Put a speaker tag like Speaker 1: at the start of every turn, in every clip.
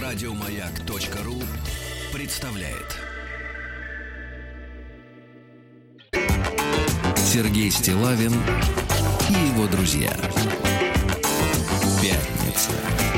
Speaker 1: Радиомаяк.ру представляет. Сергей Стиллавин и его друзья. Пятница.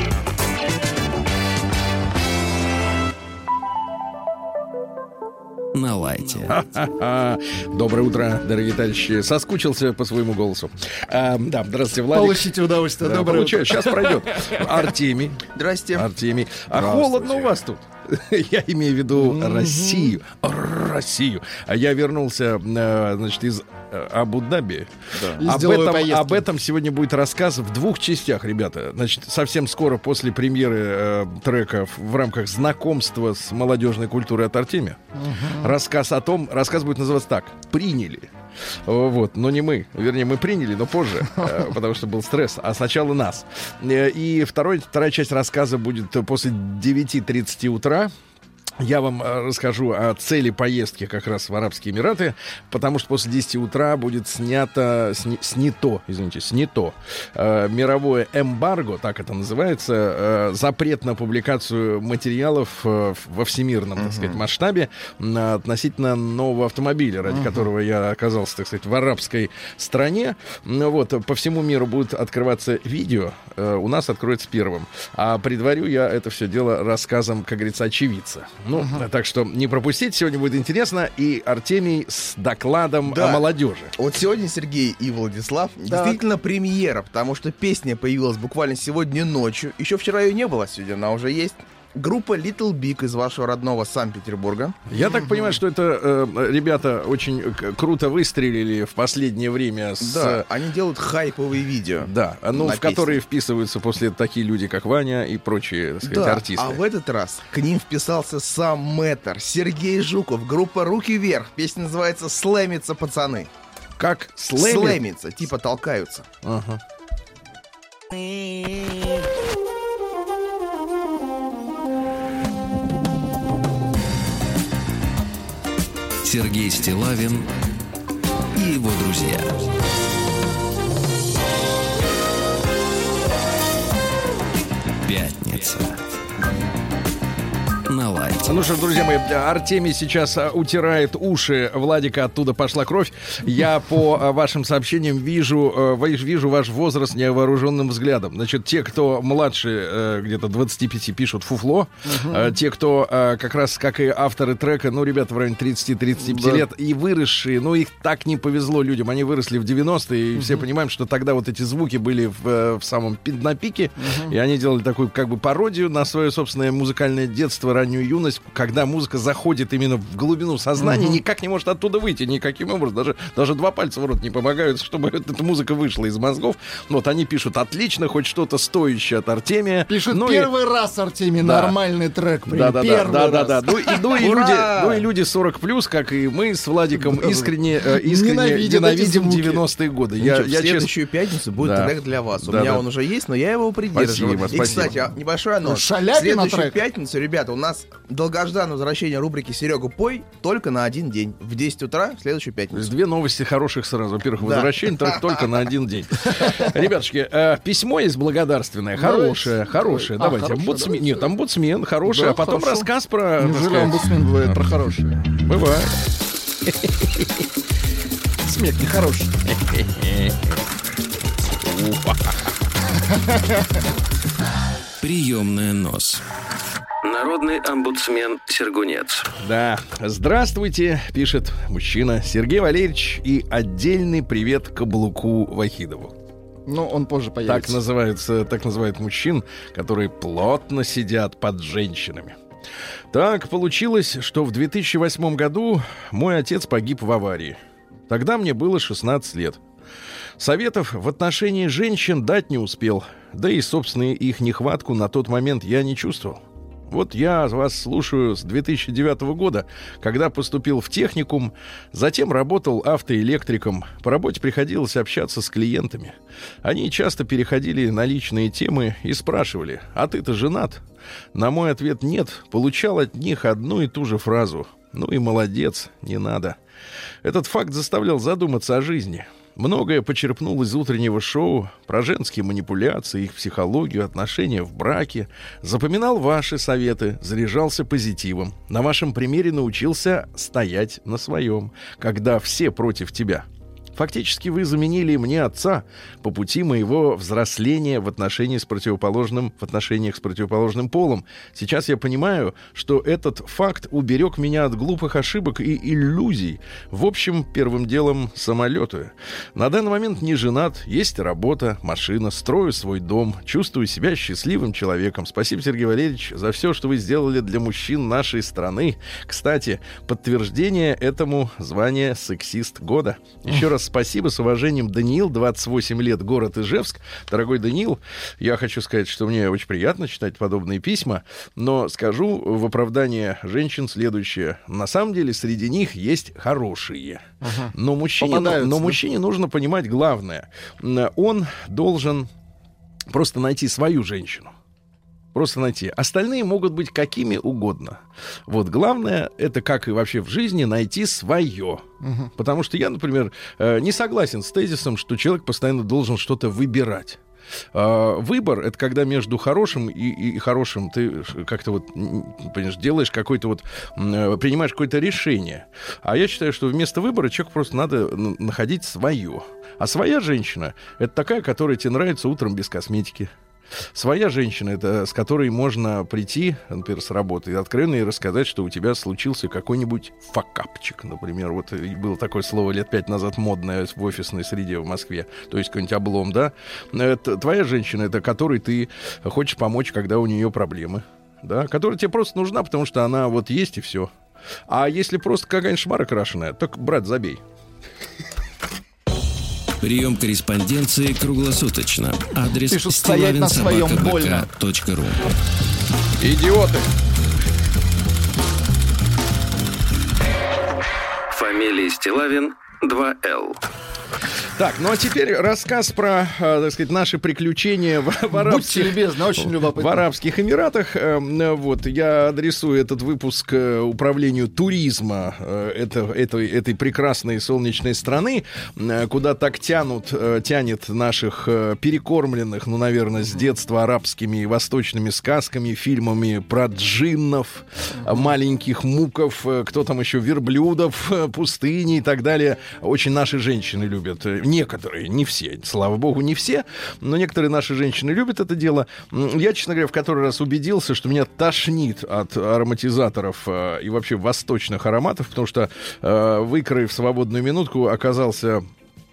Speaker 1: На лайте.
Speaker 2: Доброе утро, дорогие товарищи. Соскучился по своему голосу. Да, здравствуйте, Владик.
Speaker 3: Получите удовольствие.
Speaker 2: Да,
Speaker 3: доброе
Speaker 2: утро.
Speaker 3: утро.
Speaker 2: Сейчас пройдет. Артемий.
Speaker 3: Здрасте.
Speaker 2: Артемий. А холодно у вас тут? Я имею в виду Россию. Россию. А я вернулся, значит, из Абу-Даби.
Speaker 3: Да.
Speaker 2: Об этом сегодня будет рассказ в двух частях, ребята. Значит, совсем скоро после премьеры трека в рамках знакомства с молодежной культурой от Артемия. Рассказ будет называться так: «Приняли». Вот, но не мы. Вернее, мы приняли, но позже, потому что был стресс. А сначала нас. И вторая часть рассказа будет после 9:30 утра. Я вам расскажу о цели поездки как раз в Арабские Эмираты, потому что после 10 утра будет снято мировое эмбарго, так это называется, запрет на публикацию материалов во всемирном, так сказать, масштабе относительно нового автомобиля, ради которого я оказался, так сказать, в арабской стране. Вот, по всему миру будут открываться видео, у нас откроется первым. А предварю я это все дело рассказом, как говорится, очевидца. Так что не пропустите, сегодня будет интересно. И Артемий с докладом о молодежи.
Speaker 4: Вот сегодня Сергей и Владислав действительно премьера, потому что песня появилась буквально сегодня ночью. Еще вчера ее не было, сегодня она уже есть. Группа Little Big из вашего родного Санкт-Петербурга.
Speaker 2: Я так понимаю, что это ребята очень круто выстрелили в последнее время.
Speaker 4: Да, они делают хайповые видео.
Speaker 2: Да, в которые вписываются после такие люди, как Ваня и прочие, так сказать, артисты.
Speaker 4: А в этот раз к ним вписался сам мэтр Сергей Жуков. Группа «Руки вверх». Песня называется «Слэмятся пацаны».
Speaker 2: Как?
Speaker 4: Слэмятся, типа толкаются.
Speaker 2: Ага.
Speaker 1: Сергей Стиллавин и его друзья. Пятница. На лайте.
Speaker 2: Ну что ж, друзья мои, Артемий сейчас утирает уши Владика, оттуда пошла кровь. Я по вашим сообщениям вижу ваш возраст невооруженным взглядом. Значит, те, кто младше где-то 25, пишут фуфло. Те, кто как раз, как и авторы трека, ребята в районе 30-35 лет и выросшие, их так не повезло людям. Они выросли в 90-е, и все понимаем, что тогда вот эти звуки были в самом на пике, и они делали такую как бы пародию на свое собственное музыкальное детство, раннюю юность, когда музыка заходит именно в глубину сознания, никак не может оттуда выйти, никаким образом. Даже два пальца в рот не помогают, чтобы эта музыка вышла из мозгов. Вот они пишут: отлично, хоть что-то стоящее от Артемия.
Speaker 3: Пишут первый раз, Артемий, нормальный трек.
Speaker 2: Да. Ну и люди 40+, как и мы с Владиком, искренне ненавидим 90-е годы.
Speaker 4: В следующую пятницу будет трек для вас. У меня он уже есть, но я его придерживаю.
Speaker 2: Спасибо.
Speaker 4: И, кстати, небольшой анонс. В следующую пятницу, ребята, у нас долгожданное возвращение рубрики «Серега, пой» только на один день. В 10 утра в следующую пятницу.
Speaker 2: То есть две новости хороших сразу. Во-первых, возвращение только на один день. Ребятушки, письмо есть благодарственное. Хорошее. Давайте. Омбудсмен. Нет, омбудсмен хороший, а потом рассказ про...
Speaker 3: Неужели омбудсмен бывает про хорошее?
Speaker 2: Бывает.
Speaker 3: Смех нехороший.
Speaker 1: Приемная нос. Народный омбудсмен Сергунец.
Speaker 2: Да, здравствуйте, пишет мужчина Сергей Валерьевич, и отдельный привет Каблуку Вахидову.
Speaker 3: Он позже появится.
Speaker 2: Так называют мужчин, которые плотно сидят под женщинами. Так получилось, что в 2008 году мой отец погиб в аварии. Тогда мне было 16 лет. Советов в отношении женщин дать не успел, да и, собственно, их нехватку на тот момент я не чувствовал. Вот я вас слушаю с 2009 года, когда поступил в техникум, затем работал автоэлектриком. По работе приходилось общаться с клиентами. Они часто переходили на личные темы и спрашивали: «А ты-то женат?» На мой ответ «нет», получал от них одну и ту же фразу: «Ну и молодец, не надо». Этот факт заставлял задуматься о жизни. Многое почерпнул из утреннего шоу про женские манипуляции, их психологию, отношения в браке. Запоминал ваши советы, заряжался позитивом. На вашем примере научился стоять на своем, когда все против тебя. Фактически вы заменили мне отца по пути моего взросления в отношениях с противоположным полом. Сейчас я понимаю, что этот факт уберег меня от глупых ошибок и иллюзий. В общем, первым делом самолеты. На данный момент не женат, есть работа, машина, строю свой дом, чувствую себя счастливым человеком. Спасибо, Сергей Валерьевич, за все, что вы сделали для мужчин нашей страны. Кстати, подтверждение этому звание «Сексист года». Еще раз спасибо, с уважением, Даниил, 28 лет, город Ижевск. Дорогой Даниил, я хочу сказать, что мне очень приятно читать подобные письма, но скажу в оправдание женщин следующее. На самом деле среди них есть хорошие. Но мужчине нужно понимать главное. Он должен просто найти свою женщину. Просто найти. Остальные могут быть какими угодно. Вот главное, это, как и вообще в жизни, найти свое. Потому что я, например, не согласен с тезисом, что человек постоянно должен что-то выбирать. Выбор — это когда между хорошим и хорошим ты как-то вот, понимаешь, делаешь какой-то вот, принимаешь какое-то решение. А я считаю, что вместо выбора человеку просто надо находить свое. А своя женщина — это такая, которая тебе нравится утром без косметики. Своя женщина — это с которой можно прийти, например, с работы и откровенно ей рассказать, что у тебя случился какой-нибудь факапчик, например. Вот было такое слово лет 5 назад модное в офисной среде в Москве. То есть какой-нибудь облом, да? Это твоя женщина — это которой ты хочешь помочь, когда у нее проблемы, да? Которая тебе просто нужна, потому что она вот есть и все. А если просто какая-нибудь шмара крашеная, так, брат, забей.
Speaker 1: Прием корреспонденции круглосуточно. Адрес stilavinsobaka.vk.ru.
Speaker 2: Идиоты!
Speaker 1: Фамилия Стилавин 2Л.
Speaker 2: Так, ну а теперь рассказ про, так сказать, наши приключения в Арабских Эмиратах. Вот, я адресую этот выпуск управлению туризма этой прекрасной солнечной страны, куда так тянет наших перекормленных, ну, наверное, с детства арабскими и восточными сказками, фильмами про джиннов, маленьких муков, кто там еще, верблюдов, пустыни и так далее. Очень наши женщины любят. Некоторые, не все, слава богу, не все, но некоторые наши женщины любят это дело. Я, честно говоря, в который раз убедился, что меня тошнит от ароматизаторов и вообще восточных ароматов, потому что, выкроив свободную минутку, оказался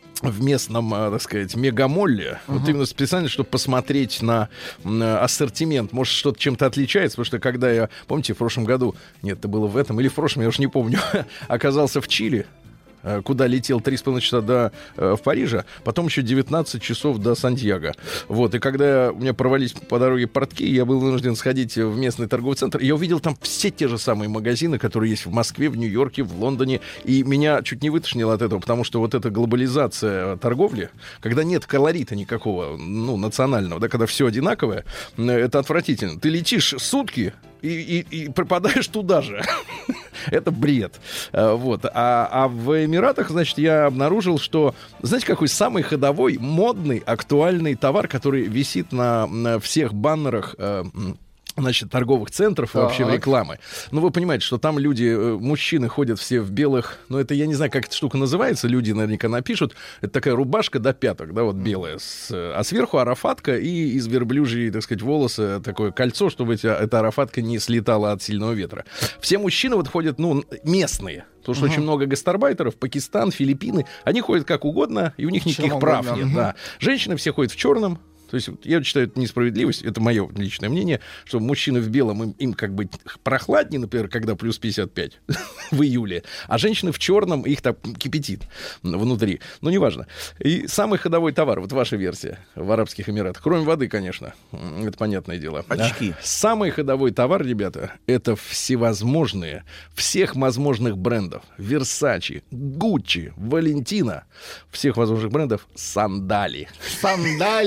Speaker 2: в местном, так сказать, мегамолле, вот именно специально, чтобы посмотреть на ассортимент. Может, что-то чем-то отличается, потому что когда я, помните, в прошлом году, нет, это было в этом или в прошлом, я уж не помню, оказался в Чили, куда летел 3,5 часа в Париже, потом еще 19 часов до Сантьяго. Вот, и когда у меня порвались по дороге портки, я был вынужден сходить в местный торговый центр, и я увидел там все те же самые магазины, которые есть в Москве, в Нью-Йорке, в Лондоне, и меня чуть не вытошнило от этого, потому что вот эта глобализация торговли, когда нет колорита никакого, ну, национального, да, когда все одинаковое, это отвратительно. Ты летишь сутки и попадаешь туда же. Это бред. Вот. А в Эмиратах, значит, я обнаружил, что, знаете, какой самый ходовой, модный, актуальный товар, который висит на всех баннерах, значит, торговых центров и вообще рекламы. Ну, вы понимаете, что там люди, мужчины ходят все в белых, ну, это, я не знаю, как эта штука называется, люди наверняка напишут, это такая рубашка до пяток, да, вот белая, а сверху арафатка и из верблюжьей, так сказать, волоса такое кольцо, чтобы эта арафатка не слетала от сильного ветра. Все мужчины вот ходят, ну, местные, потому что очень много гастарбайтеров, Пакистан, Филиппины, они ходят как угодно, и у них никаких прав нет, да. Женщины все ходят в черном. То есть я считаю, это несправедливость, это мое личное мнение, что мужчины в белом, им как бы прохладнее, например, когда плюс 55 в июле, а женщины в черном, их так кипятит внутри. Ну, неважно. И самый ходовой товар, вот ваша версия в Арабских Эмиратах, кроме воды, конечно, это понятное дело.
Speaker 4: Очки.
Speaker 2: Самый ходовой товар, ребята, это всевозможные, всех возможных брендов. Versace, Gucci, Valentino, всех возможных брендов сандали.
Speaker 3: Сандали!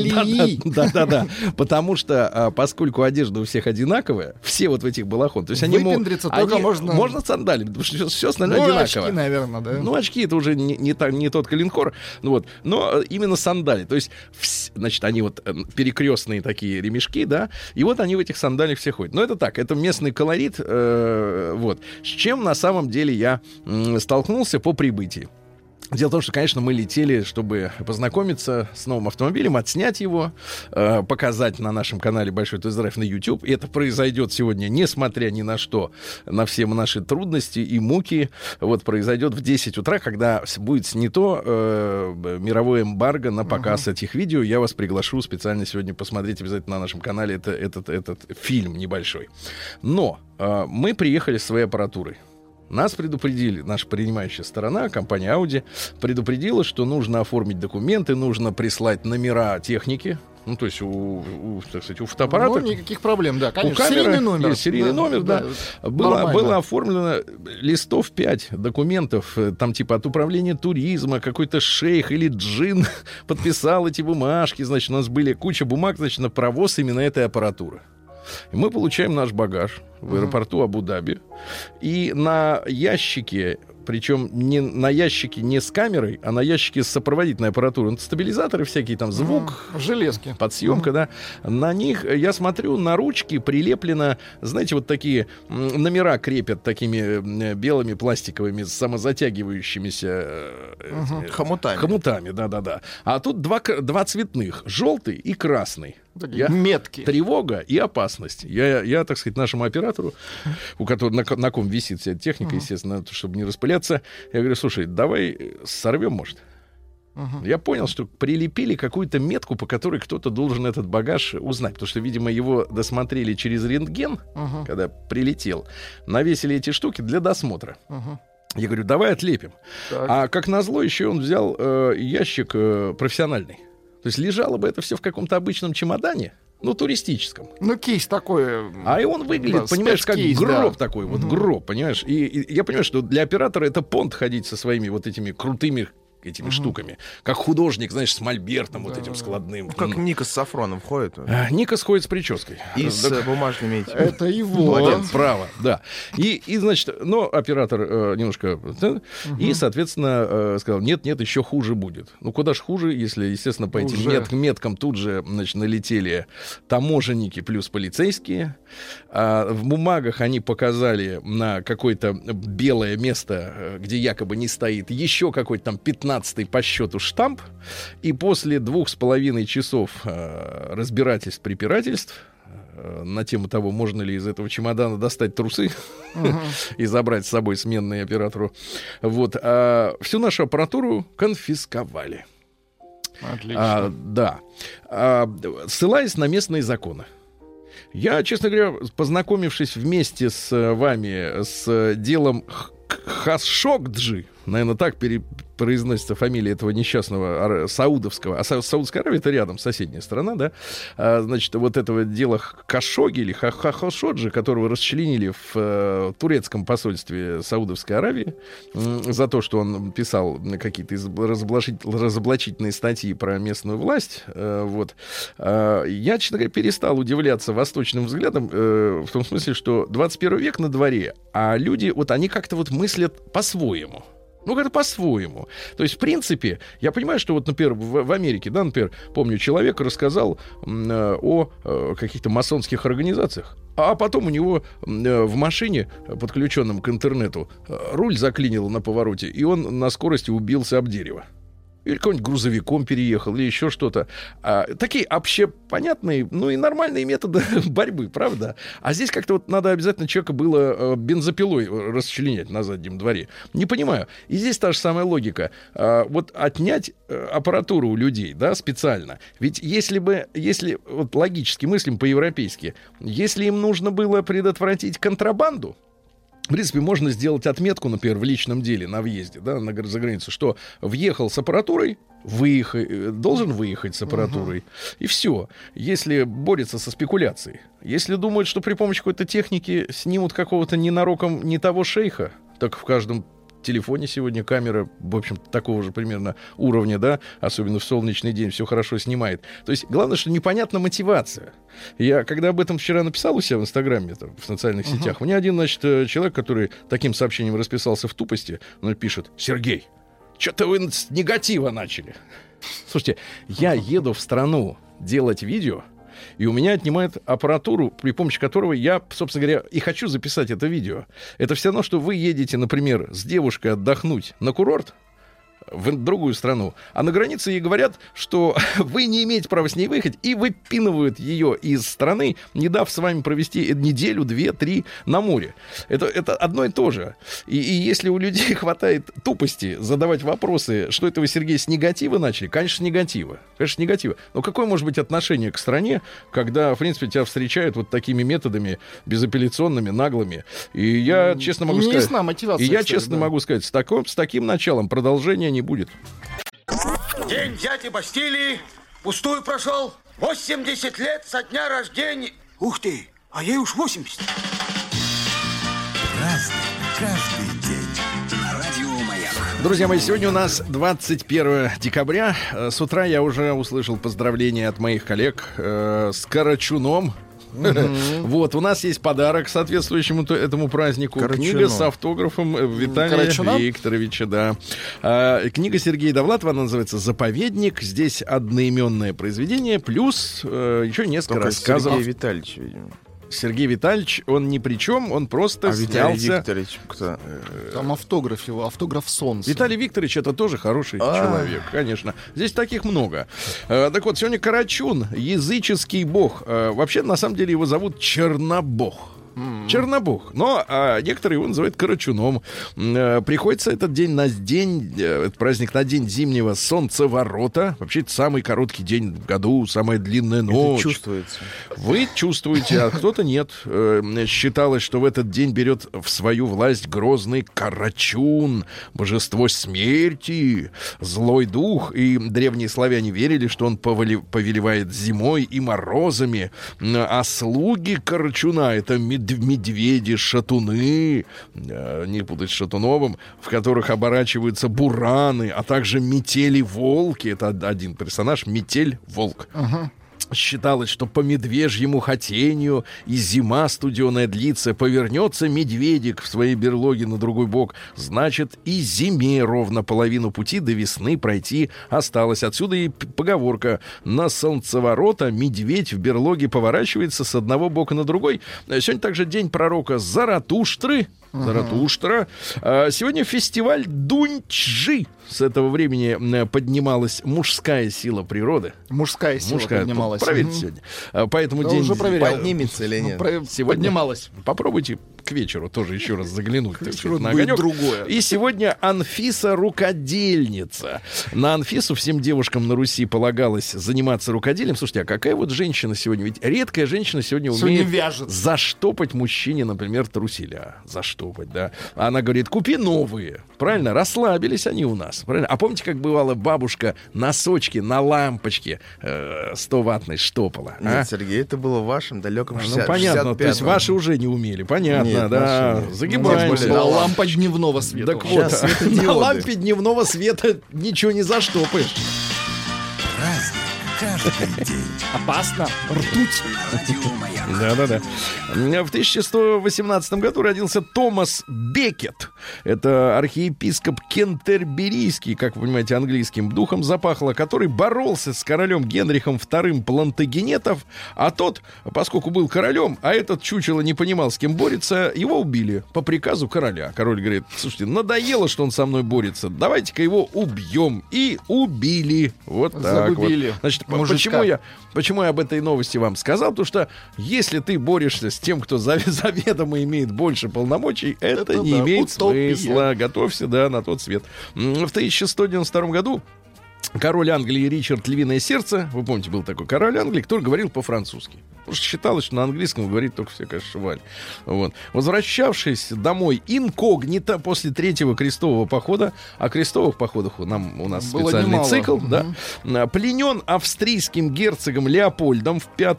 Speaker 3: очки.
Speaker 2: Да. Потому что, поскольку одежда у всех одинаковая, все вот в этих балахон, то есть они
Speaker 3: только
Speaker 2: можно сандалить, потому что все остальное одинаково.
Speaker 3: Очки, наверное, да.
Speaker 2: Ну, очки — это уже не тот коленкор, вот. Но именно сандали. То есть, значит, они вот перекрестные такие ремешки, да, и вот они в этих сандалиях все ходят. Но это так, это местный колорит, вот. С чем на самом деле я столкнулся по прибытии. Дело в том, что, конечно, мы летели, чтобы познакомиться с новым автомобилем, отснять его, показать на нашем канале «Большой тест-драйв» на YouTube. И это произойдет сегодня, несмотря ни на что, на все наши трудности и муки. Вот произойдет в 10 утра, когда будет снято мировое эмбарго на показ этих видео. Я вас приглашу специально сегодня посмотреть обязательно на нашем канале этот фильм небольшой. Но мы приехали с своей аппаратурой. Нас предупредили, наша принимающая сторона, компания Audi, предупредила, что нужно оформить документы, нужно прислать номера техники. Ну, то есть у фотоаппарата.
Speaker 3: Ну, никаких проблем, да, конечно.
Speaker 2: У камеры
Speaker 3: серийный номер.
Speaker 2: Есть серийный номер, да. Было оформлено листов 5 документов, там типа от управления туризма, какой-то шейх или джин подписал эти бумажки. Значит, у нас были куча бумаг, значит, на провоз именно этой аппаратуры. И мы получаем наш багаж в аэропорту Абу-Даби. И на ящике, причем на ящике не с камерой, а на ящике с сопроводительной аппаратурой, стабилизаторы всякие, там звук,
Speaker 3: железки,
Speaker 2: подсъемка, да. На них, я смотрю, на ручки прилеплено, знаете, вот такие номера крепят такими белыми пластиковыми самозатягивающимися хомутами, да. А тут два цветных, желтый и красный.
Speaker 3: Метки.
Speaker 2: Тревога и опасность. Я, так сказать, нашему оператору, у которого на ком висит вся техника, естественно, чтобы не распыляться, я говорю: слушай, давай сорвем, может. Я понял, что прилепили какую-то метку, по которой кто-то должен этот багаж узнать, потому что, видимо, его досмотрели через рентген, когда прилетел, навесили эти штуки для досмотра. Я говорю: давай отлепим. Так. А как назло, еще он взял ящик профессиональный. То есть лежало бы это все в каком-то обычном чемодане, ну, туристическом.
Speaker 3: Ну, кейс такой.
Speaker 2: А и он выглядит, да, понимаешь, как гроб такой, вот гроб, понимаешь? И я понимаю, что для оператора это понт ходить со своими вот этими крутыми этими штуками. Как художник, знаешь, с мольбертом вот этим складным.
Speaker 4: Ну, как Никос с Сафроном ходит.
Speaker 2: Никос ходит с прической.
Speaker 4: И с бумажными этими.
Speaker 3: Это его.
Speaker 2: Молодец, право, да. И значит, но оператор немножко... И, соответственно, сказал: нет, еще хуже будет. Ну, куда ж хуже, если, естественно, по этим меткам тут же, значит, налетели таможенники плюс полицейские. В бумагах они показали на какое-то белое место, где якобы не стоит еще какой-то там 15-й по счету штамп. И после 2,5 часов разбирательств, препирательств на тему того, можно ли из этого чемодана достать трусы и забрать с собой сменные оператору, вот, всю нашу аппаратуру конфисковали.
Speaker 3: Отлично.
Speaker 2: Да. Ссылаясь на местные законы. Я, честно говоря, познакомившись вместе с вами с делом Хашогджи, наверное, так произносится фамилия этого несчастного саудовского, а Саудовская Аравия — это рядом, соседняя страна, да, значит, вот этого дела Хашоги или Хашоджи, которого расчленили в турецком посольстве Саудовской Аравии за то, что он писал какие-то разоблачительные статьи про местную власть, вот. Я, честно говоря, перестал удивляться восточным взглядом, в том смысле, что 21 век на дворе, а люди, вот они как-то вот мыслят по-своему. Ну, как-то по-своему. То есть, в принципе, я понимаю, что вот, например, в Америке, да, например, помню, человек рассказал о каких-то масонских организациях, а потом у него в машине, подключенном к интернету, руль заклинило на повороте, и он на скорости убился об дерево. Или какой-нибудь грузовиком переехал, или еще что-то. Такие общепонятные, ну и нормальные методы борьбы, правда? А здесь как-то вот надо обязательно человека было бензопилой расчленять на заднем дворе. Не понимаю. И здесь та же самая логика. Вот отнять аппаратуру у людей, да, специально. Ведь если вот логически мыслим по-европейски, если им нужно было предотвратить контрабанду, в принципе, можно сделать отметку, например, в личном деле на въезде, да, за границу, что въехал с аппаратурой, должен выехать с аппаратурой, и все. Если борется со спекуляцией, если думают, что при помощи какой-то техники снимут какого-то ненароком не того шейха, так в каждом телефоне сегодня камера, в общем, такого же примерно уровня, да, особенно в солнечный день, все хорошо снимает. То есть главное, что непонятна мотивация. Я, когда об этом вчера написал у себя в Инстаграме, там, в социальных сетях, мне один, значит, человек, который таким сообщением расписался в тупости, он пишет: Сергей, что-то вы с негатива начали. Слушайте, я еду в страну делать видео, и у меня отнимают аппаратуру, при помощи которого я, собственно говоря, и хочу записать это видео. Это все равно, что вы едете, например, с девушкой отдохнуть на курорт в другую страну, а на границе ей говорят, что вы не имеете права с ней выехать, и выпинывают ее из страны, не дав с вами провести неделю, 2-3 на море. Это одно и то же. И если у людей хватает тупости задавать вопросы, что это вы, Сергей, с негатива начали? Конечно, с негатива. Конечно, с негатива. Но какое может быть отношение к стране, когда, в принципе, тебя встречают вот такими методами безапелляционными, наглыми? И я честно могу сказать...
Speaker 3: мотивация,
Speaker 2: и я
Speaker 3: кстати,
Speaker 2: честно могу сказать, с таким началом продолжения не будет.
Speaker 5: День дяди Бастилии пустую прошел. 80 лет со дня рождения. Ух ты, а ей уж 80.
Speaker 1: Разный, каждый день. На радио Маяк.
Speaker 2: Друзья мои, сегодня у нас 21 декабря. С утра я уже услышал поздравления от моих коллег с Карачуном. Вот, у нас есть подарок соответствующему этому празднику. Книга с автографом Виталия Викторовича, да. Книга Сергея Довлатова, она называется «Заповедник». Здесь одноименное произведение, плюс еще несколько рассказов.
Speaker 4: Сергей Витальевич, видимо.
Speaker 2: Сергей Витальевич, он ни при чем, он просто
Speaker 4: Виталий
Speaker 2: снялся...
Speaker 4: Викторович кто?
Speaker 3: Там автограф его, автограф солнца.
Speaker 2: Виталий Викторович — это тоже хороший человек, конечно. Здесь таких много. Так вот, сегодня Карачун, языческий бог. Вообще, на самом деле, его зовут Чернобог. Чернобог. Но некоторые его называют Карачуном. Приходится этот день этот праздник на день зимнего солнцеворота. Вообще, это самый короткий день в году, самая длинная ночь.
Speaker 4: Это чувствуется.
Speaker 2: Вы чувствуете, а кто-то нет. Считалось, что в этот день берет в свою власть грозный Карачун, божество смерти, злой дух. И древние славяне верили, что он повелевает зимой и морозами. А слуги Карачуна — это медведи, шатуны, не путать с Шатуновым, в которых оборачиваются бураны, а также метели-волки. Это один персонаж, метель-волк. Считалось, что по медвежьему хотению и зима студеная длится, повернется медведик в своей берлоге на другой бок, значит, и зиме ровно половину пути до весны пройти осталось. Отсюда и поговорка: на солнцеворота медведь в берлоге поворачивается с одного бока на другой. Сегодня также день пророка Заратуштры. Заратуштра. Сегодня фестиваль Дуньчжи. С этого времени поднималась мужская сила природы.
Speaker 3: Мужская сила поднималась.
Speaker 2: Проверьте сегодня. Поэтому
Speaker 3: Да,
Speaker 2: день...
Speaker 3: уже проверял.
Speaker 4: Поднимется или нет?
Speaker 2: Сегодня
Speaker 3: Поднималась.
Speaker 2: Попробуйте к вечеру тоже еще раз заглянуть, так сказать, на
Speaker 3: будет
Speaker 2: огонек.
Speaker 3: другое.
Speaker 2: И сегодня Анфиса рукодельница. На Анфису всем девушкам на Руси полагалось заниматься рукоделием. Слушайте, а какая вот женщина сегодня? Ведь редкая женщина сегодня умеет
Speaker 3: вяжет.
Speaker 2: заштопать мужчине, например, труселя. Заштопать, да. Она говорит: купи новые. Правильно? Расслабились они у нас. Правильно? А помните, как бывало, бабушка носочки на лампочке 100-ваттной штопала?
Speaker 4: Нет, Сергей, это было в вашем далеком 60-м.
Speaker 2: Ну, понятно, то есть ваши уже не умели. Понятно,
Speaker 4: Нет,
Speaker 2: да.
Speaker 4: наши нет.
Speaker 2: Загибаемся.
Speaker 3: На лампа дневного света.
Speaker 2: Так вот,
Speaker 4: Сейчас светодиоды.
Speaker 2: на лампе дневного света ничего не заштопаешь.
Speaker 1: Праздник каждый день.
Speaker 3: Опасно. Ртуть.
Speaker 1: На радио Маяк.
Speaker 2: Да-да-да. В 1118 году родился Томас Беккет. Это архиепископ кентерберийский, как вы понимаете, английским духом запахло, который боролся с королем Генрихом II Плантагенетов, а тот, поскольку был королем, а этот чучело не понимал, с кем борется, его убили по приказу короля. Король говорит: слушайте, надоело, что он со мной борется, давайте-ка его убьем. И убили. Вот так
Speaker 3: Загубили.
Speaker 2: вот. Значит,
Speaker 3: Мужичка.
Speaker 2: почему я об этой новости вам сказал? Потому что если ты борешься с тем, кто заведомо имеет больше полномочий, это не имеет
Speaker 3: утопия.
Speaker 2: смысла. Готовься, да, на тот свет. В 1192 году король Англии Ричард Львиное Сердце, вы помните, был такой король Англии, который говорил по-французски. Потому что считалось, что на английском говорит только всякая шваль. Вот. Возвращавшись домой инкогнито после третьего крестового похода, о крестовых походах у нас было специальный немало. Цикл, да, пленен австрийским герцогом Леопольдом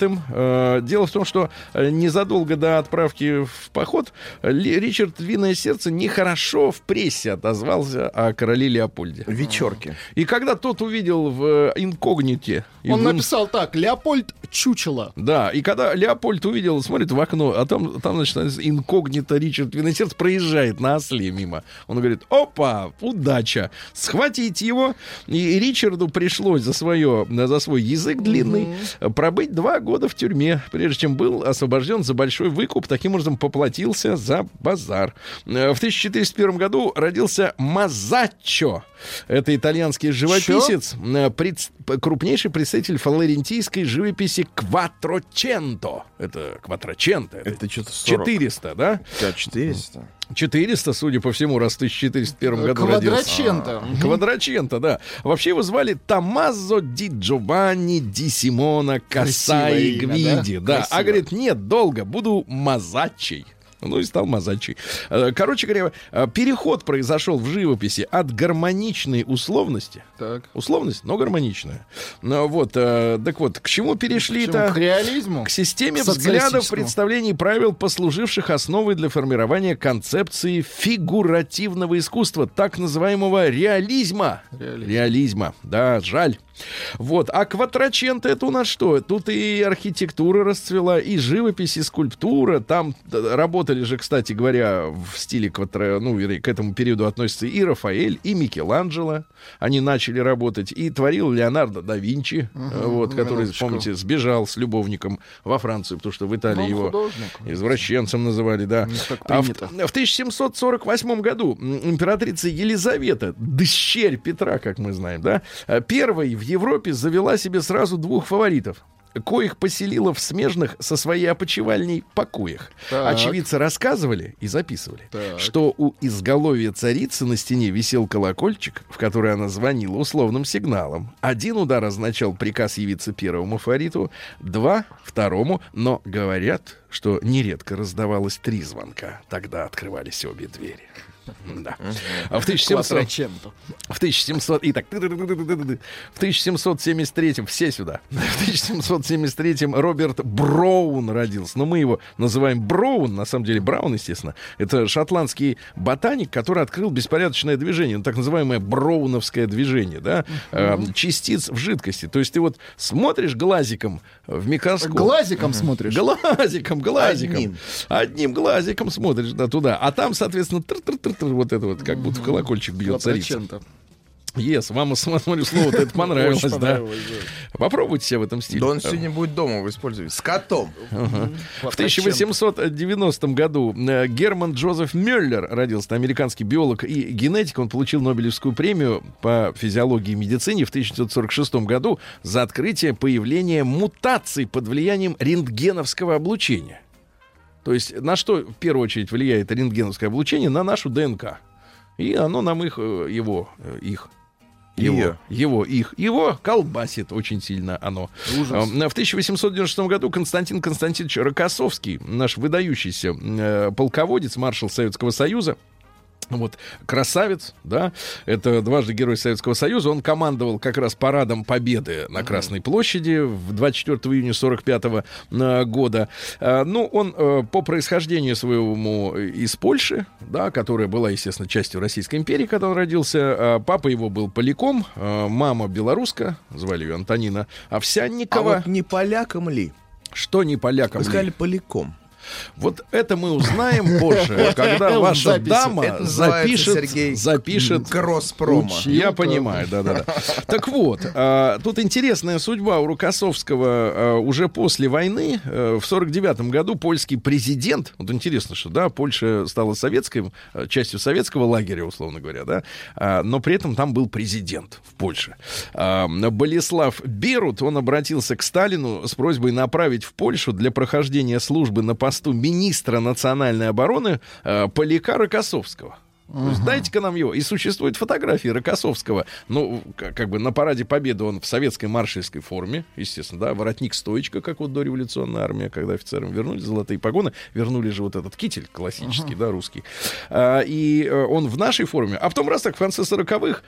Speaker 2: V. Дело в том, что незадолго до отправки в поход Ричард Львиное Сердце нехорошо в прессе отозвался о короле Леопольде.
Speaker 4: Вечерки.
Speaker 2: И когда тот увидел в инкогните...
Speaker 3: Он написал так: Леопольд чучело.
Speaker 2: Да, и когда Леопольд увидел, смотрит в окно, а там значит, инкогнито Ричард Львиное Сердце проезжает на осле мимо. Он говорит: опа, удача, схватить его. И Ричарду пришлось за свой язык длинный пробыть 2 года в тюрьме, прежде чем был освобожден за большой выкуп. Таким образом поплатился за базар. В 1401 году родился Мазаччо. Это итальянский живописец, крупнейший представитель флорентийской живописи Кватроченто. Это Кватроченто.
Speaker 4: Это что-то 40.
Speaker 2: 400, да?
Speaker 4: Да, 400.
Speaker 2: 400, судя по всему, раз в 1401 году родился. Квадраченто, да. Вообще его звали Томмазо ди Джованни ди Симона Кассаи Гвиди. Да? А говорит, нет, долго, буду Мазачей. Ну и стал Мазачей. Короче говоря, переход произошел в живописи от гармоничной условности.
Speaker 3: Так.
Speaker 2: Условность, но гармоничная. Вот, так вот, к чему перешли-то?
Speaker 3: К реализму?
Speaker 2: К системе взглядов, представлений и правил, послуживших основой для формирования концепции фигуративного искусства, так называемого реализма. Реализма, да, жаль. Вот, а Кватроченто это у нас что? Тут и архитектура расцвела, и живопись, и скульптура. Там работали же, кстати говоря, в стиле к этому периоду относятся и Рафаэль, и Микеланджело. Они начали работать. И творил Леонардо да Винчи, который, помните, сбежал с любовником во Францию, потому что в Италии его извращенцем называли, да. А в 1748 году императрица Елизавета, дщерь Петра, как мы знаем, да, первой в Европе завела себе сразу 2 фаворитов, коих поселила в смежных со своей опочивальней покоях. Так. Очевидцы рассказывали и записывали, что у изголовья царицы на стене висел колокольчик, в который она звонила условным сигналом. 1 удар означал приказ явиться первому фавориту, 2 — второму, но говорят, что нередко раздавалось 3 звонка. Тогда открывались обе двери. Да. А в 1773-м, все сюда. В 1773-м Роберт Броун родился. Но мы его называем Броун, на самом деле Браун, естественно. Это шотландский ботаник, который открыл беспорядочное движение, так называемое броуновское движение, да, частиц в жидкости. То есть ты вот смотришь глазиком в микроскоп.
Speaker 3: Глазиком смотришь?
Speaker 2: Глазиком. Одним глазиком смотришь, да, туда. А там, соответственно, вот это вот, как будто в колокольчик бьет царица. Вам, смотрю, слово-то это понравилось, да? Попробуйте себя в этом стиле.
Speaker 4: Да он сегодня будет дома его использовать. С котом.
Speaker 2: В 1890 году Герман Джозеф Мюллер родился, американский биолог и генетик. Он получил Нобелевскую премию по физиологии и медицине в 1946 году за открытие появления мутаций под влиянием рентгеновского облучения. То есть на что в первую очередь влияет рентгеновское облучение? На нашу ДНК. И оно нам его колбасит очень сильно оно. Ужас. В 1896 году Константин Константинович Рокоссовский, наш выдающийся полководец, маршал Советского Союза, вот, красавец, да, это дважды Герой Советского Союза. Он командовал как раз парадом Победы на Красной площади в 24 июня 1945 года. Ну, он по происхождению своему из Польши, да, которая была, естественно, частью Российской империи, когда он родился. Папа его был поляком, мама белоруска, звали ее Антонина Овсянникова.
Speaker 4: А вот не поляком ли?
Speaker 2: Что не поляком ли?
Speaker 4: Вы сказали поляком.
Speaker 2: Вот это мы узнаем позже, когда ваша дама запишет
Speaker 4: Гроспрома.
Speaker 2: Я понимаю, да. Так вот, тут интересная судьба у Рокоссовского. Уже после войны, в 1949 году, польский президент, вот интересно, что, да, Польша стала частью советского лагеря, условно говоря, да, но при этом там был президент в Польше. Болеслав Берут, он обратился к Сталину с просьбой направить в Польшу для прохождения службы на посту министра национальной обороны поляка Рокоссовского. То есть дайте-ка нам его. И существует фотографии Рокоссовского. Ну, как бы на параде Победы он в советской маршальской форме, естественно, да, воротник-стоечка, как вот дореволюционная армия, когда офицерам вернули золотые погоны, вернули же вот этот китель классический, да, русский. И он в нашей форме. А потом раз так в конце 40-х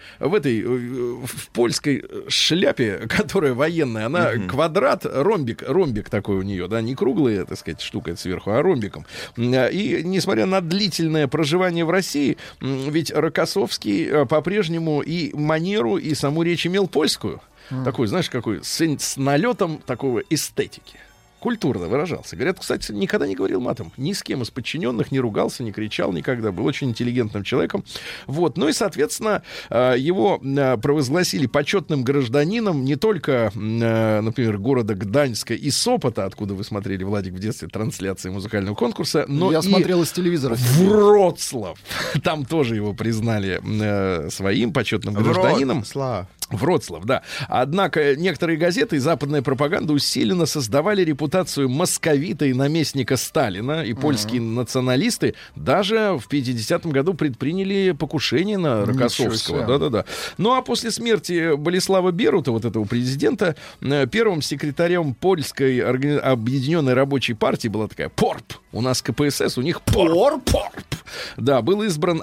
Speaker 2: в польской шляпе, которая военная, она квадрат, ромбик такой у нее, да, не круглая, так сказать, штука сверху, а ромбиком. И несмотря на длительное проживание в России, ведь Рокоссовский по-прежнему и манеру, и саму речь имел польскую. Такой, знаешь, какой, с налетом такого эстетики. Культурно выражался. Говорят, кстати, никогда не говорил матом. Ни с кем из подчиненных не ругался, не кричал никогда. Был очень интеллигентным человеком. Вот. Ну и, соответственно, его провозгласили почетным гражданином не только, например, города Гданьска и Сопота, откуда вы смотрели, Владик, в детстве трансляции музыкального конкурса, но
Speaker 3: я
Speaker 2: и
Speaker 3: смотрел из телевизора.
Speaker 2: Вроцлав. Там тоже его признали своим почетным гражданином. Вроцлав, да. Однако некоторые газеты и западная пропаганда усиленно создавали репутацию московита и наместника Сталина, и польские националисты даже в 50-м году предприняли покушение на Рокоссовского. Да-да-да. Ну а после смерти Болеслава Берута, вот этого президента, первым секретарем польской объединенной рабочей партии была такая ПОРП. У нас КПСС, у них ПОРП. Да, был избран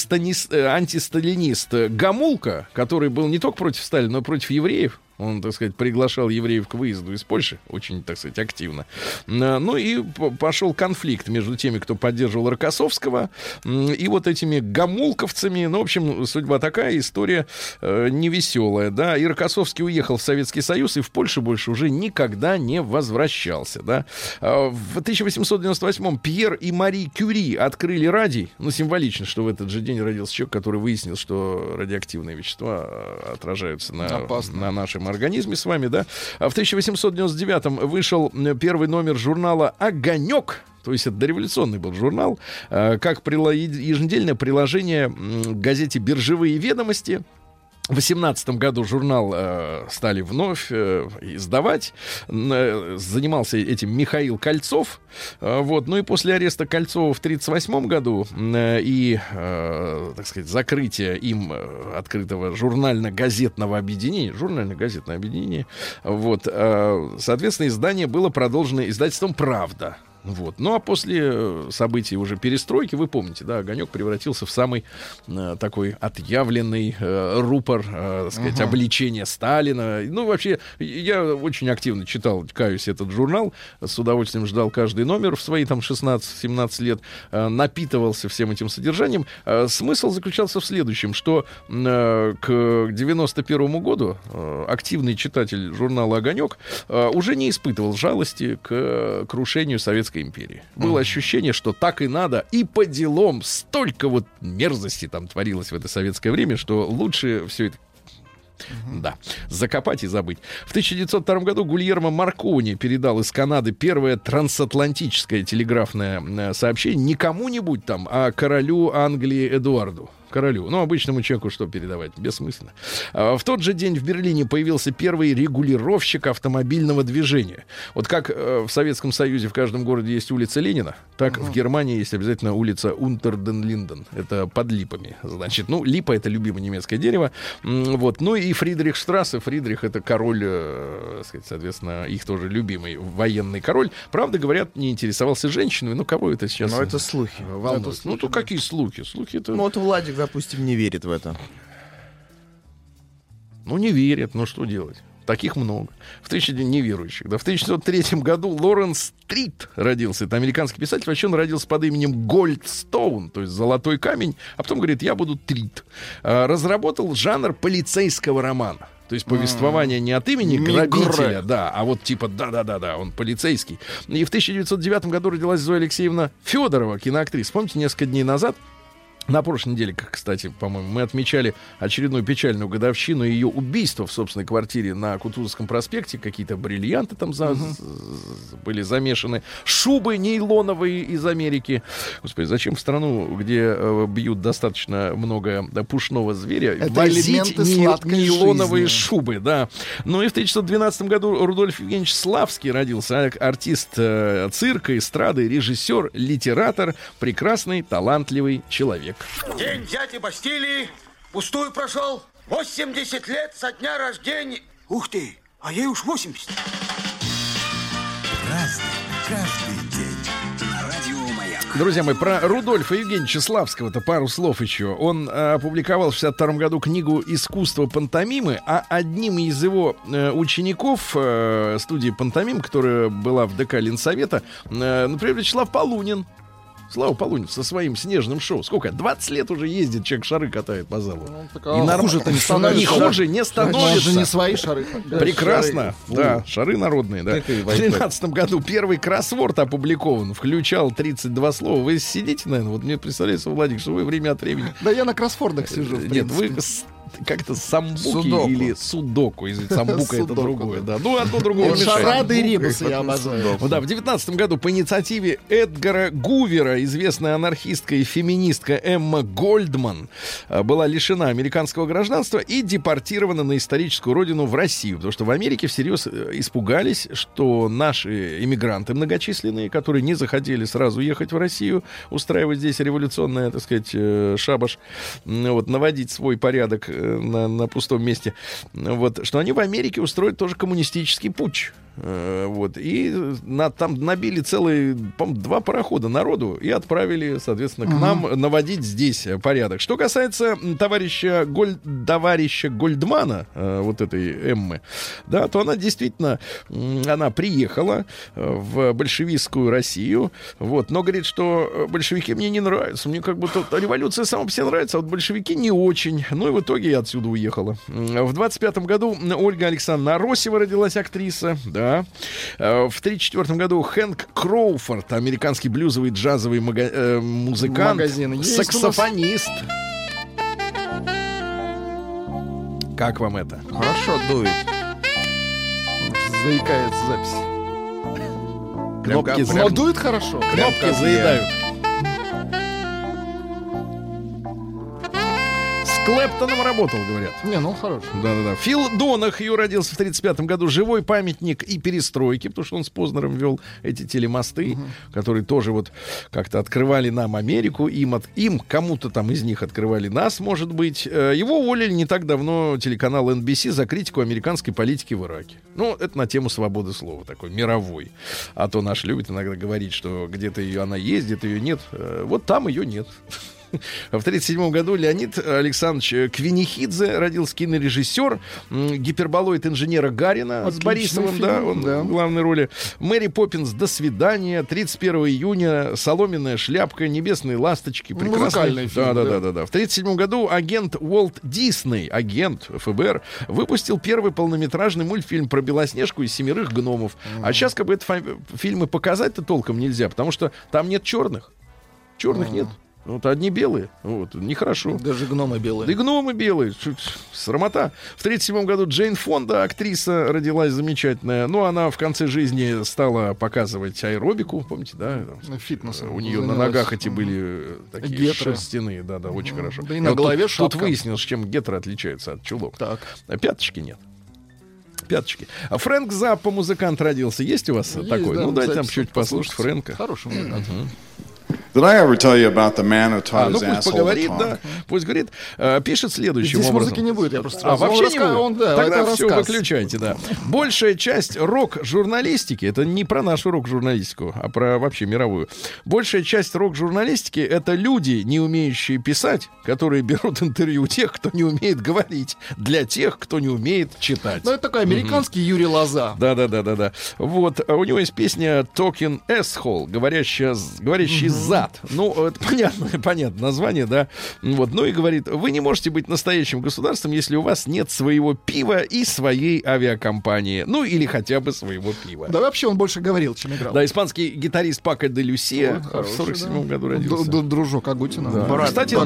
Speaker 2: антисталинист Гамулка, который был не только против Сталина, но и против евреев. Он, так сказать, приглашал евреев к выезду из Польши очень, так сказать, активно. Ну и пошел конфликт между теми, кто поддерживал Рокоссовского, и вот этими гамулковцами. Ну, в общем, судьба такая, история невеселая, да. И Рокоссовский уехал в Советский Союз и в Польшу больше уже никогда не возвращался, да. В 1898-м Пьер и Мари Кюри открыли радий. Ну, символично, что в этот же день родился человек, который выяснил, что радиоактивные вещества отражаются на нашем организме с вами, да. В 1899-м вышел первый номер журнала «Огонек». То есть это дореволюционный был журнал, как еженедельное приложение к газете «Биржевые ведомости». В 18 году журнал стали вновь издавать. Занимался этим Михаил Кольцов. Вот. Ну и после ареста Кольцова в 1938 году и, так сказать, закрытия им открытого журнально-газетного объединения, журнально-газетное объединение, вот, соответственно, издание было продолжено издательством «Правда». Вот. Ну а после событий уже перестройки, вы помните, да, «Огонек» превратился в самый такой отъявленный рупор, так сказать, обличения Сталина. Ну, вообще, я очень активно читал, каюсь, этот журнал, с удовольствием ждал каждый номер в свои там 16-17 лет, напитывался всем этим содержанием. Смысл заключался в следующем, что к 91 году активный читатель журнала «Огонек» уже не испытывал жалости к крушению Советской империи. Было ощущение, что так и надо, и по делам столько вот мерзости там творилось в это советское время, что лучше все это закопать и забыть. В 1902 году Гульермо Маркони передал из Канады первое трансатлантическое телеграфное сообщение не кому-нибудь там, а королю Англии Эдуарду. Королю. Ну, обычному человеку что передавать? Бессмысленно. В тот же день в Берлине появился первый регулировщик автомобильного движения. Вот как в Советском Союзе в каждом городе есть улица Ленина, так в Германии есть обязательно улица Унтерден-Линден. Это под липами. Значит, ну, липа — это любимое немецкое дерево. Вот. Ну и Фридрихштрассе. Фридрих — это король, сказать, соответственно, их тоже любимый военный король. Правда, говорят, не интересовался женщинами. Ну, кого это сейчас?
Speaker 4: Ну, это слухи.
Speaker 2: Волнует. Ну, то какие слухи? Слухи это...
Speaker 4: Ну, вот Владик, допустим, не верит в это.
Speaker 2: Ну, не верят, но что делать? Таких много. Неверующих. Да. В 1903 году Лоренс Стрит родился. Это американский писатель. Вообще он родился под именем Гольдстоун, то есть золотой камень. А потом говорит, я буду Трит. Разработал жанр полицейского романа. То есть повествование не от имени грабителя, да, а вот типа да, он полицейский. И в 1909 году родилась Зоя Алексеевна Федорова, киноактриса. Помните, несколько дней назад, на прошлой неделе, кстати, по-моему, мы отмечали очередную печальную годовщину ее убийства в собственной квартире на Кутузовском проспекте. Какие-то бриллианты там были замешаны. Шубы нейлоновые из Америки. Господи, зачем в страну, где бьют достаточно много пушного зверя, это возить нейлоновые шубы? Да. Ну и в 1912 году Рудольф Евгеньевич Славский родился. Артист цирка, эстрады, режиссер, литератор, прекрасный, талантливый человек. век.
Speaker 5: День дяди Бастилии пустую прошел. 80 лет со дня рождения. Ух ты, а ей уж 80.
Speaker 1: Разный, каждый день. На радио Маяк.
Speaker 2: Друзья мои, про Рудольфа Евгеньевича Славского-то пару слов еще. Он опубликовал в 1962 году книгу «Искусство пантомимы», а одним из его учеников студии «Пантомим», которая была в ДК Ленсовета, например, Вячеслав Полунин. Слава Полунин со своим снежным шоу. Сколько? 20 лет уже ездит, человек шары катает по залу.
Speaker 3: Хуже-то не становится.
Speaker 2: И хуже не становится.
Speaker 3: же не свои шары.
Speaker 2: Прекрасно. Да, шары народные. Да. В 2013 году первый кроссворд опубликован. Включал 32 слова. Вы сидите, наверное, вот мне представляется, Владик, что вы время от времени...
Speaker 3: Да я на кроссвордах сижу.
Speaker 2: Нет, вы как-то самбуки
Speaker 4: Судоку.
Speaker 2: или судоку. Извините, самбука это
Speaker 3: Судоку,
Speaker 2: другое. Да. Ну, одно другое мешает.
Speaker 3: Шарады и ребусы я обожаю.
Speaker 2: Да, в 19 году по инициативе Эдгара Гувера известная анархистка и феминистка Эмма Гольдман была лишена американского гражданства и депортирована на историческую родину в Россию. Потому что в Америке всерьез испугались, что наши иммигранты многочисленные, которые не захотели сразу ехать в Россию, устраивать здесь революционное, так сказать, шабаш, вот, наводить свой порядок на пустом месте, вот, что они в Америке устроят тоже коммунистический путч. Вот, и там набили целые, по-моему, 2 парохода народу и отправили, соответственно, к нам наводить здесь порядок. Что касается товарища Гольдмана, вот этой Эммы, да, то она действительно, она приехала в большевистскую Россию, вот, но говорит, что большевики мне не нравятся, мне как будто революция сама по себе нравится, а вот большевики не очень. Ну и в итоге я отсюда уехала. В 25-м году Ольга Александровна Аросева родилась, актриса, да. В 1934 году Хэнк Кроуфорд, американский блюзовый джазовый музыкант, саксофонист. Как вам это?
Speaker 4: Хорошо дует.
Speaker 3: Заикается запись.
Speaker 2: Кнопки
Speaker 3: Но дует хорошо.
Speaker 2: Кнопки заедают. С Клэптоном работал, говорят.
Speaker 3: Не, ну хорошо.
Speaker 2: Да-да-да. Фил Донахью родился в 1935 году. Живой памятник и перестройки, потому что он с Познером вел эти телемосты, которые тоже вот как-то открывали нам Америку. Им кому-то там из них открывали нас, может быть. Его уволили не так давно телеканал NBC за критику американской политики в Ираке. Ну, это на тему свободы слова такой, мировой. А то наш любит иногда говорить, что где-то она есть, где-то ее нет. Вот там ее нет. В 1937 году Леонид Александрович Квинихидзе родился, кинорежиссер, гиперболоид инженера Гарина. Отличный с Борисовым, фильм, да, он в главной роли. Мэри Поппинс «До свидания», 31 июня, «Соломенная шляпка», «Небесные ласточки».
Speaker 3: Музыкальный фильм.
Speaker 2: Да. В 1937 году агент Уолт Дисней, агент ФБР, выпустил первый полнометражный мультфильм про Белоснежку и 7 гномов. А сейчас как бы это фильмы показать-то толком нельзя, потому что там нет черных. Черных нет. Вот одни белые. Вот, нехорошо.
Speaker 3: Даже гномы белые.
Speaker 2: Да и гномы белые. Срамота. В 1937 году Джейн Фонда, актриса, родилась замечательная. Ну, она в конце жизни стала показывать аэробику. Помните, да?
Speaker 3: Фитнесом.
Speaker 2: У нее на ногах эти были такие гетры. Шерстяные. Да, очень хорошо.
Speaker 3: Да и на голове
Speaker 2: шапка. Тут выяснилось, чем гетры отличаются от чулок.
Speaker 3: Так.
Speaker 2: А пяточки нет. Пяточки. А Фрэнк Заппа, музыкант, родился. Есть у вас
Speaker 3: есть,
Speaker 2: такой?
Speaker 3: Да,
Speaker 2: ну, дайте нам чуть послушать Фрэнка.
Speaker 3: Хороший музыкант.
Speaker 6: Did I ever tell you about the man who taught
Speaker 2: ну
Speaker 6: his
Speaker 2: пусть
Speaker 6: asshole
Speaker 2: поговорит,
Speaker 6: to talk?
Speaker 2: да. Пусть говорит. Пишет следующим
Speaker 3: Здесь
Speaker 2: образом.
Speaker 3: музыки не будет, я просто
Speaker 2: вообще не будет?
Speaker 3: Он, да,
Speaker 2: тогда
Speaker 3: это
Speaker 2: все,
Speaker 3: рассказ.
Speaker 2: выключайте, да. Большая часть рок-журналистики, это не про нашу рок-журналистику, а про вообще мировую. Большая часть рок-журналистики — это люди, не умеющие писать, которые берут интервью у тех, кто не умеет говорить, для тех, кто не умеет читать.
Speaker 3: Ну, это такой американский Юрий Лоза.
Speaker 2: Да. Вот, у него есть песня «Talking Asshole», говорящий зад. Ну, это понятно название, да. Вот, ну и говорит: вы не можете быть настоящим государством, если у вас нет своего пива и своей авиакомпании. Ну, или хотя бы своего пива.
Speaker 3: Да вообще он больше говорил, чем играл.
Speaker 2: Да, испанский гитарист Пако де Люсия в 47 году родился.
Speaker 3: Дружок Агутина.
Speaker 2: Да. Кстати,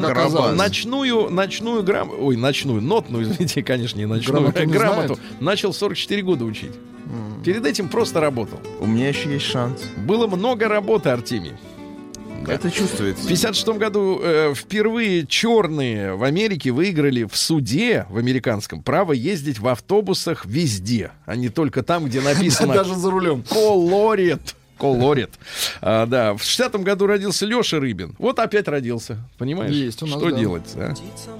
Speaker 2: нотную, извините, конечно, не ночную, грамоту начал в 44 года учить. Перед этим просто работал.
Speaker 4: У меня еще есть шанс.
Speaker 2: Было много работы, Артемий. Да.
Speaker 4: Это чувствуется.
Speaker 2: В 1956 году впервые черные в Америке выиграли в суде в американском право ездить в автобусах везде, а не только там, где написано
Speaker 3: даже за рулем.
Speaker 2: «Колорит». колорит. Да, в 60-м году родился Леша Рыбин. Вот опять родился, понимаешь?
Speaker 3: Есть у нас,
Speaker 2: что
Speaker 3: да.
Speaker 2: делать, а?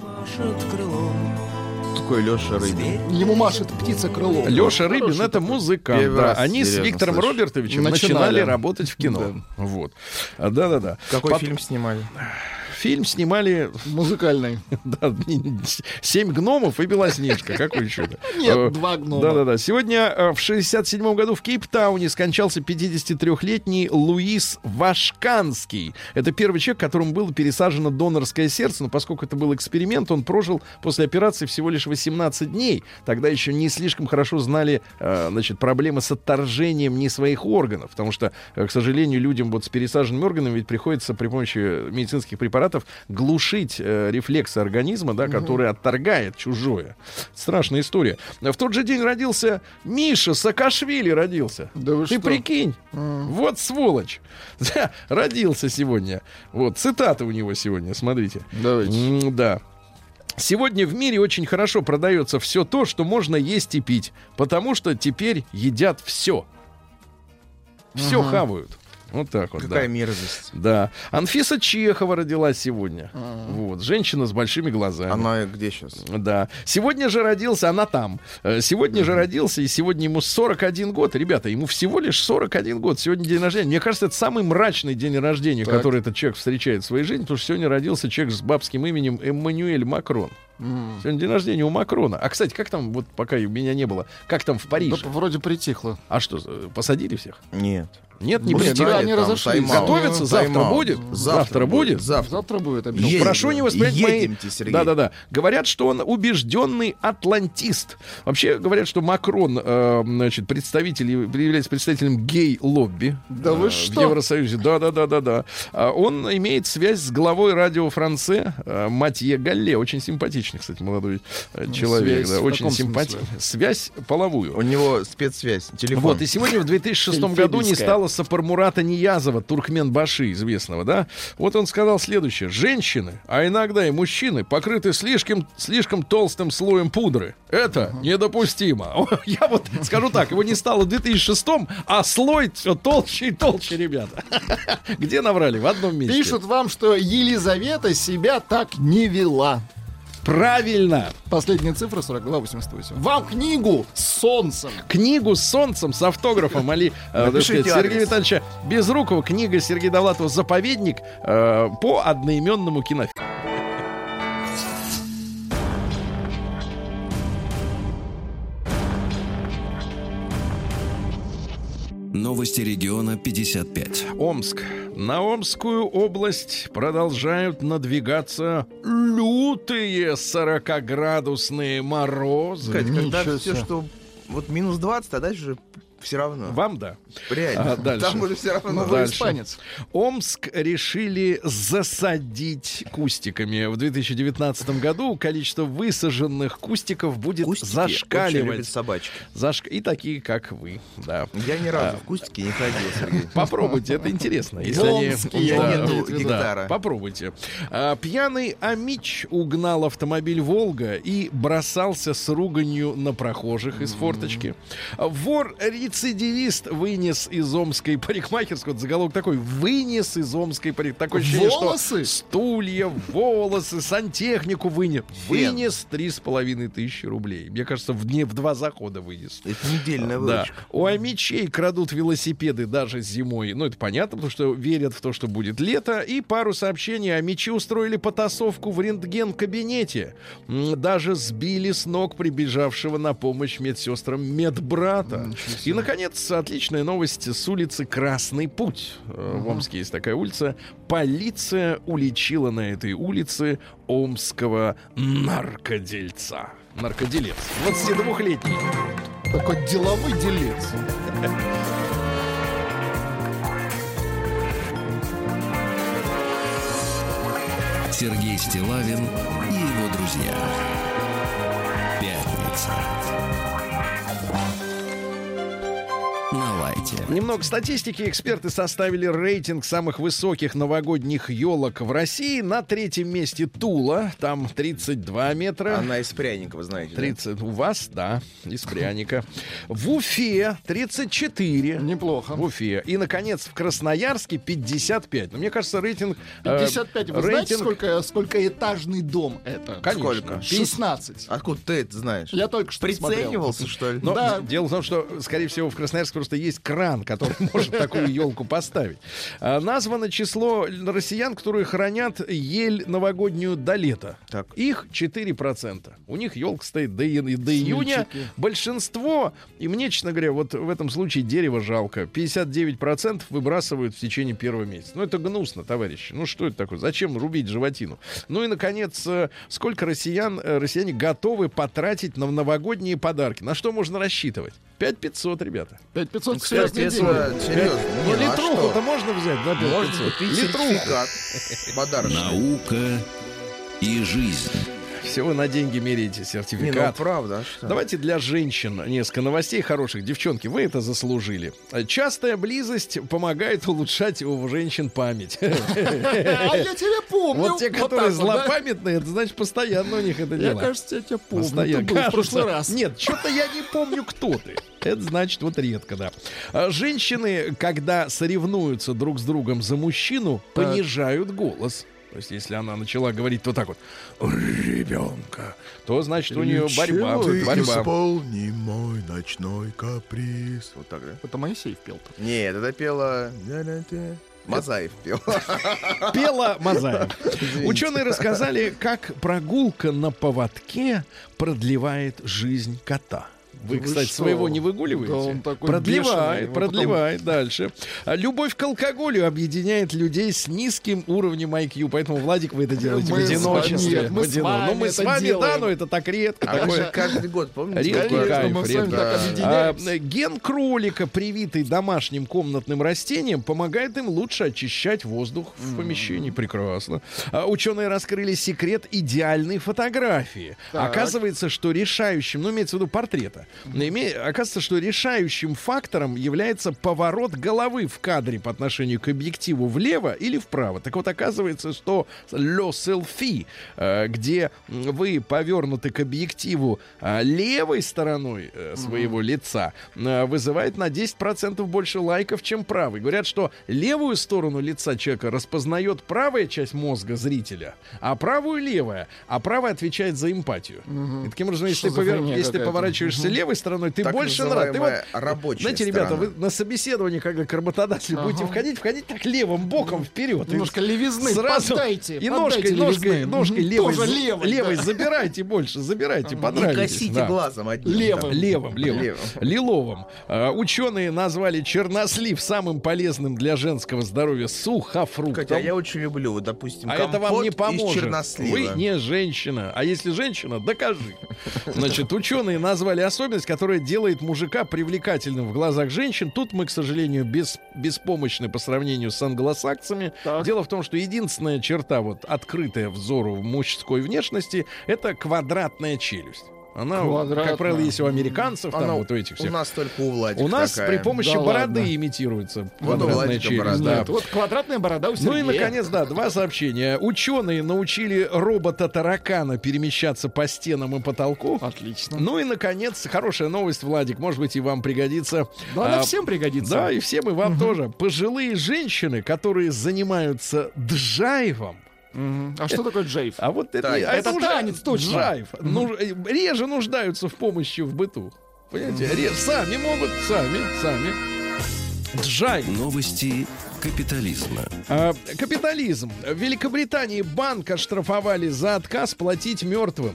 Speaker 4: Такой Леша Рыбин.
Speaker 3: Ему машет птица крылом.
Speaker 2: Леша Рыбин
Speaker 3: Хороший
Speaker 2: это
Speaker 3: такой.
Speaker 2: музыкант.
Speaker 4: Первый
Speaker 2: Да.
Speaker 4: раз
Speaker 2: Они с
Speaker 4: серьезно
Speaker 2: Виктором
Speaker 4: слышу.
Speaker 2: Робертовичем
Speaker 3: Начинали.
Speaker 2: начинали работать в кино. Вот. Да-да-да.
Speaker 4: Какой
Speaker 2: Потом-
Speaker 4: фильм снимали?
Speaker 2: Фильм снимали
Speaker 3: Музыкальный.
Speaker 2: да, 7 гномов и Белоснежка. Какой еще?
Speaker 3: Нет, 2 гнома.
Speaker 2: Да-да-да. Сегодня в 67 году в Кейптауне скончался 53-летний Луис Вашканский. Это первый человек, которому было пересажено донорское сердце, но поскольку это был эксперимент, он прожил после операции всего лишь 18 дней. Тогда еще не слишком хорошо знали, значит, проблемы с отторжением не своих органов, потому что, к сожалению, людям вот с пересаженными органами ведь приходится при помощи медицинских препаратов глушить рефлексы организма, да, который отторгает чужое. Страшная история. В тот же день родился Миша Саакашвили родился.
Speaker 3: Да вы
Speaker 2: Ты
Speaker 3: что?
Speaker 2: прикинь, вот сволочь. Да, родился сегодня. Вот, цитаты у него сегодня, смотрите.
Speaker 3: Давайте.
Speaker 2: Да. Сегодня в мире очень хорошо продается все то, что можно есть и пить, потому что теперь едят все. Все хавают. Вот так вот,
Speaker 4: Какая
Speaker 2: да.
Speaker 4: мерзость.
Speaker 2: Да. Анфиса Чехова родилась сегодня. Вот. Женщина с большими глазами.
Speaker 4: Она где сейчас?
Speaker 2: Да. Сегодня же родился, она там. Сегодня же родился, и сегодня ему 41 год. Ребята, ему всего лишь 41 год. Сегодня день рождения. Мне кажется, это самый мрачный день рождения,
Speaker 3: Так.
Speaker 2: который этот человек встречает в своей жизни, потому что сегодня родился человек с бабским именем Эммануэль Макрон. Сегодня день рождения у Макрона. А, кстати, как там, вот пока меня не было, как там в Париже?
Speaker 3: Да, вроде притихло.
Speaker 2: А что, посадили всех?
Speaker 4: Нет.
Speaker 2: Нет, не
Speaker 3: Блин,
Speaker 2: притихли.
Speaker 3: да, они разошлись.
Speaker 2: Готовятся? Завтра
Speaker 4: Тайм-аут.
Speaker 2: будет? Завтра будет?
Speaker 3: Завтра будет обещаю.
Speaker 4: Едем.
Speaker 2: Прошу не воспринять мои...
Speaker 4: Едемте, Сергей.
Speaker 2: Да-да-да. Говорят, что он убежденный атлантист. Вообще говорят, что Макрон, значит, является представителем гей-лобби.
Speaker 3: Да вы
Speaker 2: в
Speaker 3: что?
Speaker 2: Евросоюзе. Да-да-да-да-да. Он имеет связь с главой радио Франце Матье Галле. Очень симпатичный, кстати, молодой человек.
Speaker 3: связь
Speaker 2: Да,
Speaker 3: в
Speaker 2: очень
Speaker 3: каком
Speaker 2: симпатичный.
Speaker 3: смысле?
Speaker 2: Связь половую.
Speaker 4: У него спецсвязь, телефон.
Speaker 2: Вот, и сегодня в 2006 году не
Speaker 3: Эльфибийская.
Speaker 2: стало Сапармурата Ниязова, Туркменбаши, известного, да? Вот он сказал следующее. Женщины, а иногда и мужчины, покрыты слишком толстым слоем пудры. Это недопустимо. Я вот скажу так, его не стало в 2006-м, а слой все толще и толще, ребята. Где наврали? В одном месте.
Speaker 3: Пишут вам, что Елизавета себя так не вела.
Speaker 2: Правильно.
Speaker 3: Последняя цифра 4288. Вам книгу с солнцем.
Speaker 2: Книгу с солнцем, с автографом
Speaker 4: Напишите
Speaker 2: Сергея
Speaker 4: адрес.
Speaker 2: Витальевича Безрукова, книга Сергея Довлатова «Заповедник» по одноименному кинофильму.
Speaker 1: Новости региона 55.
Speaker 2: Омск. На Омскую область продолжают надвигаться лютые 40-градусные морозы.
Speaker 4: Кать, когда
Speaker 3: Ничего
Speaker 4: все,
Speaker 3: себе.
Speaker 4: что вот минус 20, а дальше уже все равно.
Speaker 2: Вам да.
Speaker 4: Реально.
Speaker 2: дальше.
Speaker 4: Там уже все равно.
Speaker 3: Ну, вы
Speaker 2: Дальше.
Speaker 3: испанец.
Speaker 2: Омск решили засадить кустиками. В 2019 году количество высаженных кустиков будет
Speaker 4: Кустики очень любят
Speaker 2: зашкаливать.
Speaker 4: собачки.
Speaker 2: И такие, как вы. Да.
Speaker 4: Я ни разу в кустике не ходил, Сергей.
Speaker 2: Попробуйте, это интересно. Если
Speaker 3: В
Speaker 2: они...
Speaker 3: Омске,
Speaker 4: у меня
Speaker 3: да,
Speaker 4: нету
Speaker 3: имеет в виду.
Speaker 4: гектара.
Speaker 2: Попробуйте. Пьяный амич угнал автомобиль «Волга» и бросался с руганью на прохожих из форточки. Вор-рецидивист вынес из омской парикмахерской, вот заголовок такой, вынес из омской парикмахерской. Такое ощущение,
Speaker 3: Волосы?
Speaker 2: что стулья, волосы, сантехнику вынес. Вынес 3500 рублей. Мне кажется, в 2 захода вынес.
Speaker 4: Это недельная
Speaker 2: Да.
Speaker 4: выручка.
Speaker 2: У амичей крадут велосипеды даже зимой. Ну, это понятно, потому что верят в то, что будет лето. И пару сообщений. Амичи устроили потасовку в рентген-кабинете. Даже сбили с ног прибежавшего на помощь медсестрам медбрата. И, наконец, отличная новость с улицы Красный Путь. В Омске есть такая улица. Полиция уличила на этой улице омского наркодельца. Наркоделец. 22-летний.
Speaker 3: Такой деловой делец.
Speaker 1: Сергей Стиллавин и его друзья. Пятница. На лайте.
Speaker 2: Немного статистики. Эксперты составили рейтинг самых высоких новогодних елок в России. На 3-м месте Тула. Там 32 метра.
Speaker 4: Она из пряника, вы знаете.
Speaker 2: 30. Да? У вас, да, из пряника. В Уфе 34.
Speaker 3: Неплохо.
Speaker 2: В Уфе. И, наконец, в Красноярске 55. Но мне кажется, рейтинг...
Speaker 3: 55. Вы знаете, сколько этажный дом это?
Speaker 2: Конечно.
Speaker 4: Сколько?
Speaker 3: 16.
Speaker 4: Откуда ты это знаешь?
Speaker 3: Я только что
Speaker 4: Приценивался, что ли?
Speaker 2: Но
Speaker 3: Да.
Speaker 2: дело в том, что, скорее всего, в Красноярске просто есть кран, который может такую елку поставить. Названо число россиян, которые хранят ель новогоднюю до лета.
Speaker 4: Так.
Speaker 2: Их 4%. У них елка стоит до июня. Большинство, и мне, честно говоря, вот в этом случае дерево жалко. 59% выбрасывают в течение первого месяца. Ну, это гнусно, товарищи. Ну, что это такое? Зачем рубить животину? Ну и, наконец, сколько россияне готовы потратить на новогодние подарки? На что можно рассчитывать? 5500, ребята.
Speaker 3: 5500
Speaker 4: Кстати,
Speaker 3: серьезный
Speaker 4: это
Speaker 3: день.
Speaker 4: серьезно.
Speaker 2: Ну,
Speaker 4: Не, ну а
Speaker 2: литруху-то
Speaker 4: что?
Speaker 2: можно взять, да, 5500?
Speaker 4: Можно купить
Speaker 2: Литруху.
Speaker 4: сертификат подарочный.
Speaker 1: Наука и жизнь.
Speaker 2: Все вы на деньги меряете
Speaker 4: Не, ну
Speaker 2: сертификат.
Speaker 4: правда, а что?
Speaker 2: Давайте для женщин несколько новостей хороших. Девчонки, вы это заслужили. Частая близость помогает улучшать у женщин память.
Speaker 3: А я тебя помню.
Speaker 2: Вот те,
Speaker 3: Вот
Speaker 2: которые
Speaker 3: так вот, да?
Speaker 2: злопамятные, это значит постоянно у них это
Speaker 3: Я,
Speaker 2: дело.
Speaker 3: кажется, я тебя помню.
Speaker 2: Постоянно.
Speaker 3: Ты был в
Speaker 2: Кажется.
Speaker 3: прошлый раз.
Speaker 2: Нет, что-то я не помню, кто ты. Это значит вот редко, да. Женщины, когда соревнуются друг с другом за мужчину, понижают голос. То есть, если она начала говорить вот так вот, ребенка, то значит у нее борьба.
Speaker 4: Исполни мой ночной каприз. Вот так, да?
Speaker 3: Это Моисей пел-то.
Speaker 4: Нет, это пела... Мазаев пел.
Speaker 2: Пела Мазаев. Ученые рассказали, как прогулка на поводке продлевает жизнь кота. Вы, кстати,
Speaker 3: что?
Speaker 2: своего не выгуливаете?
Speaker 3: Да он такой
Speaker 2: продлевает,
Speaker 3: бешеный,
Speaker 2: продлевает. Дальше. Любовь к алкоголю объединяет людей с низким уровнем IQ. Поэтому, Владик, вы это делаете в
Speaker 3: Мы с
Speaker 2: одиночестве.
Speaker 3: вами- мы с вами
Speaker 2: Ну, мы с
Speaker 3: это
Speaker 2: вами, да,
Speaker 3: делаем.
Speaker 2: но это так редко.
Speaker 4: А вы
Speaker 2: Такое
Speaker 4: же каждый год, помните?
Speaker 2: редкий
Speaker 3: Конечно,
Speaker 2: кайф,
Speaker 3: мы с вами
Speaker 2: редкий.
Speaker 3: так объединяемся.
Speaker 2: Ген кролика, привитый домашним комнатным растением, помогает им лучше очищать воздух в помещении. Прекрасно. Ученые раскрыли секрет идеальной фотографии.
Speaker 3: Так.
Speaker 2: Оказывается, что решающим, ну, имеется в виду портрета, оказывается, что решающим фактором является поворот головы в кадре по отношению к объективу влево или вправо. Так вот, оказывается, что le selfie, где вы повернуты к объективу левой стороной своего лица, вызывает на 10% больше лайков, чем правый. Говорят, что левую сторону лица человека распознает правая часть мозга зрителя, а правую — левая. А правая отвечает за эмпатию. И таким образом, если,
Speaker 3: Что за хрень
Speaker 2: если ты
Speaker 3: какая-то?
Speaker 2: поворачиваешься левой стороной, ты
Speaker 4: Так
Speaker 2: больше нравится. Ты вот,
Speaker 4: называемая рабочая
Speaker 2: знаете, ребята,
Speaker 4: сторона.
Speaker 2: вы на собеседовании, когда к работодателю будете входить так левым боком вперед.
Speaker 3: Немножко левизны,
Speaker 2: сразу
Speaker 3: поддайте.
Speaker 2: и
Speaker 3: поддайте левизны.
Speaker 2: ножкой
Speaker 3: Мгм.
Speaker 2: левой,
Speaker 3: Тоже левой,
Speaker 2: левой
Speaker 3: да.
Speaker 2: забирайте больше, забирайте,
Speaker 4: Не
Speaker 2: понравитесь.
Speaker 4: косите
Speaker 2: Да.
Speaker 4: глазом одним.
Speaker 3: Левым.
Speaker 2: Левым.
Speaker 4: Левым.
Speaker 2: Лиловым. Ученые назвали чернослив самым полезным для женского здоровья сухофруктом.
Speaker 4: Хотя я очень люблю, вот, допустим,
Speaker 2: А это вам не
Speaker 4: компот из
Speaker 2: поможет.
Speaker 4: чернослива.
Speaker 2: Вы не женщина. А если женщина, докажи. Значит, ученые назвали особенность, которая делает мужика привлекательным в глазах женщин. Тут мы, к сожалению, беспомощны по сравнению с англосаксами.
Speaker 3: Так.
Speaker 2: Дело в том, что единственная черта, вот, открытая взору мужской внешности, это квадратная челюсть. Она,
Speaker 3: Квадратная.
Speaker 2: как правило, есть у американцев, там
Speaker 4: Она
Speaker 2: вот у этих всех.
Speaker 4: У нас только у Владика
Speaker 2: У нас
Speaker 4: такая.
Speaker 2: при помощи
Speaker 3: Да
Speaker 2: бороды
Speaker 3: ладно.
Speaker 2: имитируется
Speaker 4: Вот у
Speaker 2: квадратная
Speaker 4: Владика
Speaker 2: челюсть.
Speaker 4: борода.
Speaker 2: Да.
Speaker 3: Нет, вот квадратная борода у
Speaker 2: Ну
Speaker 3: Сергея.
Speaker 2: и, наконец, да, два сообщения. Ученые научили робота-таракана перемещаться по стенам и потолку.
Speaker 3: Отлично.
Speaker 2: Ну и, наконец, хорошая новость, Владик, может быть, и вам пригодится.
Speaker 3: Да, она всем пригодится.
Speaker 2: Да, и всем, и вам тоже. Пожилые женщины, которые занимаются джайвом.
Speaker 3: Мгм. А что такое джейв?
Speaker 2: А вот это,
Speaker 4: Танец.
Speaker 3: Это
Speaker 2: уже
Speaker 3: танец, точно.
Speaker 2: Джайв. Реже нуждаются в помощи в быту. Понимаете? Сами могут, сами. Джайв.
Speaker 1: Новости капитализма.
Speaker 2: Капитализм. В Великобритании банк оштрафовали за отказ платить мертвым.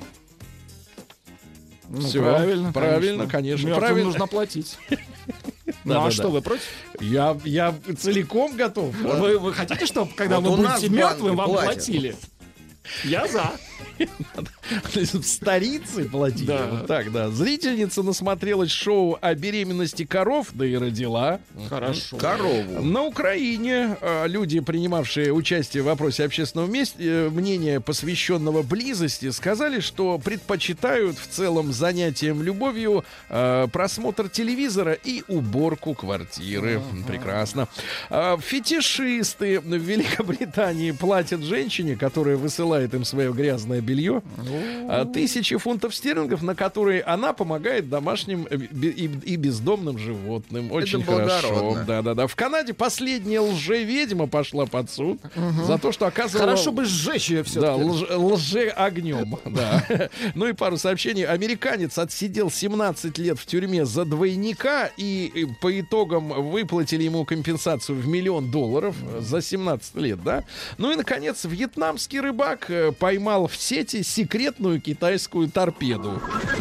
Speaker 3: Ну,
Speaker 2: Всё,
Speaker 3: правильно,
Speaker 2: конечно.
Speaker 3: Мертвым
Speaker 2: Правильно.
Speaker 3: нужно платить. Ну
Speaker 2: Да-да-да.
Speaker 3: а что, вы против?
Speaker 2: Я целиком готов.
Speaker 3: Вы хотите, чтобы, когда
Speaker 4: Вот
Speaker 3: вы
Speaker 4: у нас
Speaker 3: будете
Speaker 4: банки
Speaker 3: мертвым, вам
Speaker 4: платят.
Speaker 3: платили? Я за.
Speaker 2: То есть в столице платили.
Speaker 3: Да.
Speaker 2: Вот так, да. Зрительница насмотрелась шоу о беременности коров, да и родила.
Speaker 3: Хорошо.
Speaker 4: Корову.
Speaker 2: На Украине люди, принимавшие участие в вопросе общественного мнения, посвященного близости, сказали, что предпочитают в целом занятиям любовью просмотр телевизора и уборку квартиры. Прекрасно. Фетишисты в Великобритании платят женщине, которая высылает им свое грязное белье, 1000 фунтов стерлингов, на которые она помогает домашним и бездомным животным. Очень хорошо.
Speaker 4: благородно.
Speaker 2: Да-да-да. В Канаде последняя лжеведьма пошла под суд за то, что оказывала...
Speaker 3: Хорошо бы сжечь ее все.
Speaker 2: Да, лже-огнем. Да. Ну и пару сообщений. Американец отсидел 17 лет в тюрьме за двойника, и по итогам выплатили ему компенсацию в $1 миллион за 17 лет, да? Ну и, наконец, вьетнамский рыбак поймал в сети секретную китайскую торпеду.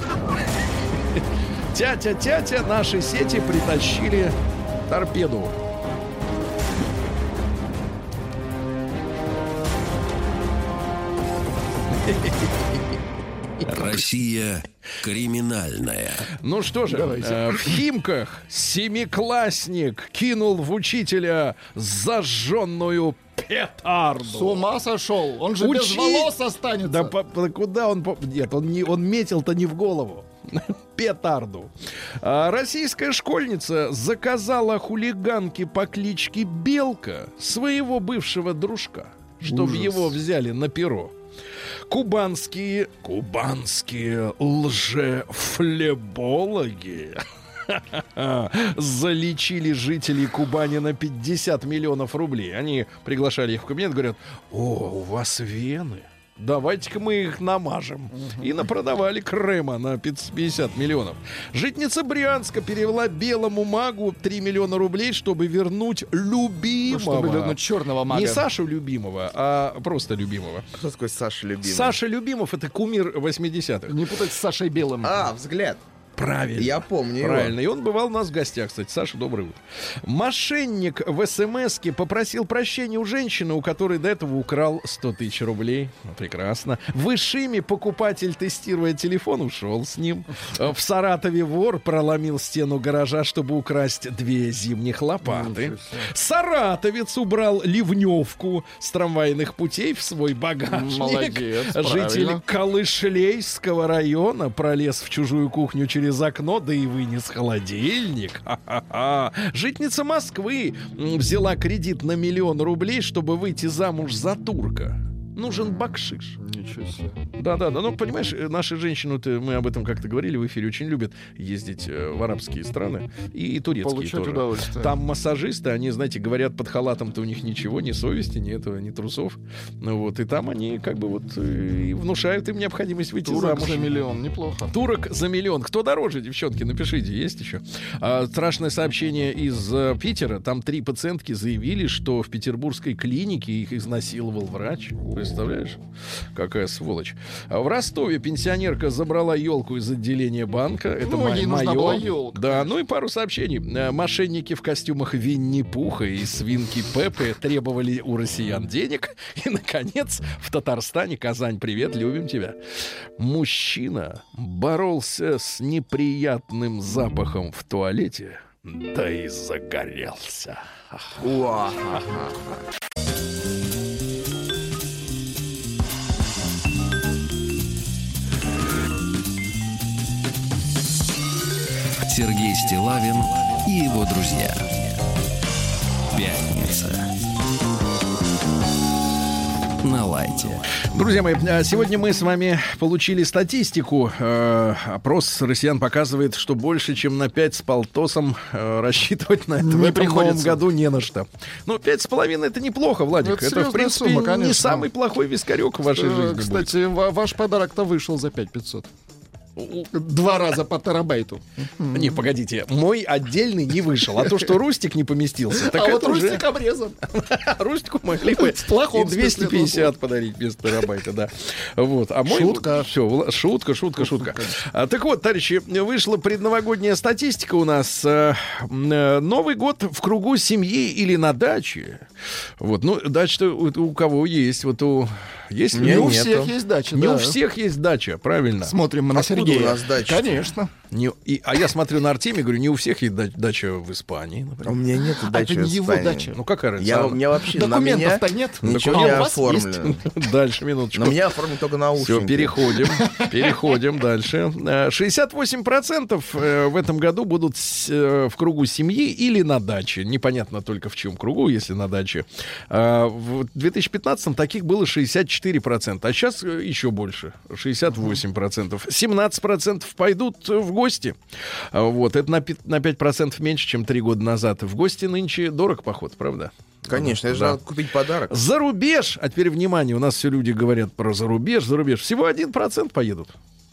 Speaker 2: Тятя-тятя, наши сети притащили торпеду.
Speaker 1: Россия криминальная.
Speaker 2: Ну что же, в Химках семиклассник кинул в учителя зажженную петарду.
Speaker 3: С ума сошел. Он же без волос останется.
Speaker 2: Да куда он... Нет, он метил-то не в голову. Петарду. Российская школьница заказала хулиганке по кличке Белка своего бывшего дружка, чтобы его взяли на перо. Кубанские лжефлебологи залечили жителей Кубани на 50 миллионов рублей. Они приглашали их в кабинет, говорят: о, у вас вены, давайте-ка мы их намажем. И напродавали крема на 50 миллионов. Житница Брянска перевела белому магу 3 миллиона рублей, чтобы вернуть любимого.
Speaker 3: Чтобы вернуть черного мага.
Speaker 2: Не Сашу любимого, а просто любимого.
Speaker 4: Что такое Саша Любимый?
Speaker 2: Саша Любимов — это кумир 80-х.
Speaker 3: Не путать с Сашей Белым.
Speaker 4: Взгляд.
Speaker 2: Правильно.
Speaker 4: Я помню его.
Speaker 2: Правильно. И он бывал у нас в гостях, кстати. Саша, доброе утро. Мошенник в СМСке попросил прощения у женщины, у которой до этого украл 100 тысяч рублей. Прекрасно. В Ишиме покупатель, тестируя телефон, ушел с ним. В Саратове вор проломил стену гаража, чтобы украсть 2 зимних лопаты. Саратовец убрал ливневку с трамвайных путей в свой багажник.
Speaker 3: Молодец,
Speaker 2: Житель
Speaker 3: правильно.
Speaker 2: Калышлейского района пролез в чужую кухню через окно, да и вынес холодильник. Ха-ха-ха. Житница Москвы взяла кредит на $1 миллион рублей, чтобы выйти замуж за турка. Нужен бакшиш.
Speaker 3: Ничего себе.
Speaker 2: Да-да-да. Ну, понимаешь, наши женщины, мы об этом как-то говорили в эфире, очень любят ездить в арабские страны и турецкие
Speaker 3: Получать
Speaker 2: тоже.
Speaker 3: удовольствие.
Speaker 2: Там массажисты, они, знаете, говорят, под халатом-то у них ничего, ни совести, ни этого, ни трусов. Ну вот, и там они как бы вот и внушают им необходимость выйти
Speaker 3: Турок
Speaker 2: замуж.
Speaker 3: за $1 миллион. Неплохо.
Speaker 2: Турок за $1 миллион. Кто дороже, девчонки, напишите, есть еще. Страшное сообщение из Питера. Там 3 пациентки заявили, что в петербургской клинике их изнасиловал врач. Представляешь? Какая сволочь. В Ростове пенсионерка забрала елку из отделения банка. Это
Speaker 3: ей нужна была елка.
Speaker 2: Да, ну и пару сообщений. Мошенники в костюмах Винни-Пуха и свинки Пеппы требовали у россиян денег. И, наконец, в Татарстане, Казань, привет, любим тебя. Мужчина боролся с неприятным запахом в туалете, да и загорелся.
Speaker 1: Сергей Стиллавин и его друзья. Пятница. На лайте.
Speaker 2: Друзья мои, сегодня мы с вами получили статистику. Опрос россиян показывает, что больше, чем на 5 с полтосом рассчитывать на это в этом новом году не на что. Ну, 5,5 это неплохо, Владик. Это в принципе,
Speaker 3: сумма,
Speaker 2: не самый плохой вискарек в вашей жизни.
Speaker 3: Кстати, ваш подарок-то вышел за 5500. 2 раза по терабайту.
Speaker 2: Не, погодите, мой отдельный не вышел, а то, что Рустик не поместился, так
Speaker 3: А
Speaker 2: это
Speaker 3: вот
Speaker 2: уже...
Speaker 3: Рустик обрезан.
Speaker 2: Рустику могли бы
Speaker 3: В плохом
Speaker 2: и 250 подарить без терабайта, да. Вот. А мой...
Speaker 3: Шутка.
Speaker 2: Все, шутка. Так вот, товарищи, вышла предновогодняя статистика у нас. Новый год в кругу семьи или на даче. Вот, ну, дача-то у кого есть. Вот есть?
Speaker 3: Не у всех есть дача,
Speaker 2: Не
Speaker 3: да.
Speaker 2: у всех есть дача, правильно.
Speaker 3: Смотрим мы на
Speaker 4: Откуда
Speaker 3: Сергея.
Speaker 4: у нас дача?
Speaker 3: Конечно.
Speaker 2: А я смотрю на Артемия, говорю, не у всех есть дача в Испании, например.
Speaker 4: У меня нет дачи
Speaker 3: это не
Speaker 4: в
Speaker 3: его
Speaker 4: Испании.
Speaker 3: дача.
Speaker 2: Ну, какая разница?
Speaker 4: У меня вообще на меня
Speaker 3: Документов-то нет.
Speaker 4: ничего
Speaker 3: А
Speaker 4: не
Speaker 3: у вас
Speaker 4: оформлено.
Speaker 2: Дальше, минуточку.
Speaker 4: На меня оформлено только наушники.
Speaker 2: Все, переходим дальше. 68% в этом году будут в кругу семьи или на даче. Непонятно только в чем кругу, если на даче. В 2015-м таких было 64%, а сейчас еще больше, 68%. 17% пойдут в гости. Вот, это на 5% меньше, чем 3 года назад. В гости нынче дорог поход, правда?
Speaker 4: Конечно, это же
Speaker 2: Да.
Speaker 4: надо купить подарок.
Speaker 2: За рубеж, а теперь внимание, у нас все люди говорят про за рубеж, всего 1% поедут.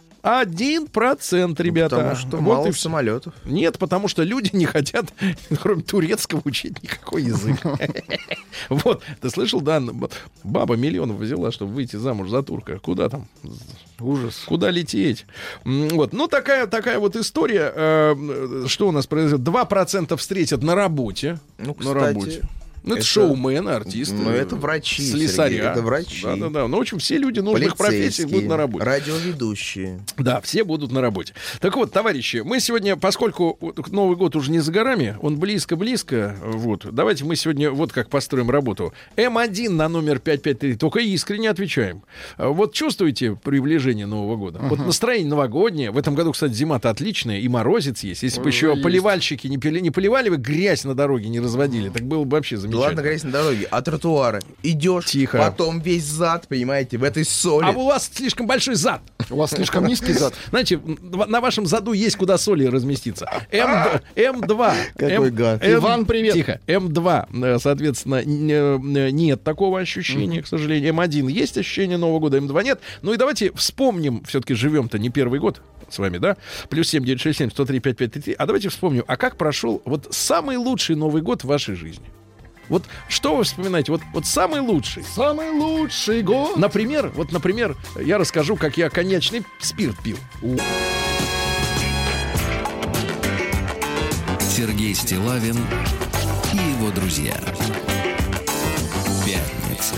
Speaker 2: 1%, ребята.
Speaker 4: Потому что
Speaker 2: Вот
Speaker 4: мало
Speaker 2: и всё.
Speaker 4: самолетов.
Speaker 2: Нет, потому что люди не хотят, кроме турецкого, учить никакой язык. Вот, ты слышал, да, баба миллионов взяла, чтобы выйти замуж за турка. Куда там? Ужас. Куда лететь? Вот, ну такая вот история. Что у нас произойдет? 2% встретят на работе.
Speaker 4: Ну,
Speaker 2: На работе.
Speaker 4: кстати,
Speaker 2: Ну, это
Speaker 4: это-
Speaker 2: шоумены, артисты.
Speaker 4: Ну, это врачи,
Speaker 2: слесаря.
Speaker 4: Сергей, это врачи.
Speaker 2: Да. Ну, в общем, все люди нужных профессий будут на работе.
Speaker 4: Радиоведущие.
Speaker 2: Да, все будут на работе. Так вот, товарищи, мы сегодня, поскольку Новый год уже не за горами, он близко-близко, вот, давайте мы сегодня вот как построим работу. М1 на номер 553, только искренне отвечаем. Вот чувствуете приближение Нового года? Вот настроение новогоднее. В этом году, кстати, зима-то отличная, и морозец есть. Если бы еще
Speaker 3: есть.
Speaker 2: поливальщики не поливали бы, грязь на дороге не разводили, так было бы вообще
Speaker 4: Да
Speaker 2: замечательно.
Speaker 4: ладно, грязь на дороге, а тротуары. Идешь,
Speaker 2: Тихо.
Speaker 4: потом весь зад, понимаете, в этой соли.
Speaker 2: А у вас слишком большой зад.
Speaker 3: У вас слишком низкий зад.
Speaker 2: Знаете, на вашем заду есть куда соли разместиться. М2.
Speaker 4: Какой гад.
Speaker 3: Иван, привет.
Speaker 2: Тихо. М2, соответственно, нет такого ощущения, к сожалению. М1 есть ощущение Нового года, М2 нет. Ну и давайте вспомним, все-таки живем-то не первый год с вами, да? Плюс 7967 103 5533. А давайте вспомним, а как прошел вот самый лучший Новый год в вашей жизни? Вот что вы вспоминаете? Вот самый лучший.
Speaker 3: Самый лучший год.
Speaker 2: Например, я расскажу, как я коньячный спирт пил.
Speaker 1: Сергей Стиллавин и его друзья. Пятница.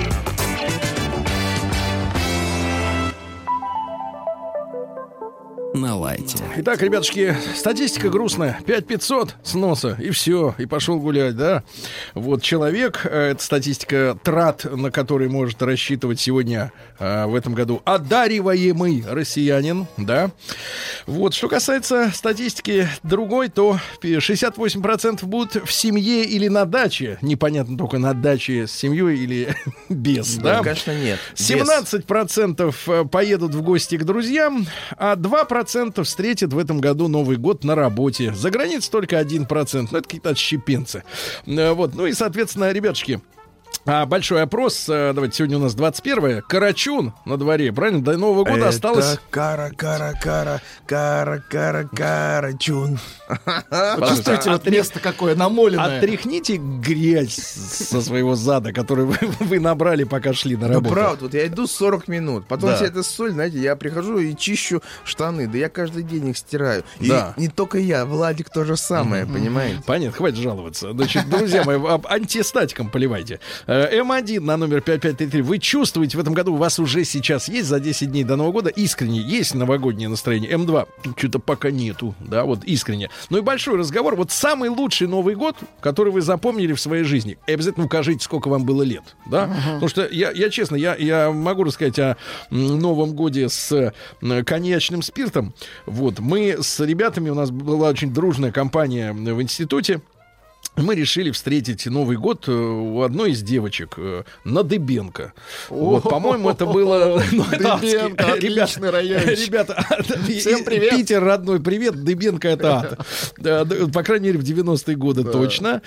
Speaker 1: На лайте.
Speaker 2: Итак, ребятушки, статистика грустная. 5500 с носа, и все, и пошел гулять, да? Вот человек, это статистика трат, на которые может рассчитывать сегодня, в этом году, одариваемый россиянин, да? Вот, что касается статистики другой, то 68% будут в семье или на даче. Непонятно только на даче с семьей или без, да?
Speaker 4: Конечно, нет. Без.
Speaker 2: 17% поедут в гости к друзьям, а 2% встретят в этом году Новый год на работе. За границей только 1%. Ну, это какие-то отщепенцы. Вот. Ну и, соответственно, ребятушки, большой опрос. Давайте, сегодня у нас 21-е. Карачун на дворе, правильно? До Нового года осталось...
Speaker 4: Карачун.
Speaker 3: Чувствуете, вот место какое намоленное.
Speaker 2: Отряхните грязь со своего зада, которую вы набрали, пока шли на
Speaker 4: Ну,
Speaker 2: работу.
Speaker 4: правда, вот я иду 40 минут, потом
Speaker 2: Да.
Speaker 4: вся эта соль, знаете, я прихожу и чищу штаны, да я каждый день их стираю. И
Speaker 2: Да.
Speaker 4: не только я, Владик то же самое, понимаете?
Speaker 2: Понятно, хватит жаловаться. Значит, друзья мои, антистатиком поливайте. М1 на номер 5533. Вы чувствуете в этом году, у вас уже сейчас есть за 10 дней до Нового года искренне есть новогоднее настроение. М2 что-то пока нету, да, вот искренне. Ну и большой разговор. Вот самый лучший Новый год, который вы запомнили в своей жизни. И обязательно укажите, сколько вам было лет, да? Потому что я честно, я могу рассказать о Новом годе с коньячным спиртом. Вот, мы с ребятами, у нас была очень дружная компания в институте. Мы решили встретить Новый год у одной из девочек на Дыбенко. Вот, по-моему, это было...
Speaker 3: Дыбенко, отличный райончик.
Speaker 2: Ребята,
Speaker 3: всем привет.
Speaker 2: Питер, родной привет, Дыбенко это ад. По крайней мере, в 90-е годы точно.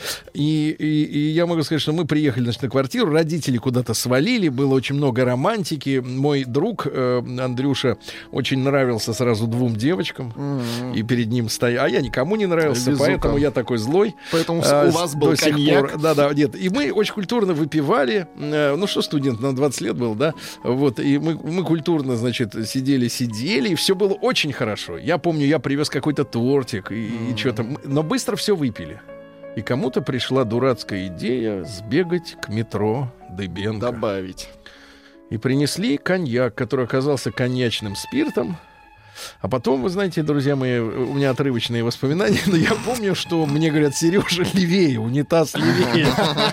Speaker 2: И я могу сказать, что мы приехали, значит, на квартиру, родители куда-то свалили, было очень много романтики. Мой друг Андрюша очень нравился сразу двум девочкам, и перед ним стоял... А я никому не нравился, поэтому я такой злой.
Speaker 3: Поэтому у вас был коньяк.
Speaker 2: Да, нет. И мы очень культурно выпивали. Ну, что студент, нам 20 лет был, да? Вот, и мы культурно, значит, сидели, и все было очень хорошо. Я помню, я привез какой-то тортик и что-то. Но быстро все выпили. И кому-то пришла дурацкая идея сбегать к метро Дыбенко.
Speaker 3: Добавить.
Speaker 2: И принесли коньяк, который оказался коньячным спиртом. А потом, вы знаете, друзья мои, у меня отрывочные воспоминания, но я помню, что мне говорят: Сережа, левее, унитаз левее.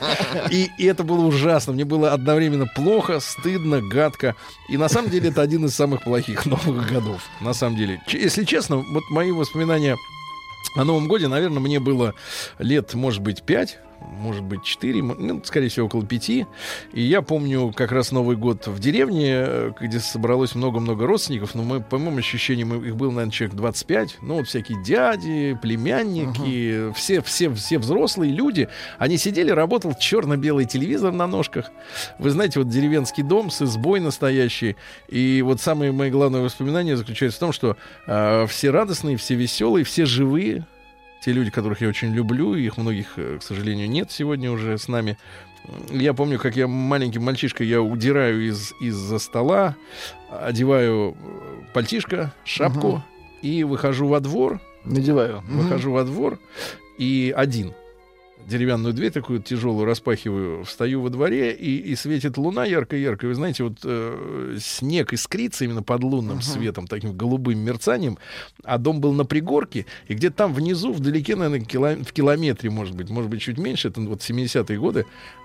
Speaker 2: И это было ужасно. Мне было одновременно плохо, стыдно, гадко. И на самом деле это один из самых плохих Новых годов. На самом деле. Если честно, вот мои воспоминания о Новом годе, наверное, мне было лет, может быть, 5. Может быть, 4, ну, скорее всего, около 5. И я помню как раз Новый год в деревне, где собралось много-много родственников. Но мы, по моему ощущениям, их было, наверное, человек 25. Ну, вот всякие дяди, племянники, все взрослые люди. Они сидели, работал черно-белый телевизор на ножках. Вы знаете, вот деревенский дом с избой настоящий. И вот самые мои главные воспоминания заключаются в том, что все радостные, все веселые, все живые. Те люди, которых я очень люблю, их многих, к сожалению, нет сегодня уже с нами. Я помню, как я маленьким мальчишкой, я удираю из-за стола, одеваю пальтишко, шапку и выхожу во двор.
Speaker 3: Надеваю.
Speaker 2: Выхожу во двор и один. Деревянную дверь такую тяжелую распахиваю, встаю во дворе, и светит луна ярко-ярко. Вы знаете, вот снег искрится именно под лунным светом, таким голубым мерцанием, а дом был на пригорке, и где-то там внизу, вдалеке, наверное, в километре, может быть, чуть меньше, это вот 70-е годы,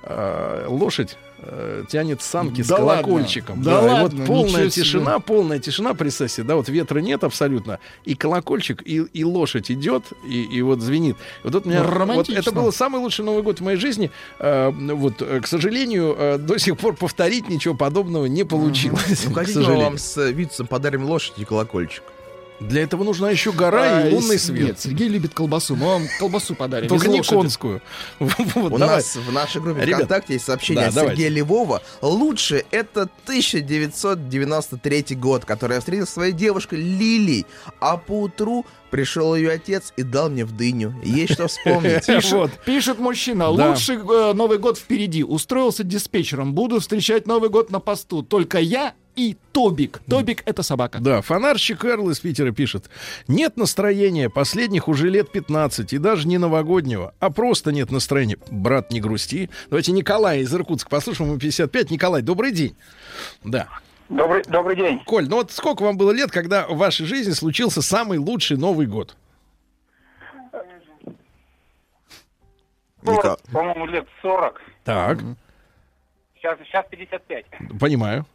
Speaker 2: лошадь тянет санки с колокольчиком.
Speaker 3: Да ладно,
Speaker 2: и вот полная тишина при сессе, да, вот ветра нет абсолютно, и колокольчик, и лошадь идет, и вот звенит. Вот это, вот это было самый лучший Новый год в моей жизни. Вот, к сожалению, до сих пор повторить ничего подобного не получилось.
Speaker 4: Ну, хотите, мы вам с Витцем подарим лошадь и колокольчик?
Speaker 2: Для этого нужна еще гора и лунный свет.
Speaker 3: Нет, Сергей любит колбасу. Мы вам колбасу подарим.
Speaker 2: Только не конскую.
Speaker 4: У нас в нашей группе ВКонтакте есть сообщение от Сергея Львова. Лучше это 1993 год, который я встретил со своей девушкой Лилией. А поутру пришел ее отец и дал мне в дыню. Есть что вспомнить.
Speaker 3: Пишет мужчина: лучший Новый год впереди. Устроился диспетчером. Буду встречать Новый год на посту. Только я и Тобик. Тобик — это собака.
Speaker 2: Да, фонарщик Эрл из Питера пишет: нет настроения, последних уже лет 15, и даже не новогоднего, а просто нет настроения. Брат, не грусти. Давайте Николая из Иркутска послушаем, ему 55. Николай, добрый день. Да.
Speaker 7: Добрый день.
Speaker 2: Коль, ну вот сколько вам было лет, когда в вашей жизни случился самый лучший Новый год?
Speaker 7: По-моему, лет 40.
Speaker 2: Так.
Speaker 7: Сейчас 55.
Speaker 2: Понимаю.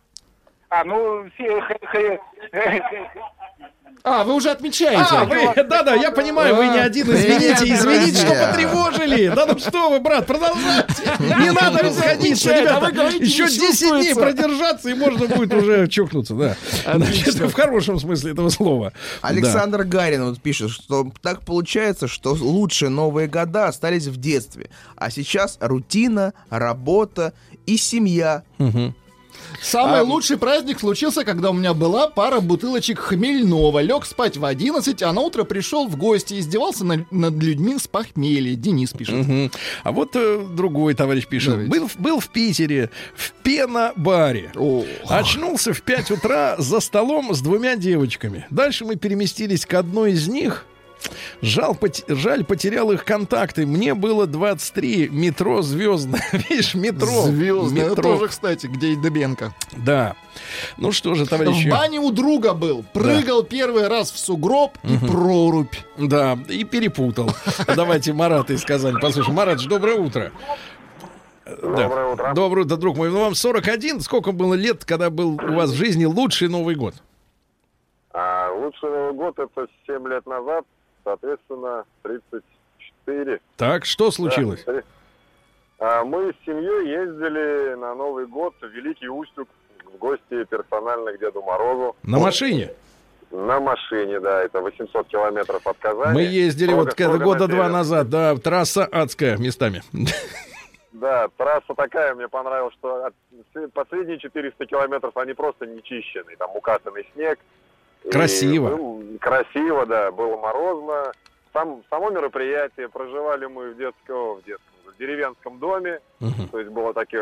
Speaker 3: Вы уже отмечаете.
Speaker 2: Да, я понимаю, вы не один. Извините, что потревожили. Да ну что вы, брат, продолжайте. Не надо расходиться, ребята. Еще 10 дней продержаться, и можно будет уже чокнуться, да. В хорошем смысле этого слова.
Speaker 4: Александр Гарин вот пишет, что так получается, что лучшие новые года остались в детстве, а сейчас рутина, работа и семья.
Speaker 3: Самый лучший праздник случился, когда у меня была пара бутылочек хмельного. Лег спать в 11, а на утро пришел в гости и издевался над людьми с похмелья. Денис пишет.
Speaker 2: А вот другой товарищ пишет. Был в Питере в пенобаре. Очнулся в 5 утра за столом с 2 девочками. Дальше мы переместились к одной из них. Жаль, потерял их контакты. Мне было 23. Метро Звездное. Видишь, метро.
Speaker 3: Звездное. Это тоже, кстати, где и Дыбенко.
Speaker 2: Да. Ну что же, товарищи.
Speaker 3: В бане у друга был. Прыгал первый раз в сугроб и прорубь.
Speaker 2: Да, и перепутал. Давайте Марата из Казани послушаем. Марат, доброе утро.
Speaker 7: Доброе утро.
Speaker 2: Доброе утро, друг мой. Ну, вам 41. Сколько было лет, когда был у вас в жизни лучший Новый год?
Speaker 8: Лучший Новый год — это 7 лет назад. Соответственно, 34 4.
Speaker 2: Так, что случилось?
Speaker 8: Мы с семьей ездили на Новый год в Великий Устюг в гости персонально к Деду Морозу.
Speaker 2: На машине?
Speaker 8: На машине, да, это 800 километров от Казани.
Speaker 2: Мы ездили года 2 назад, да, трасса адская местами.
Speaker 8: Да, трасса такая, мне понравилось, что последние 400 километров, они просто не чищены, там укатанный снег.
Speaker 2: Красиво.
Speaker 8: Красиво, да, было морозно. Само мероприятие, проживали мы в деревенском доме, то есть было такое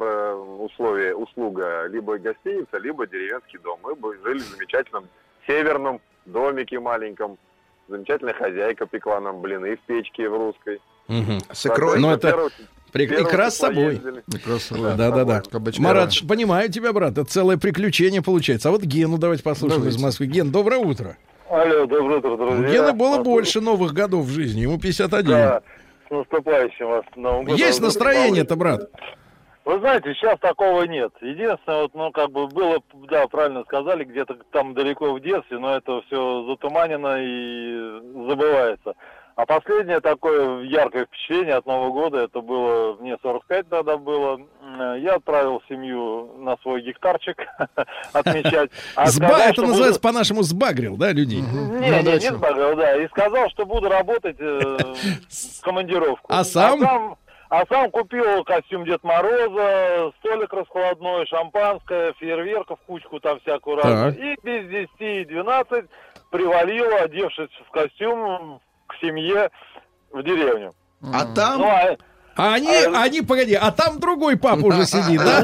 Speaker 8: услуга, либо гостиница, либо деревенский дом. Мы жили в замечательном северном домике маленьком, замечательная хозяйка пекла нам блины в печке в русской.
Speaker 4: С икрой.
Speaker 2: Ну, это икра с собой. Да. Марат, понимаю тебя, брат, это целое приключение получается. А вот Гену давайте послушаем из Москвы. Ген, доброе утро.
Speaker 8: Алло, доброе утро, друзья.
Speaker 2: У Гены было больше новых годов в жизни, ему 51.
Speaker 8: Да, с наступающим вас Новым годом.
Speaker 2: Есть настроение-то, брат?
Speaker 8: Вы знаете, сейчас такого нет. Единственное, было, да, правильно сказали, где-то там далеко в детстве, но это все затуманено и забывается. А последнее такое яркое впечатление от Нового года, это было, мне 45 тогда было, я отправил семью на свой гектарчик отмечать.
Speaker 2: Это называется по-нашему сбагрил, да, людей?
Speaker 8: Не сбагрил, да, и сказал, что буду работать в командировку.
Speaker 2: А сам
Speaker 8: купил костюм Дед Мороза, столик раскладной, шампанское, фейерверков, кучку там всякую разную. И без 10-12 привалил, одевшись в костюм, к семье в деревню.
Speaker 4: А там...
Speaker 2: Погоди, а там другой папа уже сидит, да?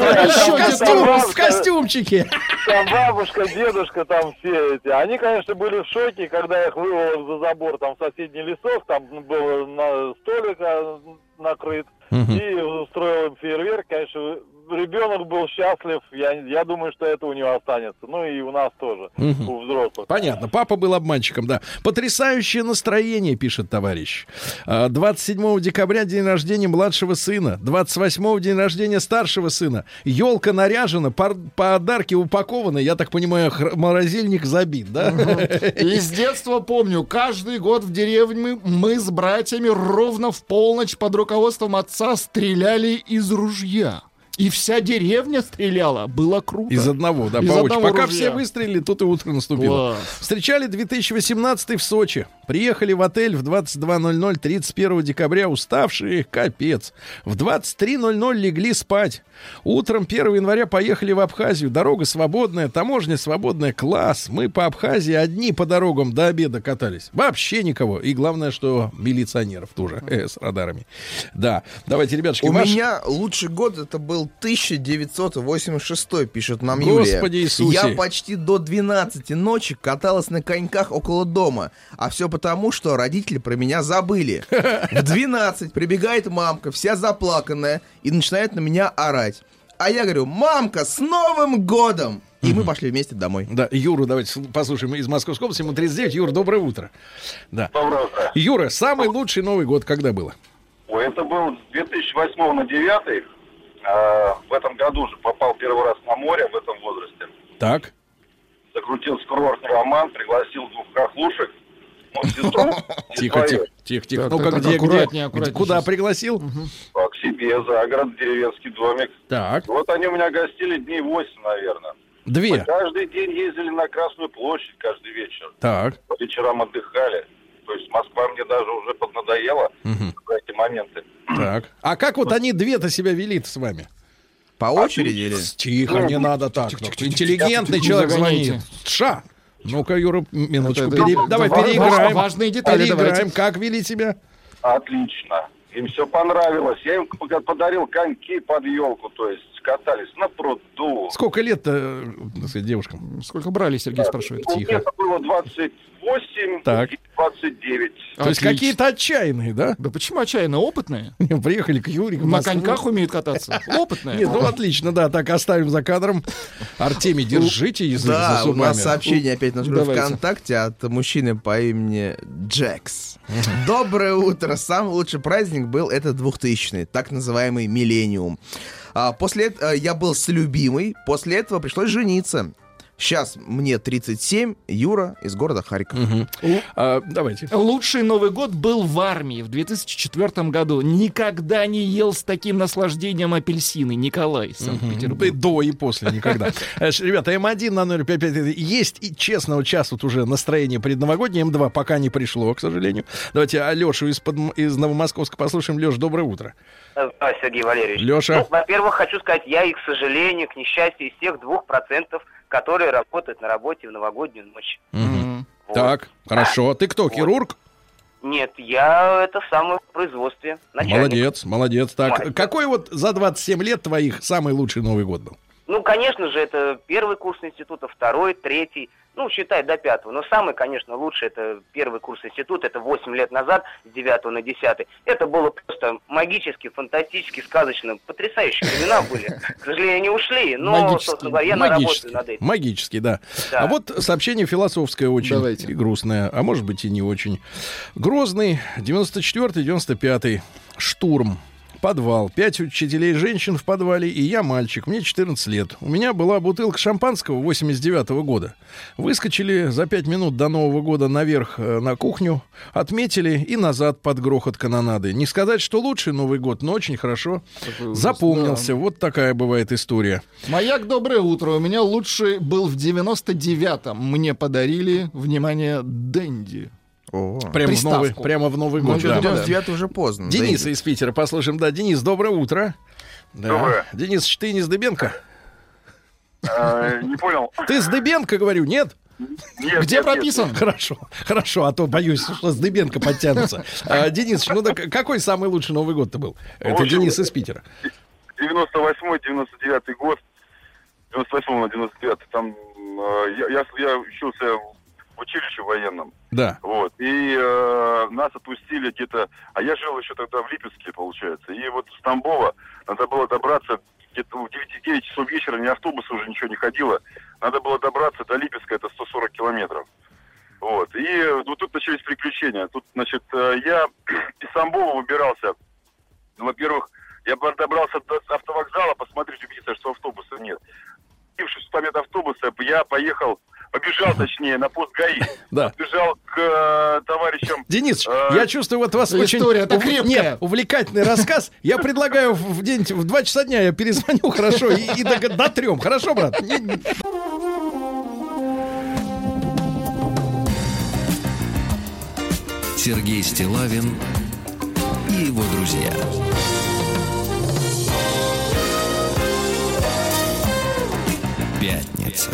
Speaker 2: В костюмчике.
Speaker 8: Там бабушка, дедушка, там все эти. Они, конечно, были в шоке, когда я их вывел за забор, там, в соседний лесок, там был столик накрыт, и устроил им фейерверк, конечно, ребенок был счастлив, я думаю, что это у него останется. Ну и у нас тоже, у взрослых.
Speaker 2: Понятно, папа был обманщиком, да. Потрясающее настроение, пишет товарищ. 27 декабря день рождения младшего сына, 28 день рождения старшего сына. Елка наряжена, подарки упакованы, я так понимаю, морозильник забит, да?
Speaker 3: И с детства помню, каждый год в деревне мы с братьями ровно в полночь под руководством отца стреляли из ружья. И вся деревня стреляла. Было круто.
Speaker 2: Из одного, да, по очереди. Пока все выстрелили, тут и утро наступило.
Speaker 3: Класс.
Speaker 2: Встречали 2018 в Сочи. Приехали в отель в 22:00 31 декабря, уставшие, капец. В 23:00 легли спать. Утром 1 января поехали в Абхазию. Дорога свободная, таможня свободная, класс. Мы по Абхазии одни по дорогам до обеда катались. Вообще никого. И главное, что милиционеров тоже с радарами. Да, давайте, ребятушки.
Speaker 4: У меня лучший год это был 1986, пишет нам Юлия.
Speaker 2: Господи Иисусе.
Speaker 4: Я почти до 12 ночи каталась на коньках около дома. А все потому, что родители про меня забыли. В 12 прибегает мамка, вся заплаканная, и начинает на меня орать. А я говорю: мамка, с Новым годом! И мы пошли вместе домой.
Speaker 2: Да, Юру давайте послушаем из Московской области. Ему 39. Юр, доброе утро. Да.
Speaker 8: Доброе утро.
Speaker 2: Юра, самый лучший Новый год когда было?
Speaker 8: Это был с 2008 на 2009. В этом году же попал первый раз на море в этом возрасте.
Speaker 2: Так.
Speaker 8: Закрутил курортный роман, пригласил 2 хохлушек.
Speaker 2: Тихо. Ну-ка, где? Куда пригласил?
Speaker 8: К себе, за город, деревенский домик.
Speaker 2: Так.
Speaker 8: Вот они у меня гостили дней 8, наверное.
Speaker 2: 2.
Speaker 8: Мы каждый день ездили на Красную площадь, каждый вечер.
Speaker 2: Так.
Speaker 8: По вечерам отдыхали. То есть Москва мне даже уже поднадоела в эти моменты.
Speaker 2: Так. А как вот они 2-то себя вели-то с вами?
Speaker 4: По очереди или?
Speaker 2: Тихо, не надо так. Интеллигентный человек звонит. Ша! Ну-ка, Юра, минуточку. Давай переиграем.
Speaker 3: Важные детали.
Speaker 2: Переиграем. Как вели себя?
Speaker 8: Отлично. Им все понравилось. Я им подарил коньки под елку, то есть катались на пруду.
Speaker 2: Сколько лет-то, девушкам?
Speaker 3: Сколько брали, Сергей спрашивает.
Speaker 2: Тихо.
Speaker 8: Это было 28
Speaker 2: так.
Speaker 8: и 29.
Speaker 2: То есть какие-то отчаянные, да?
Speaker 3: Да почему отчаянные? Опытные.
Speaker 2: Приехали к Юре.
Speaker 3: На коньках умеют кататься. Опытные.
Speaker 2: Нет, ну отлично, да, так оставим за кадром. Артемий, держите язык за зубами.
Speaker 4: Да, у нас сообщение опять на ВКонтакте от мужчины по имени Джекс. Доброе утро. Самый лучший праздник был это 2000-й, так называемый миллениум. После этого я был с любимой, после этого пришлось жениться. Сейчас мне 37, Юра из города Харькова.
Speaker 2: Давайте.
Speaker 3: Лучший Новый год был в армии в 2004 году. Никогда не ел с таким наслаждением апельсины. Николай, Санкт-Петербург.
Speaker 2: И до, и после никогда. Ребята, М1 на 055 есть, и честно, вот сейчас вот уже настроение предновогоднее, М2 пока не пришло, к сожалению. Давайте Алешу из Новомосковска послушаем. Леш, доброе утро.
Speaker 9: Здравствуйте, Сергей Валерьевич.
Speaker 2: Леша.
Speaker 9: Ну, во-первых, хочу сказать, я и, к сожалению, к несчастью, из тех 2%, которые работают на работе в новогоднюю ночь. Вот.
Speaker 2: Так, хорошо. Ты кто, хирург?
Speaker 9: Нет, я это самое в производстве. Начальник.
Speaker 2: Молодец. Так,
Speaker 9: Мастер.
Speaker 2: какой вот за 27 лет твоих самый лучший Новый год был?
Speaker 9: Ну, конечно же, это первый курс института, второй, третий, ну, считай, до 5. Но самый, конечно, лучший, это первый курс института, это 8 лет назад, с 9 на 10. Это было просто магически, фантастически, сказочно, потрясающие времена были. К сожалению, они ушли, но, собственно говоря, я наработаю над этим.
Speaker 2: Магически, да. А вот сообщение философское очень и грустное, а может быть и не очень. Грозный, 94-95, штурм. Подвал. 5 учителей женщин в подвале, и я мальчик. Мне 14 лет. У меня была бутылка шампанского 89-го года. Выскочили за 5 минут до Нового года наверх на кухню, отметили и назад под грохот канонады. Не сказать, что лучший Новый год, но очень хорошо запомнился. Да. Вот такая бывает история.
Speaker 3: Маяк, доброе утро. У меня лучший был в 99-м. Мне подарили, внимание, Дэнди.
Speaker 2: Прямо в Новый год.
Speaker 4: 99 уже поздно.
Speaker 2: Дениса из Питера послушаем. Да, Денис, доброе утро. Да.
Speaker 7: Доброе.
Speaker 2: Денис, ты не с Дыбенко?
Speaker 7: Не понял.
Speaker 2: Ты с Дыбенко, говорю, нет?
Speaker 7: Нет.
Speaker 3: Где прописан?
Speaker 2: Хорошо, а то боюсь, что с Дыбенко подтянутся. Денис, ну да какой самый лучший Новый год-то был? Это Денис из Питера.
Speaker 7: 98-99 год. 98 на 99 там я учился в училище военном.
Speaker 2: Да.
Speaker 7: Вот. И нас отпустили где-то... А я жил еще тогда в Липецке, получается. И вот с Тамбова надо было добраться где-то в 9 часов вечера, ни автобуса уже ничего не ходило. Надо было добраться до Липецка, это 140 километров. Вот. И ну, тут начались приключения. Тут, значит, я из Тамбова выбирался. Ну, во-первых, я добрался до автовокзала, посмотреть, убедиться, что автобуса нет. И в 600 метров автобуса я побежал, точнее, на пост ГАИ.
Speaker 2: Да.
Speaker 7: Побежал к товарищам.
Speaker 2: Денис, я чувствую, вот у вас очень увлекательный рассказ. Я предлагаю в 2 часа дня я перезвоню, хорошо, и до 3. Хорошо, брат?
Speaker 1: Сергей Стиллавин и его друзья. Пятница.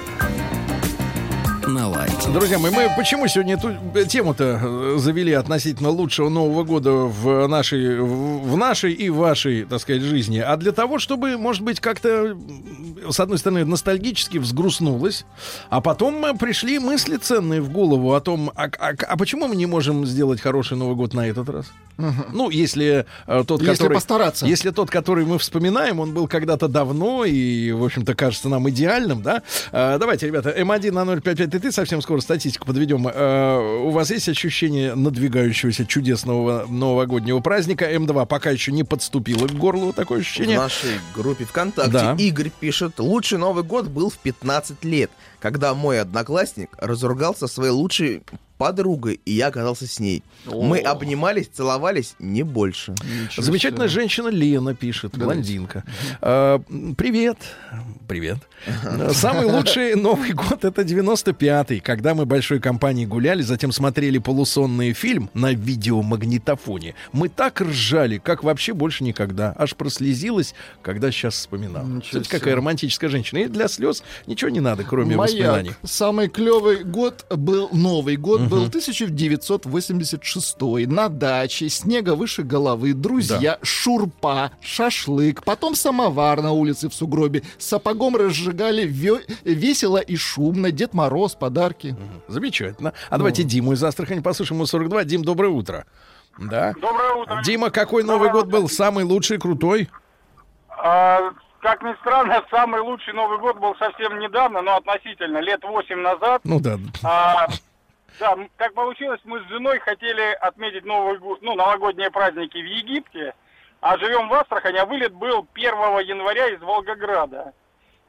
Speaker 1: На лайте.
Speaker 2: Друзья мои, мы почему сегодня эту тему-то завели относительно лучшего Нового года в нашей и вашей, так сказать, жизни? А для того, чтобы, может быть, как-то, с одной стороны, ностальгически взгрустнулось, а потом пришли мысли ценные в голову о том, а почему мы не можем сделать хороший Новый год на этот раз? Ну, если
Speaker 3: постараться.
Speaker 2: Если тот, который мы вспоминаем, он был когда-то давно и, в общем-то, кажется нам идеальным, да? Давайте, ребята, М1 на 055 ты совсем скоро статистику подведем. У вас есть ощущение надвигающегося чудесного новогоднего праздника? М2 пока еще не подступило к горлу, такое ощущение.
Speaker 4: В нашей группе ВКонтакте Игорь пишет: лучший Новый год был в 15 лет, когда мой одноклассник разругался со своей лучшей подругой, и я оказался с ней. Мы обнимались, целовались, не больше.
Speaker 2: Замечательная женщина Лена пишет, блондинка. Привет. Самый лучший Новый год — это 95-й, когда мы большой компанией гуляли, затем смотрели полусонный фильм на видеомагнитофоне. Мы так ржали, как вообще больше никогда. Аж прослезилась, когда сейчас вспоминал. Кстати, какая романтическая женщина. И для слез ничего не надо, кроме воспоминаний.
Speaker 3: Самый клевый год был Новый год. Был 1986. На даче, снега выше головы, друзья, шурпа, шашлык, потом самовар на улице в сугробе, сапогом разжигали, весело и шумно, Дед Мороз, подарки.
Speaker 2: Замечательно. А давайте Диму из Астрахани послушаем, ему 42. Дим, доброе утро. Да.
Speaker 7: Доброе утро.
Speaker 2: Дима, какой Новый год был самый лучший, крутой?
Speaker 7: Как ни странно, самый лучший Новый год был совсем недавно, но относительно, лет 8 назад.
Speaker 2: Ну да.
Speaker 7: Да, как получилось, мы с женой хотели отметить Новый год, новогодние праздники в Египте, а живем в Астрахани, а вылет был 1 января из Волгограда.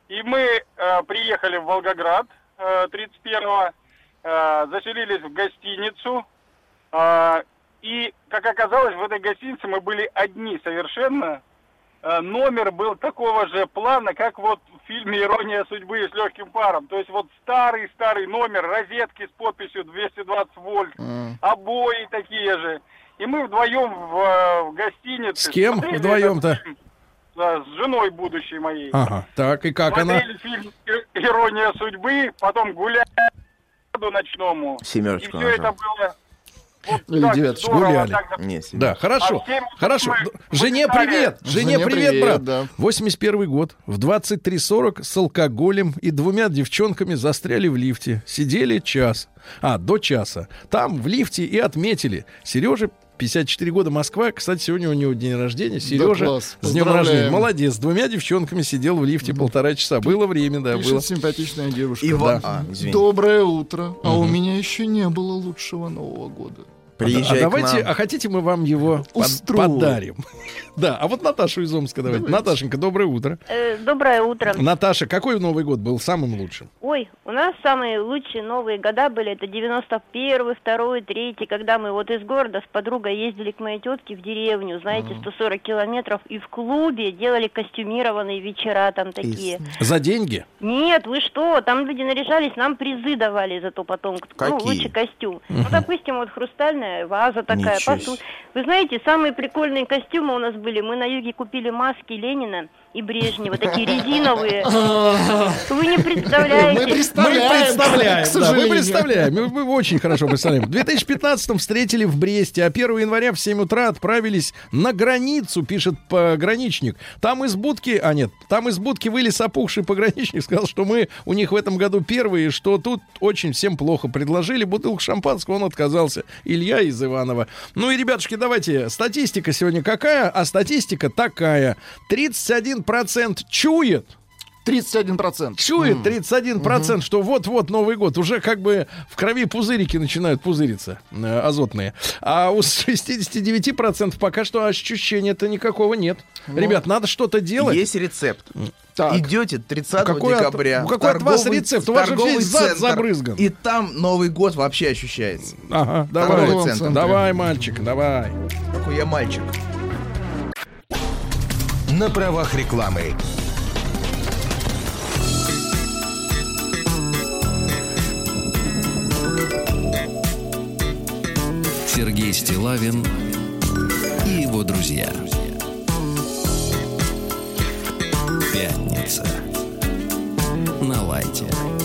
Speaker 10: И мы приехали в Волгоград 31-го, заселились в гостиницу. И, как оказалось, в этой гостинице мы были одни совершенно. Номер был такого же плана, как вот в фильме «Ирония судьбы» с легким паром. То есть вот старый номер, розетки с подписью 220 вольт, обои такие же. И мы вдвоем в гостинице.
Speaker 2: С кем вдвоем-то?
Speaker 10: С женой будущей моей.
Speaker 2: Ага, так, и как она?
Speaker 10: Смотрели фильм «Ирония судьбы», потом гуляли по ночному.
Speaker 4: Семерочку
Speaker 10: И все это было... Вот
Speaker 3: или
Speaker 10: так
Speaker 3: девяточку.
Speaker 10: здорово,
Speaker 2: Гуляли.
Speaker 10: так
Speaker 4: Не,
Speaker 2: Да, хорошо,
Speaker 10: А всем
Speaker 2: хорошо.
Speaker 10: мы
Speaker 2: Жене привет, жене привет, брат.
Speaker 3: да.
Speaker 2: 81 год, в 23:40 с алкоголем и 2 девчонками застряли в лифте. Сидели до часа. Там в лифте и отметили. Сережа, 54 года, Москва. Кстати, сегодня у него день рождения. Сережа,
Speaker 3: класс.
Speaker 2: с днем
Speaker 3: Поздравляем.
Speaker 2: рождения. Молодец. С 2 девчонками сидел в лифте 1,5 часа. Было время, да,
Speaker 3: Пишет
Speaker 2: было.
Speaker 3: симпатичная девушка.
Speaker 4: Извини.
Speaker 3: Доброе утро. А у меня еще не было лучшего Нового года.
Speaker 4: Приезжай
Speaker 2: давайте,
Speaker 4: к нам.
Speaker 2: хотите, мы вам его подарим? Да, а вот Наташу из Омска давайте. Наташенька, доброе утро.
Speaker 11: Доброе утро.
Speaker 2: Наташа, какой Новый год был самым лучшим?
Speaker 11: Ой, у нас самые лучшие новые года были, это 91-й, 2-й, 3-й, когда мы вот из города с подругой ездили к моей тетке в деревню, знаете, 140 километров, и в клубе делали костюмированные вечера там такие.
Speaker 2: За деньги?
Speaker 11: Нет, вы что, там люди наряжались, нам призы давали зато потом,
Speaker 4: Какие?
Speaker 11: лучший костюм. Ну, допустим, вот хрустальная ваза такая.
Speaker 4: Ничего себе.
Speaker 11: Вы знаете, самые прикольные костюмы у нас были, мы на юге купили маски Ленина и Брежнева, такие резиновые. Вы не представляете.
Speaker 3: Мы представляем, к
Speaker 2: да, мы
Speaker 3: сожалению.
Speaker 2: представляем, мы очень хорошо представляем. В 2015-м встретили в Бресте, а 1 января в 7 утра отправились на границу, пишет пограничник. Там из будки вылез опухший пограничник, сказал, что мы у них в этом году первые, что тут очень всем плохо. Предложили бутылку шампанского, он отказался. Илья из Иваново. Ну и, ребятушки, давайте, статистика сегодня какая? А статистика такая. 31% чует.
Speaker 3: 31%.
Speaker 2: Чует 31%, что вот-вот Новый год. Уже как бы в крови пузырики начинают пузыриться, азотные. А у 69% пока что ощущения-то никакого нет. Ребят, надо что-то делать.
Speaker 4: Есть рецепт.
Speaker 3: Так.
Speaker 4: Идете 30
Speaker 2: Какой
Speaker 4: декабря.
Speaker 2: какой от вас рецепт? У вас же весь зад забрызган.
Speaker 4: И там Новый год вообще ощущается.
Speaker 2: Ага,
Speaker 4: Торговый центр.
Speaker 2: давай, мальчик, давай.
Speaker 4: Какой я мальчик.
Speaker 12: На правах рекламы.
Speaker 1: Сергей Стиллавин и его друзья. Пятница. На лайте.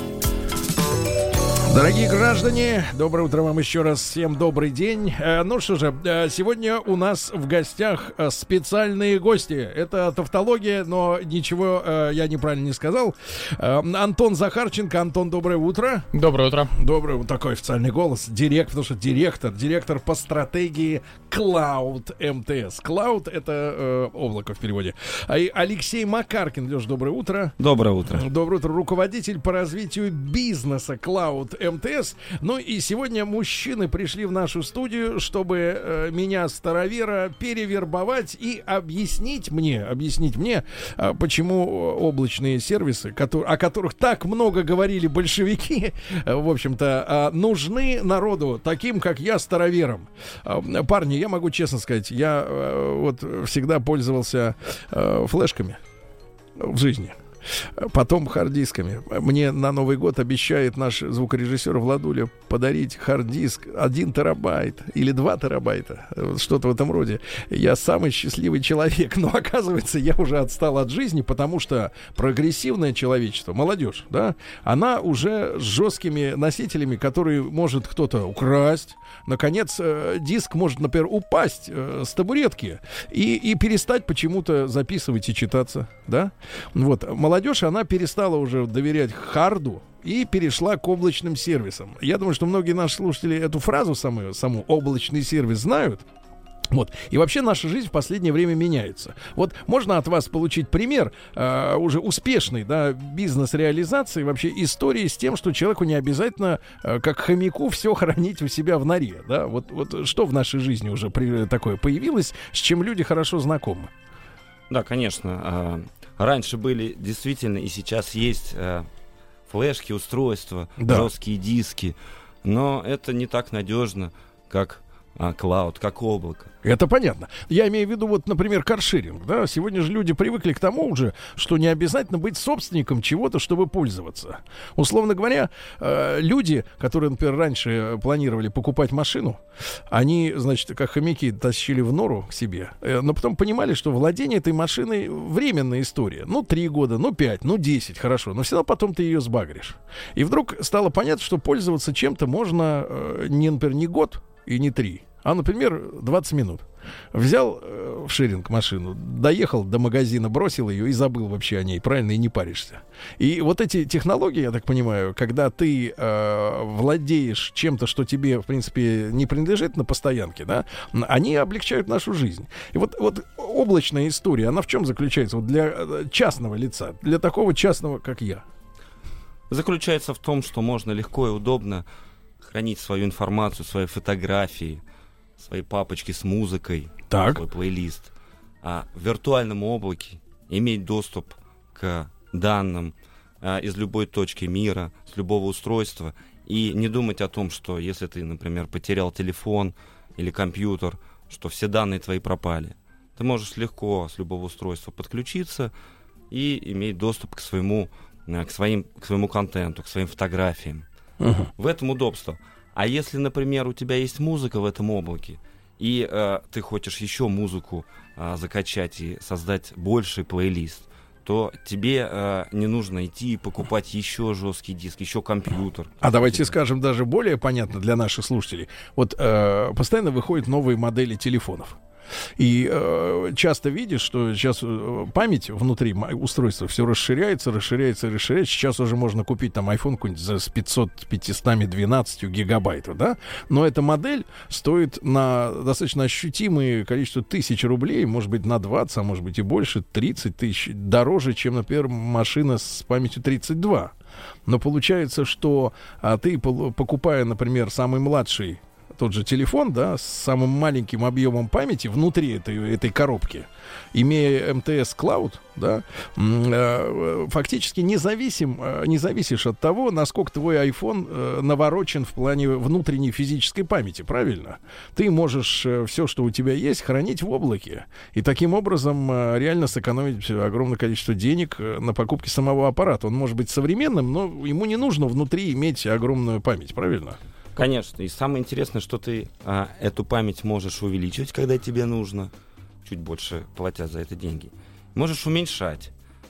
Speaker 2: Дорогие граждане, доброе утро вам еще раз. Всем добрый день. Ну что же, сегодня у нас в гостях специальные гости. Это тавтология, но ничего я неправильно не сказал. Антон Захарченко. Антон, доброе утро.
Speaker 13: Доброе утро.
Speaker 2: Доброе, вот такой официальный голос. Потому что директор по стратегии Cloud МТС. Cloud — это облако в переводе. Алексей Макаркин. Леш, доброе утро.
Speaker 13: Доброе утро.
Speaker 2: Доброе утро. Руководитель по развитию бизнеса Cloud МТС. Ну и сегодня мужчины пришли в нашу студию, чтобы меня, старовера, перевербовать и объяснить мне, почему облачные сервисы, о которых так много говорили большевики, в общем-то, нужны народу, таким, как я, староверам. Парни, я могу честно сказать, я вот всегда пользовался флешками в жизни. Потом хард-дисками. Мне на Новый год обещает наш звукорежиссер Владуля подарить хард-диск 1 терабайт или 2 терабайта. Что-то в этом роде. Я самый счастливый человек. Но оказывается, я уже отстал от жизни, потому что прогрессивное человечество, молодежь, да, она уже с жесткими носителями, которые может кто-то украсть. Наконец, диск может, например, упасть с табуретки и перестать почему-то записывать и читаться. Да? Вот. Молодежь, она перестала уже доверять харду и перешла к облачным сервисам. Я думаю, что многие наши слушатели эту фразу саму облачный сервис знают. Вот. И вообще наша жизнь в последнее время меняется. Вот можно от вас получить пример уже успешной, да, бизнес-реализации, вообще истории с тем, что человеку не обязательно, как хомяку, все хранить у себя в норе. Да? Вот что в нашей жизни уже такое появилось, с чем люди хорошо знакомы?
Speaker 13: Да, конечно. раньше были действительно, и сейчас есть флешки, устройства,
Speaker 2: Да.
Speaker 13: жесткие диски, но это не так надежно, как клауд, как облако.
Speaker 2: Это понятно. Я имею в виду, вот, например, каршеринг. Да? Сегодня же люди привыкли к тому уже, что не обязательно быть собственником чего-то, чтобы пользоваться. Условно говоря, люди, которые, например, раньше планировали покупать машину, они, значит, как хомяки тащили в нору к себе, но потом понимали, что владение этой машиной временная история. 3 года, 5, 10, хорошо, но всегда потом ты ее сбагришь. И вдруг стало понятно, что пользоваться чем-то можно, например, не год и не 3, а, например, 20 минут. Взял в шеринг машину, доехал до магазина, бросил ее и забыл вообще о ней, правильно, и не паришься. И вот эти технологии, я так понимаю, когда ты владеешь чем-то, что тебе, в принципе, не принадлежит на постоянке, да, они облегчают нашу жизнь. И вот облачная история, она в чем заключается? Вот для частного лица, для такого частного, как я.
Speaker 13: Заключается в том, что можно легко и удобно хранить свою информацию, свои фотографии, свои папочки с музыкой, свой плейлист. А в виртуальном облаке иметь доступ к данным из любой точки мира, с любого устройства, и не думать о том, что если ты, например, потерял телефон или компьютер, что все данные твои пропали. Ты можешь легко с любого устройства подключиться и иметь доступ к своему контенту, к своим фотографиям. В этом удобство. А если, например, у тебя есть музыка в этом облаке, и ты хочешь еще музыку закачать и создать больший плейлист, то тебе не нужно идти и покупать еще жесткий диск, еще компьютер.
Speaker 2: А давайте скажем даже более понятно для наших слушателей. Вот постоянно выходят новые модели телефонов. И часто видишь, что сейчас память внутри устройства все расширяется. Сейчас уже можно купить там iPhone какой-нибудь за 512 гигабайтов, да? Но эта модель стоит на достаточно ощутимое количество тысяч рублей, может быть, на 20, а может быть и больше, 30 тысяч, дороже, чем, например, машина с памятью 32. Но получается, что ты, покупая, например, самый младший тот же телефон, да, с самым маленьким объемом памяти внутри этой коробки, имея МТС Cloud, да, фактически не зависишь от того, насколько твой iPhone наворочен в плане внутренней физической памяти, правильно? Ты можешь все, что у тебя есть, хранить в облаке. И таким образом реально сэкономить огромное количество денег на покупке самого аппарата. Он может быть современным, но ему не нужно внутри иметь огромную память, правильно?
Speaker 13: Конечно. И самое интересное, что ты эту память можешь увеличивать, когда тебе нужно, чуть больше платя за это деньги. Можешь уменьшать.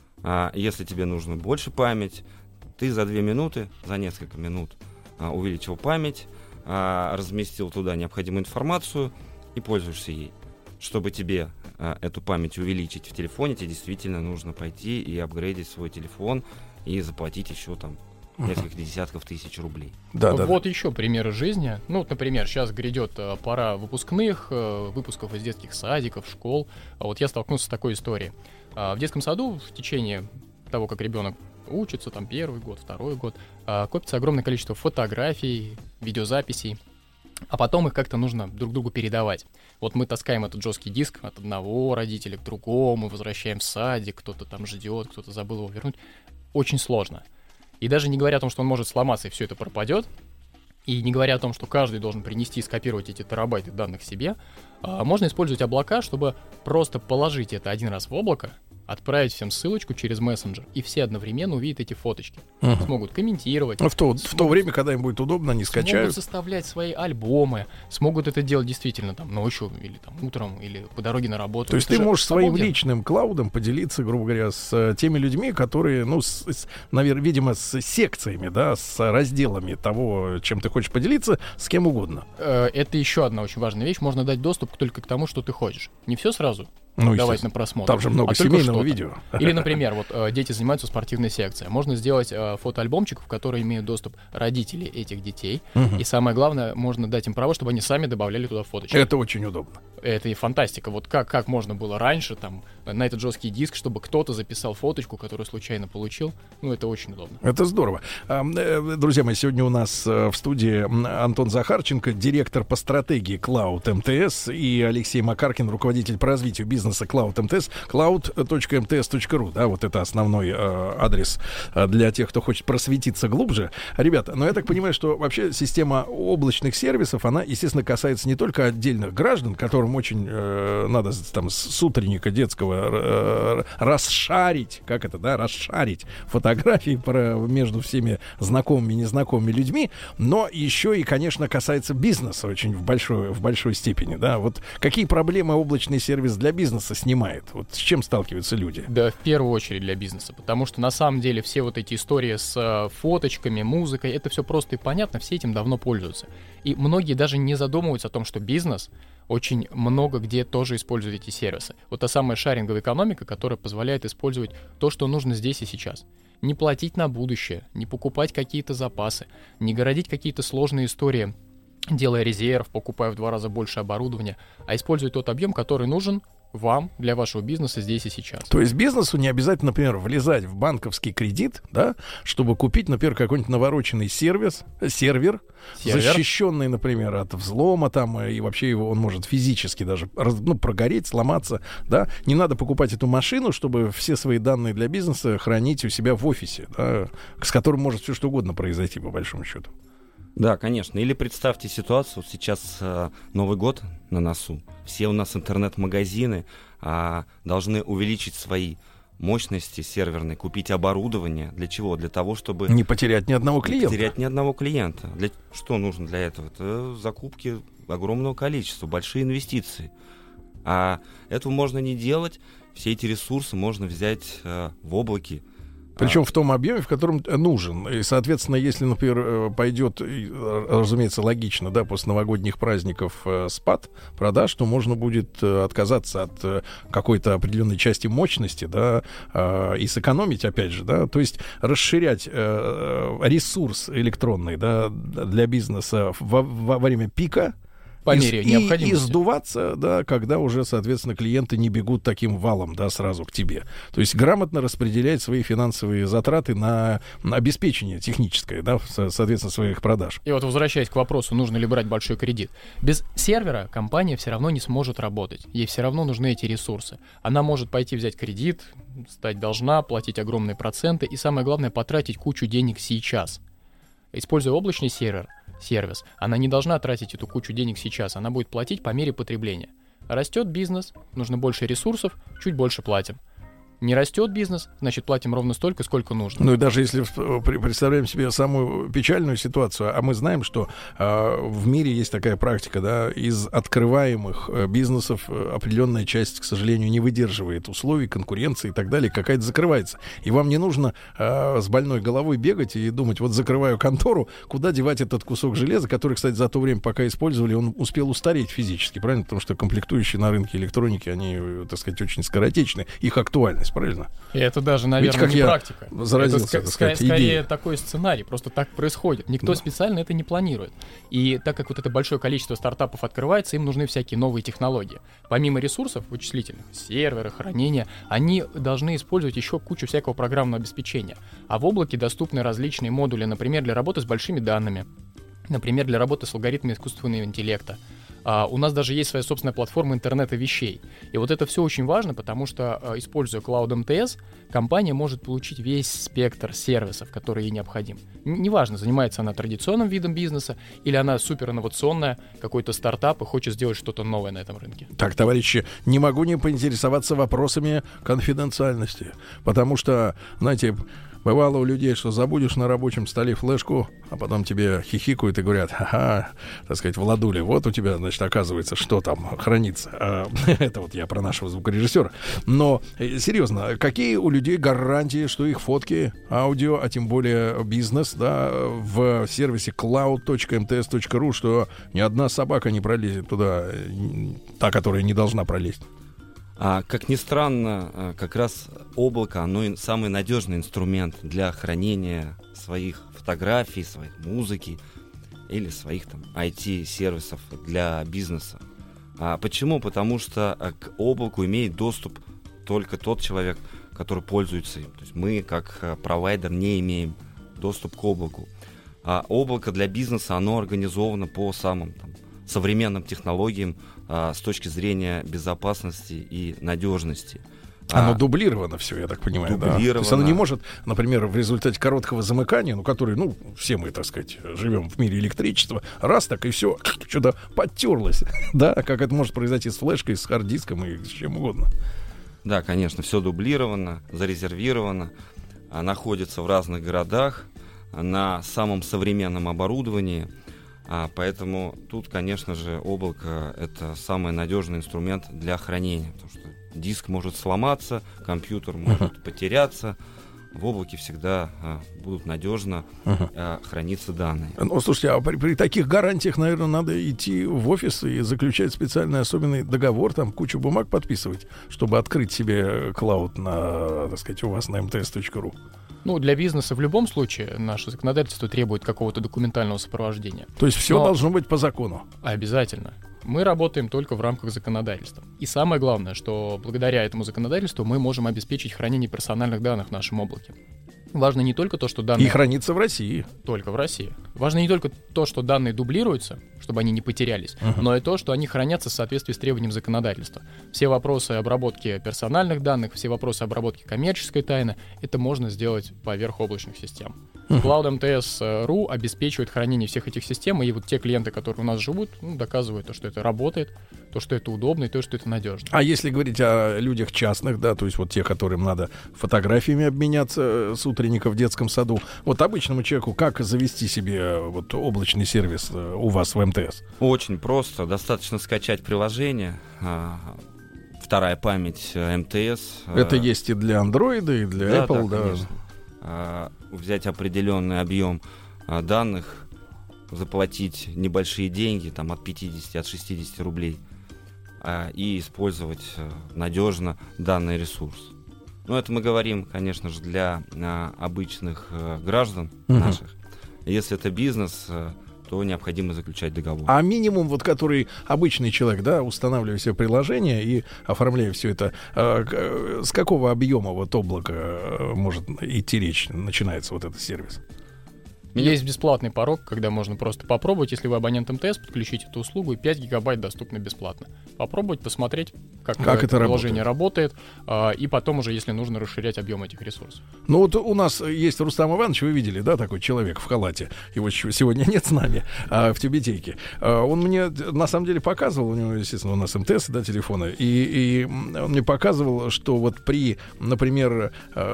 Speaker 13: Если тебе нужно больше память, ты за 2 минуты, за несколько минут увеличил память, разместил туда необходимую информацию и пользуешься ей. Чтобы тебе эту память увеличить в телефоне, тебе действительно нужно пойти и апгрейдить свой телефон и заплатить еще там несколько десятков тысяч рублей.
Speaker 14: Вот еще примеры жизни. Например, сейчас грядет пора выпускных, выпусков из детских садиков, школ. Вот я столкнулся с такой историей. В детском саду в течение того, как ребенок учится, там 1-й год, 2-й год, копится огромное количество фотографий, видеозаписей, а потом их как-то нужно друг другу передавать. Вот мы таскаем этот жесткий диск от одного родителя к другому, возвращаем в садик, кто-то там ждет, кто-то забыл его вернуть. Очень сложно. И даже не говоря о том, что он может сломаться и все это пропадет, и не говоря о том, что каждый должен принести и скопировать эти терабайты данных себе, можно использовать облака, чтобы просто положить это один раз в облако, отправить всем ссылочку через мессенджер, и все одновременно увидят эти фоточки. Смогут комментировать.
Speaker 2: В то время, когда им будет удобно, они скачают.
Speaker 14: Смогут составлять свои альбомы, смогут это делать действительно там ночью, или там утром, или по дороге на работу.
Speaker 2: То есть ты можешь своим личным клаудом поделиться, грубо говоря, с теми людьми, которые, наверное, видимо, с секциями, да, с разделами того, чем ты хочешь поделиться, с кем угодно.
Speaker 14: Это еще одна очень важная вещь. Можно дать доступ только к тому, что ты хочешь. Не все сразу давать на просмотр.
Speaker 2: Там же много семейного видео.
Speaker 14: Или, например, вот дети занимаются в спортивной секции. Можно сделать фотоальбомчик, в который имеют доступ родители этих детей. И самое главное, можно дать им право, чтобы они сами добавляли туда фоточки.
Speaker 2: Это очень удобно.
Speaker 14: Это и фантастика. Вот как можно было раньше там на этот жесткий диск, чтобы кто-то записал фоточку, которую случайно получил. Ну, это очень удобно.
Speaker 2: Это здорово. Друзья мои, сегодня у нас в студии Антон Захарченко, директор по стратегии Cloud МТС, и Алексей Макаркин, руководитель по развитию бизнеса Cloud МТС, cloud.mts.ru. Да, вот это основной адрес для тех, кто хочет просветиться глубже. Ребята, но я так понимаю, что вообще система облачных сервисов, она, естественно, касается не только отдельных граждан, которым очень надо там с утренника детского расшарить, как это, да, расшарить фотографии между всеми знакомыми и незнакомыми людьми, но еще и, конечно, касается бизнеса очень в большой степени, да. Вот какие проблемы облачный сервис для бизнеса снимает? Вот с чем сталкиваются люди?
Speaker 14: Да, в первую очередь для бизнеса, потому что на самом деле все вот эти истории с фоточками, музыкой, это все просто и понятно, все этим давно пользуются. И многие даже не задумываются о том, что бизнес очень много где тоже использует эти сервисы. Вот та самая шаринговая экономика, которая позволяет использовать то, что нужно здесь и сейчас. Не платить на будущее, не покупать какие-то запасы, не городить какие-то сложные истории, делая резерв, покупая в 2 раза больше оборудования, а использовать тот объем, который нужен вам, для вашего бизнеса здесь и сейчас.
Speaker 2: То есть бизнесу не обязательно, например, влезать в банковский кредит, да, чтобы купить, например, какой-нибудь навороченный сервер, защищенный, например, от взлома там, и вообще его он может физически даже прогореть, сломаться, да. Не надо покупать эту машину, чтобы все свои данные для бизнеса хранить у себя в офисе, да, с которым может все что угодно произойти, по большому счету.
Speaker 13: Да, конечно. Или представьте ситуацию, вот сейчас Новый год на носу, все у нас интернет-магазины должны увеличить свои мощности серверные, купить оборудование. Для чего? Для того, чтобы...
Speaker 2: Не потерять ни одного клиента.
Speaker 13: Не потерять ни одного клиента. Что нужно для этого? Это закупки огромного количества, большие инвестиции. А этого можно не делать. Все эти ресурсы можно взять в облаке.
Speaker 2: Причем в том объеме, в котором нужен. И, соответственно, если, например, пойдет, разумеется, логично, да, после новогодних праздников спад продаж, то можно будет отказаться от какой-то определенной части мощности, да, и сэкономить, опять же, да, то есть расширять ресурс электронный, да, для бизнеса во время пика,
Speaker 14: по мере необходимости.
Speaker 2: И сдуваться, да, когда уже, соответственно, клиенты не бегут таким валом, да, сразу к тебе. То есть грамотно распределять свои финансовые затраты на обеспечение техническое, да, соответственно, своих продаж.
Speaker 14: И вот возвращаясь к вопросу, нужно ли брать большой кредит. Без сервера компания все равно не сможет работать. Ей все равно нужны эти ресурсы. Она может пойти взять кредит, стать должна, платить огромные проценты и, самое главное, потратить кучу денег сейчас. Используя облачный сервис, она не должна тратить эту кучу денег сейчас, она будет платить по мере потребления. Растет бизнес, нужно больше ресурсов, чуть больше платим. Не растет бизнес, значит, платим ровно столько, сколько нужно.
Speaker 2: Ну и даже если представляем себе самую печальную ситуацию, а мы знаем, что в мире есть такая практика, да, из открываемых бизнесов определенная часть, к сожалению, не выдерживает условий, конкуренции и так далее, какая-то закрывается. И вам не нужно с больной головой бегать и думать, вот закрываю контору, куда девать этот кусок железа, который, кстати, за то время, пока использовали, он успел устареть физически, правильно? Потому что комплектующие на рынке электроники, они, так сказать, очень скоротечны, их актуальность. Правильно?
Speaker 14: И это даже, наверное,
Speaker 2: как
Speaker 14: не практика.
Speaker 2: Это
Speaker 14: скорее такой сценарий, просто так происходит. Никто специально это не планирует. И так как вот это большое количество стартапов открывается, им нужны всякие новые технологии. Помимо ресурсов вычислительных, серверы, хранения, они должны использовать еще кучу всякого программного обеспечения. А в облаке доступны различные модули, например, для работы с большими данными, например, для работы с алгоритмами искусственного интеллекта. У нас даже есть своя собственная платформа интернета вещей. И вот это все очень важно, потому что, используя Cloud МТС, компания может получить весь спектр сервисов, которые ей необходим. Неважно, занимается она традиционным видом бизнеса или она суперинновационная, какой-то стартап и хочет сделать что-то новое на этом рынке.
Speaker 2: Так, товарищи, не могу не поинтересоваться вопросами конфиденциальности, потому что, знаете, бывало у людей, что забудешь на рабочем столе флешку, а потом тебе хихикают и говорят: ага, так сказать, Владуля, вот у тебя, значит, оказывается, что там хранится. Это вот я про нашего звукорежиссера. Но, серьезно, какие у людей гарантии, что их фотки, аудио, а тем более бизнес, да, в сервисе cloud.mts.ru, что ни одна собака не пролезет туда, та, которая не должна пролезть?
Speaker 13: Как ни странно, как раз облако, оно самый надежный инструмент для хранения своих фотографий, своих музыки или своих там IT-сервисов для бизнеса. Почему? Потому что к облаку имеет доступ только тот человек, который пользуется им. То есть мы, как провайдер, не имеем доступ к облаку. А облако для бизнеса, оно организовано по самым современным технологиям с точки зрения безопасности и надежности.
Speaker 2: Оно дублировано все, я так понимаю. Да? То есть оно не может, например, в результате короткого замыкания, который, все мы, так сказать, живем в мире электричества, раз так и все, что-то подтерлось. Да, как это может произойти с флешкой, с хард-диском и с чем угодно.
Speaker 13: Да, конечно, все дублировано, зарезервировано, находится в разных городах, на самом современном оборудовании. Поэтому тут, конечно же, облако — это самый надежный инструмент для хранения, потому что диск может сломаться, компьютер может потеряться. В облаке всегда будут надежно храниться данные.
Speaker 2: Слушайте, а при таких гарантиях, наверное, надо идти в офис и заключать специальный особенный договор, там кучу бумаг подписывать, чтобы открыть себе клауд на, так сказать, у вас на mts.ru.
Speaker 14: Для бизнеса в любом случае наше законодательство требует какого-то документального сопровождения.
Speaker 2: То есть все должно быть по закону?
Speaker 14: Обязательно. Мы работаем только в рамках законодательства. И самое главное, что благодаря этому законодательству мы можем обеспечить хранение персональных данных в нашем облаке. Важно не только то, что данные...
Speaker 2: И хранится в России.
Speaker 14: Только в России. Важно не только то, что данные дублируются, чтобы они не потерялись, но и то, что они хранятся в соответствии с требованием законодательства. Все вопросы обработки персональных данных, все вопросы обработки коммерческой тайны, это можно сделать поверх облачных систем. Cloud MTS.ru обеспечивает хранение всех этих систем, и вот те клиенты, которые у нас живут, доказывают то, что это работает, то, что это удобно, и то, что это надежно.
Speaker 2: А если говорить о людях частных, да, то есть вот те, которым надо фотографиями обменяться с утренника в детском саду, вот обычному человеку как завести себе вот облачный сервис у вас в МТС?
Speaker 13: Очень просто. Достаточно скачать приложение. Вторая память МТС.
Speaker 2: Это есть и для Android, и для Apple, да.
Speaker 13: Конечно. Взять определенный объем данных, заплатить небольшие деньги, от 50, от 60 рублей, и использовать надежно данный ресурс. Это мы говорим, конечно же, для обычных граждан наших. Если это бизнес, то необходимо заключать договор.
Speaker 2: А минимум, который обычный человек, да, устанавливая себе приложение и оформляя все это, с какого объема облака может идти речь, начинается этот сервис?
Speaker 14: Есть бесплатный порог, когда можно просто попробовать, если вы абонент МТС, подключить эту услугу, и 5 гигабайт доступно бесплатно. Попробовать, посмотреть, как это приложение работает, и потом уже, если нужно, расширять объем этих ресурсов.
Speaker 2: У нас есть Рустам Иванович, вы видели, да, такой человек в халате. Его сегодня нет с нами, в тюбетейке. Он мне, на самом деле, показывал, у него, естественно, у нас МТС, да, телефоны, и он мне показывал, что при, например,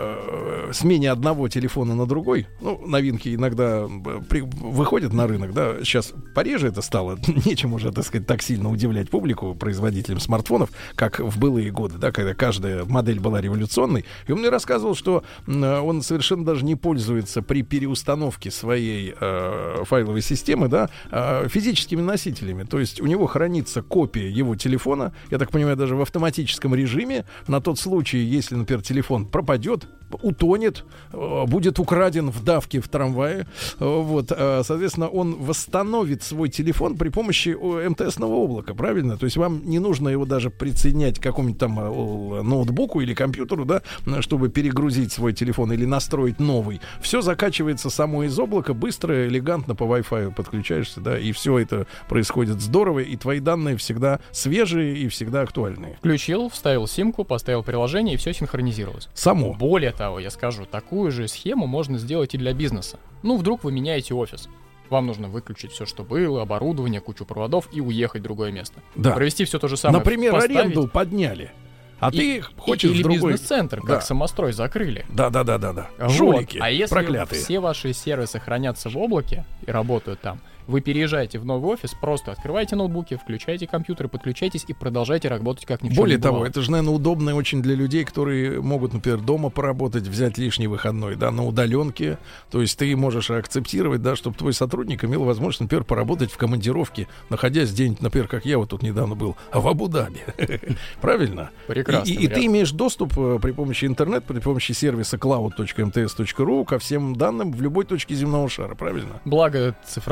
Speaker 2: смене одного телефона на другой, новинки иногда выходят на рынок, да, сейчас пореже это стало, нечем уже, так сказать, так сильно удивлять публику, производителям смартфонов, как в былые годы, да, когда каждая модель была революционной. И он мне рассказывал, что он совершенно даже не пользуется при переустановке своей файловой системы, да, физическими носителями. То есть у него хранится копия его телефона, я так понимаю, даже в автоматическом режиме, на тот случай, если, например, телефон пропадет, утонет, будет украден в давке в трамвае. Соответственно, он восстановит свой телефон при помощи МТСного облака, правильно? То есть вам не нужно его даже присоединять к какому-нибудь там ноутбуку или компьютеру, да, чтобы перегрузить свой телефон или настроить новый. Все закачивается само из облака, быстро, элегантно по Wi-Fi подключаешься, да, и все это происходит здорово, и твои данные всегда свежие и всегда актуальные.
Speaker 14: Включил, вставил симку, поставил приложение, и все синхронизировалось.
Speaker 2: Само.
Speaker 14: Более того, я скажу, такую же схему можно сделать и для бизнеса. Вдруг вы меняете офис. Вам нужно выключить все, что было, оборудование, кучу проводов и уехать в другое место.
Speaker 2: Да.
Speaker 14: Провести все то же самое.
Speaker 2: Например, аренду подняли. А ты хочешь
Speaker 14: или
Speaker 2: в другой...
Speaker 14: бизнес-центр, как самострой, закрыли.
Speaker 2: Да. Жулики,
Speaker 14: А если
Speaker 2: проклятые.
Speaker 14: все ваши сервисы хранятся в облаке и работают там, вы переезжаете в новый офис, просто открываете ноутбуки, включаете компьютеры, подключайтесь и продолжаете работать как ни в чем
Speaker 2: Более
Speaker 14: не бывало.
Speaker 2: того, это же, наверное, удобно очень для людей, которые могут, например, дома поработать, взять лишний выходной, да, на удаленке. То есть ты можешь акцептировать, да, чтобы твой сотрудник имел возможность, например, поработать в командировке, находясь где-нибудь, например, как я вот тут недавно был, в Абу-Даби. Правильно?
Speaker 14: Прекрасно.
Speaker 2: И ты имеешь доступ при помощи интернета, при помощи сервиса cloud.mts.ru ко всем данным в любой точке земного шара, правильно?
Speaker 14: Благо цифровые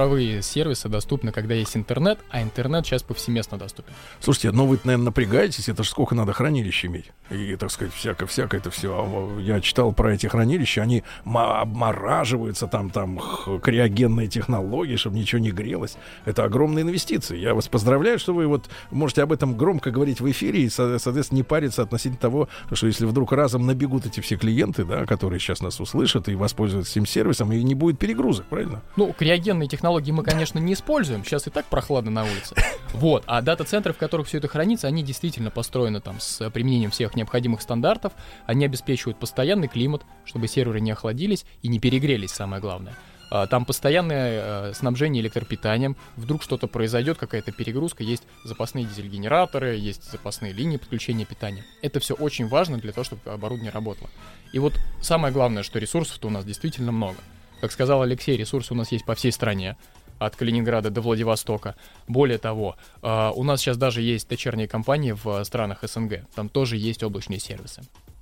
Speaker 14: сервисы доступны, когда есть интернет, а интернет сейчас повсеместно доступен.
Speaker 2: Слушайте, ну вы, наверное, напрягаетесь, это же сколько надо хранилищ иметь. И, так сказать, всякое это все. Я читал про эти хранилища, они обмораживаются, там криогенные технологии, чтобы ничего не грелось. Это огромные инвестиции. Я вас поздравляю, что вы вот можете об этом громко говорить в эфире и, соответственно, не париться относительно того, что если вдруг разом набегут эти все клиенты, да, которые сейчас нас услышат и воспользуются этим сервисом, и не будет перегрузок, правильно?
Speaker 14: Ну, криогенные технологии мы, конечно, не используем. Сейчас и так прохладно на улице. Вот. А дата-центры, в которых все это хранится, они действительно построены там с применением всех необходимых стандартов. Они обеспечивают постоянный климат, чтобы серверы не охладились и не перегрелись, самое главное. Там постоянное снабжение электропитанием. Вдруг что-то произойдет, какая-то перегрузка. Есть запасные дизель-генераторы, есть запасные линии подключения питания. Это все очень важно для того, чтобы оборудование работало. И вот самое главное, что ресурсов-то у нас действительно много. Как сказал Алексей, ресурсы у нас есть по всей стране. От Калининграда до Владивостока. Более того, у нас сейчас даже есть дочерние компании в странах СНГ. Там тоже есть облачные сервисы.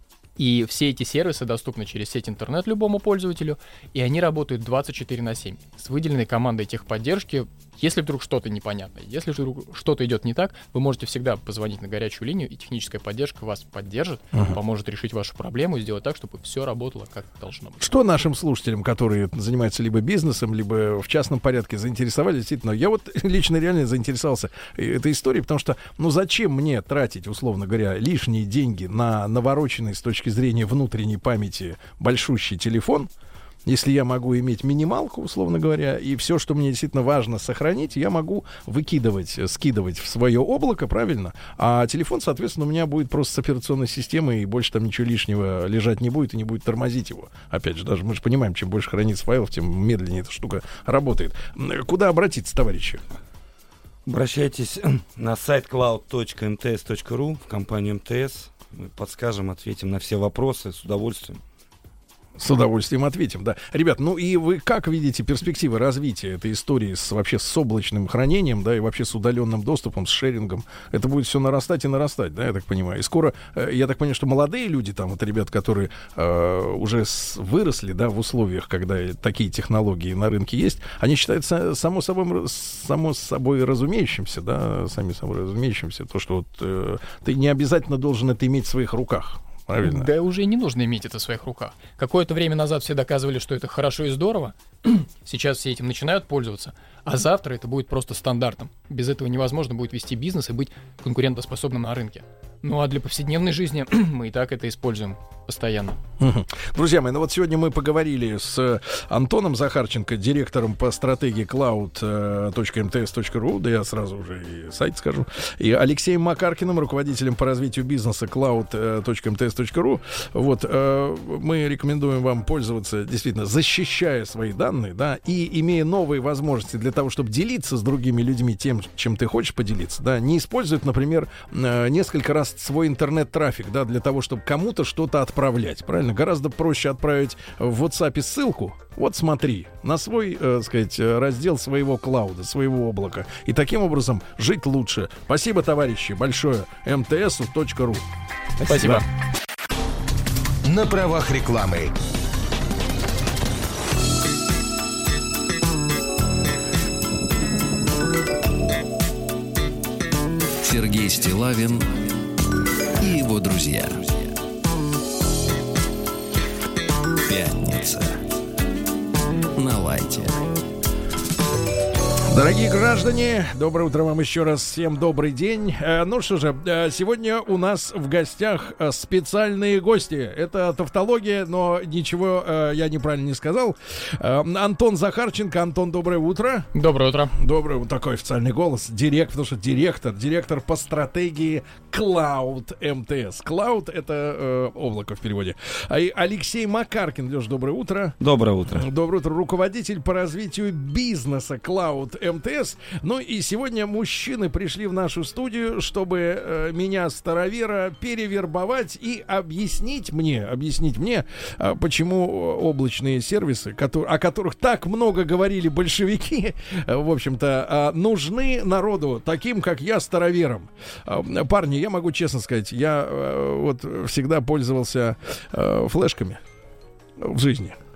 Speaker 14: И все эти сервисы доступны через сеть интернет любому пользователю, и они работают 24/7 с выделенной командой техподдержки. Если вдруг что-то непонятно, если вдруг что-то идет не так, вы можете всегда позвонить на горячую линию, и техническая поддержка вас поддержит, поможет решить вашу проблему и сделать так, чтобы все работало как должно быть.
Speaker 2: Что нашим слушателям, которые занимаются либо бизнесом, либо в частном порядке, заинтересовали? Действительно, я вот лично реально заинтересовался этой историей, потому что, ну зачем мне тратить, условно говоря, лишние деньги на навороченный с точки зрения внутренней памяти большущий телефон, если я могу иметь минималку, условно говоря, и все, что мне действительно важно сохранить, я могу выкидывать, скидывать в свое облако, правильно? А телефон, соответственно, у меня будет просто с операционной системой, и больше там ничего лишнего лежать не будет, и не будет тормозить его. Опять же, даже мы же понимаем, чем больше хранится файлов, тем медленнее эта штука работает. Куда обратиться, товарищи?
Speaker 13: Обращайтесь на сайт cloud.mts.ru в компанию МТС. Мы подскажем, ответим на все вопросы с удовольствием.
Speaker 2: С удовольствием ответим, да. Ребят, ну и вы как видите перспективы развития этой истории вообще с облачным хранением, да, и вообще с удаленным доступом, с шерингом? Это будет все нарастать и нарастать, да, я так понимаю. И скоро, я так понимаю, что молодые люди, там, вот ребят, которые уже выросли, да, в условиях, когда такие технологии на рынке есть, они считаются само собой разумеющимся, да, сами собой разумеющимся, то, что вот ты не обязательно должен это иметь в своих руках. Правильно.
Speaker 14: Да уже не нужно иметь это в своих руках. Какое-то время назад все доказывали, что это хорошо и здорово. Сейчас все этим начинают пользоваться. А завтра это будет просто стандартом. Без этого невозможно будет вести бизнес и быть конкурентоспособным на рынке. Ну а для повседневной жизни мы и так это используем постоянно.
Speaker 2: Друзья мои, ну вот сегодня мы поговорили с Антоном Захарченко, директором по стратегии cloud.mts.ru, да я сразу уже и сайт скажу, и Алексеем Макаркиным, руководителем по развитию бизнеса cloud.mts.ru. Вот, мы рекомендуем вам пользоваться, действительно, защищая свои данные, да, и имея новые возможности для того, чтобы делиться с другими людьми тем, чем ты хочешь поделиться, да, не использовать, например, несколько раз свой интернет-трафик, да, для того, чтобы кому-то что-то отправлять, правильно? Гораздо проще отправить в WhatsApp ссылку, вот смотри, на свой, сказать, раздел своего клауда, своего облака, и таким образом жить лучше. Спасибо, товарищи, большое. mtsu.ru.
Speaker 14: Спасибо.
Speaker 12: На правах рекламы.
Speaker 1: Сергей Стиллавин и его друзья. Пятница. На лайте.
Speaker 2: Дорогие граждане, доброе утро вам еще раз. Всем добрый день. Ну что же, сегодня у нас в гостях специальные гости. Это тавтология, но ничего я неправильно не сказал. Антон Захарченко. Антон, доброе утро.
Speaker 14: Доброе утро.
Speaker 2: Доброе, вот такой официальный голос. Потому что директор по стратегии Cloud МТС. Cloud — это облако в переводе. Алексей Макаркин. Леш, доброе утро.
Speaker 13: Доброе утро.
Speaker 2: Доброе утро. Руководитель по развитию бизнеса Cloud МТС. Ну и сегодня мужчины пришли в нашу студию, чтобы меня, старовера, перевербовать и объяснить мне, почему облачные сервисы, о которых так много говорили большевики, в общем-то, нужны народу, таким, как я, староверам. Парни, я могу честно сказать, я вот всегда пользовался флешками в жизни.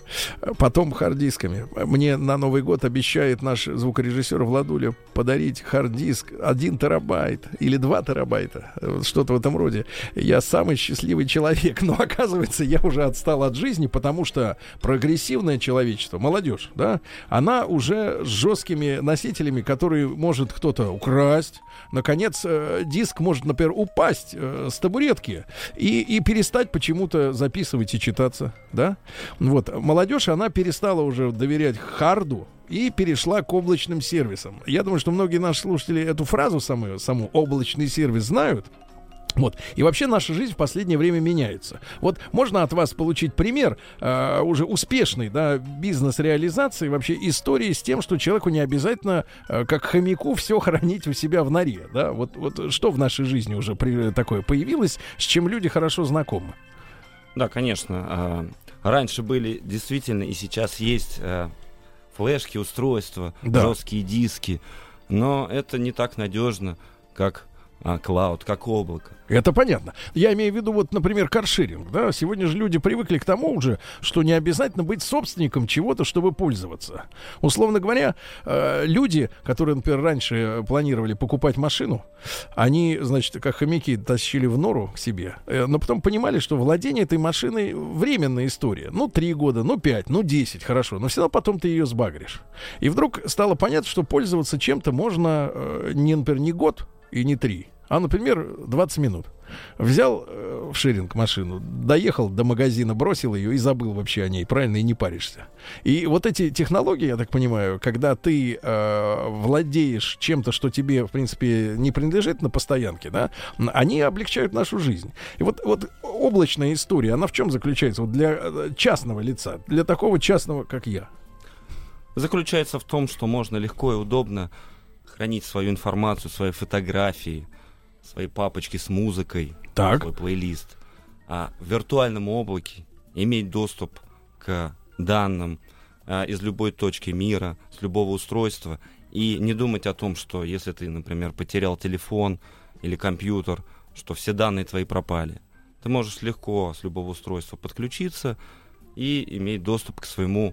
Speaker 2: Потом хард-дисками. Мне на Новый год обещает наш звукорежиссер Владуля подарить хард-диск 1 терабайт или 2 терабайта, что-то в этом роде. Я самый счастливый человек, но оказывается, я уже отстал от жизни, потому что прогрессивное человечество, молодежь, да, она уже с жесткими носителями, которые может кто-то украсть. Наконец, диск может, например, упасть с табуретки и перестать почему-то записывать и читаться, да. Вот, молодежь, она перестала уже доверять харду и перешла к облачным сервисам. Я думаю, что многие наши слушатели эту фразу саму облачный сервис знают. Вот. И вообще наша жизнь в последнее время меняется. Вот можно от вас получить пример уже успешной, да, бизнес-реализации, вообще истории с тем, что человеку не обязательно, как хомяку, все хранить у себя в норе. Да? Вот что в нашей жизни уже такое появилось, с чем люди хорошо знакомы?
Speaker 13: Да, конечно. Раньше были действительно и сейчас есть флешки, устройства, жесткие диски, но это не так надежно, как клауд, как облако.
Speaker 2: Это понятно. Я имею в виду, вот, например, каршеринг. Да? Сегодня же люди привыкли к тому уже, что не обязательно быть собственником чего-то, чтобы пользоваться. Условно говоря, люди, которые, например, раньше планировали покупать машину, они, значит, как хомяки тащили в нору к себе, но потом понимали, что владение этой машиной временная история. 3 года, 5, 10, хорошо, но все равно потом ты ее сбагришь. И вдруг стало понятно, что пользоваться чем-то можно, например, не год и не 3, а, например, 20 минут. Взял в шеринг машину, доехал до магазина, бросил ее и забыл вообще о ней, правильно, и не паришься. И вот эти технологии, я так понимаю, когда ты владеешь чем-то, что тебе, в принципе, не принадлежит на постоянке, да, они облегчают нашу жизнь. И вот облачная история, она в чем заключается? Вот для частного лица, для такого частного, как я.
Speaker 13: Заключается в том, что можно легко и удобно хранить свою информацию, свои фотографии, свои папочки с музыкой, свой плейлист. А в виртуальном облаке иметь доступ к данным из любой точки мира, с любого устройства, и не думать о том, что если ты, например, потерял телефон или компьютер, что все данные твои пропали. Ты можешь легко с любого устройства подключиться и иметь доступ к своему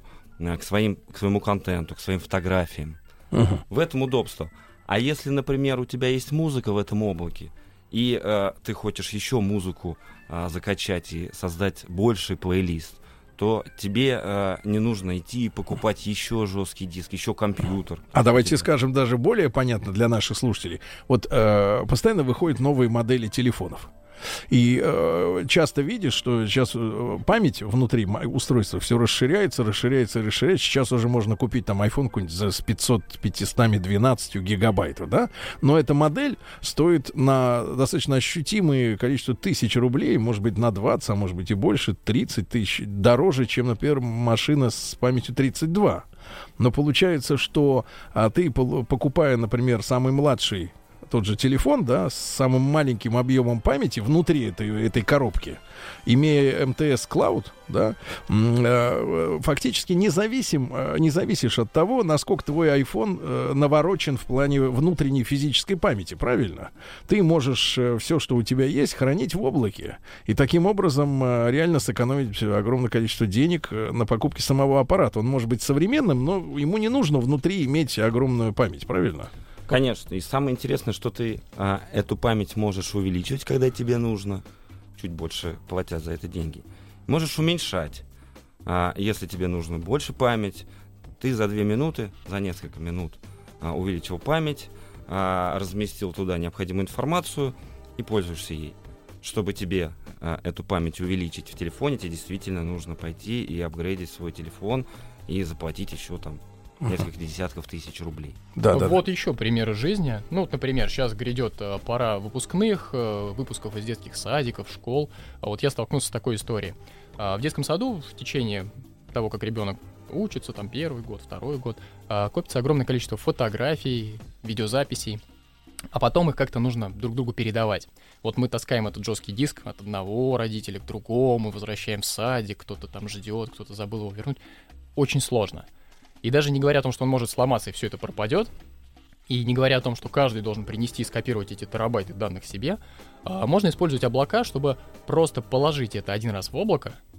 Speaker 13: контенту, к своим фотографиям. В этом удобство. А если, например, у тебя есть музыка в этом облаке, и ты хочешь еще музыку закачать и создать больший плейлист, то тебе не нужно идти и покупать еще жесткий диск, еще компьютер.
Speaker 2: А давайте скажем даже более понятно для наших слушателей. Вот постоянно выходят новые модели телефонов. И часто видишь, что сейчас память внутри устройства все расширяется. Сейчас уже можно купить там iPhone какой-нибудь за 512 гигабайтов, да? Но эта модель стоит на достаточно ощутимое количество тысяч рублей, может быть, на 20, а может быть и больше, 30 тысяч, дороже, чем, например, машина с памятью 32. Но получается, что ты, покупая, например, самый младший тот же телефон, да, с самым маленьким объемом памяти внутри этой коробки, имея МТС Cloud, да, фактически не зависишь от того, насколько твой iPhone наворочен в плане внутренней физической памяти, правильно? Ты можешь все, что у тебя есть, хранить в облаке. И таким образом реально сэкономить огромное количество денег на покупке самого аппарата. Он может быть современным, но ему не нужно внутри иметь огромную память, правильно?
Speaker 13: Конечно. И самое интересное, что ты эту память можешь увеличивать, когда тебе нужно, чуть больше платя за это деньги. Можешь уменьшать. Если тебе нужно больше память, ты за 2 минуты, за несколько минут увеличил память, разместил туда необходимую информацию и пользуешься ей. Чтобы тебе эту память увеличить в телефоне, тебе действительно нужно пойти и апгрейдить свой телефон и заплатить еще там несколько десятков тысяч рублей.
Speaker 14: Вот еще примеры жизни. Например, сейчас грядет пора выпускных, выпусков из детских садиков, школ. А вот я столкнулся с такой историей. В детском саду в течение того, как ребенок учится, там 1-й год, 2-й год, копится огромное количество фотографий, видеозаписей, а потом их как-то нужно друг другу передавать. Вот мы таскаем этот жесткий диск от одного родителя к другому, возвращаем в садик, кто-то там ждет, кто-то забыл его вернуть. Очень сложно. И даже не говоря о том, что он может сломаться и все это пропадет, и не говоря о том, что каждый должен принести и скопировать эти терабайты данных себе, можно использовать облака, чтобы просто положить это один раз в облако,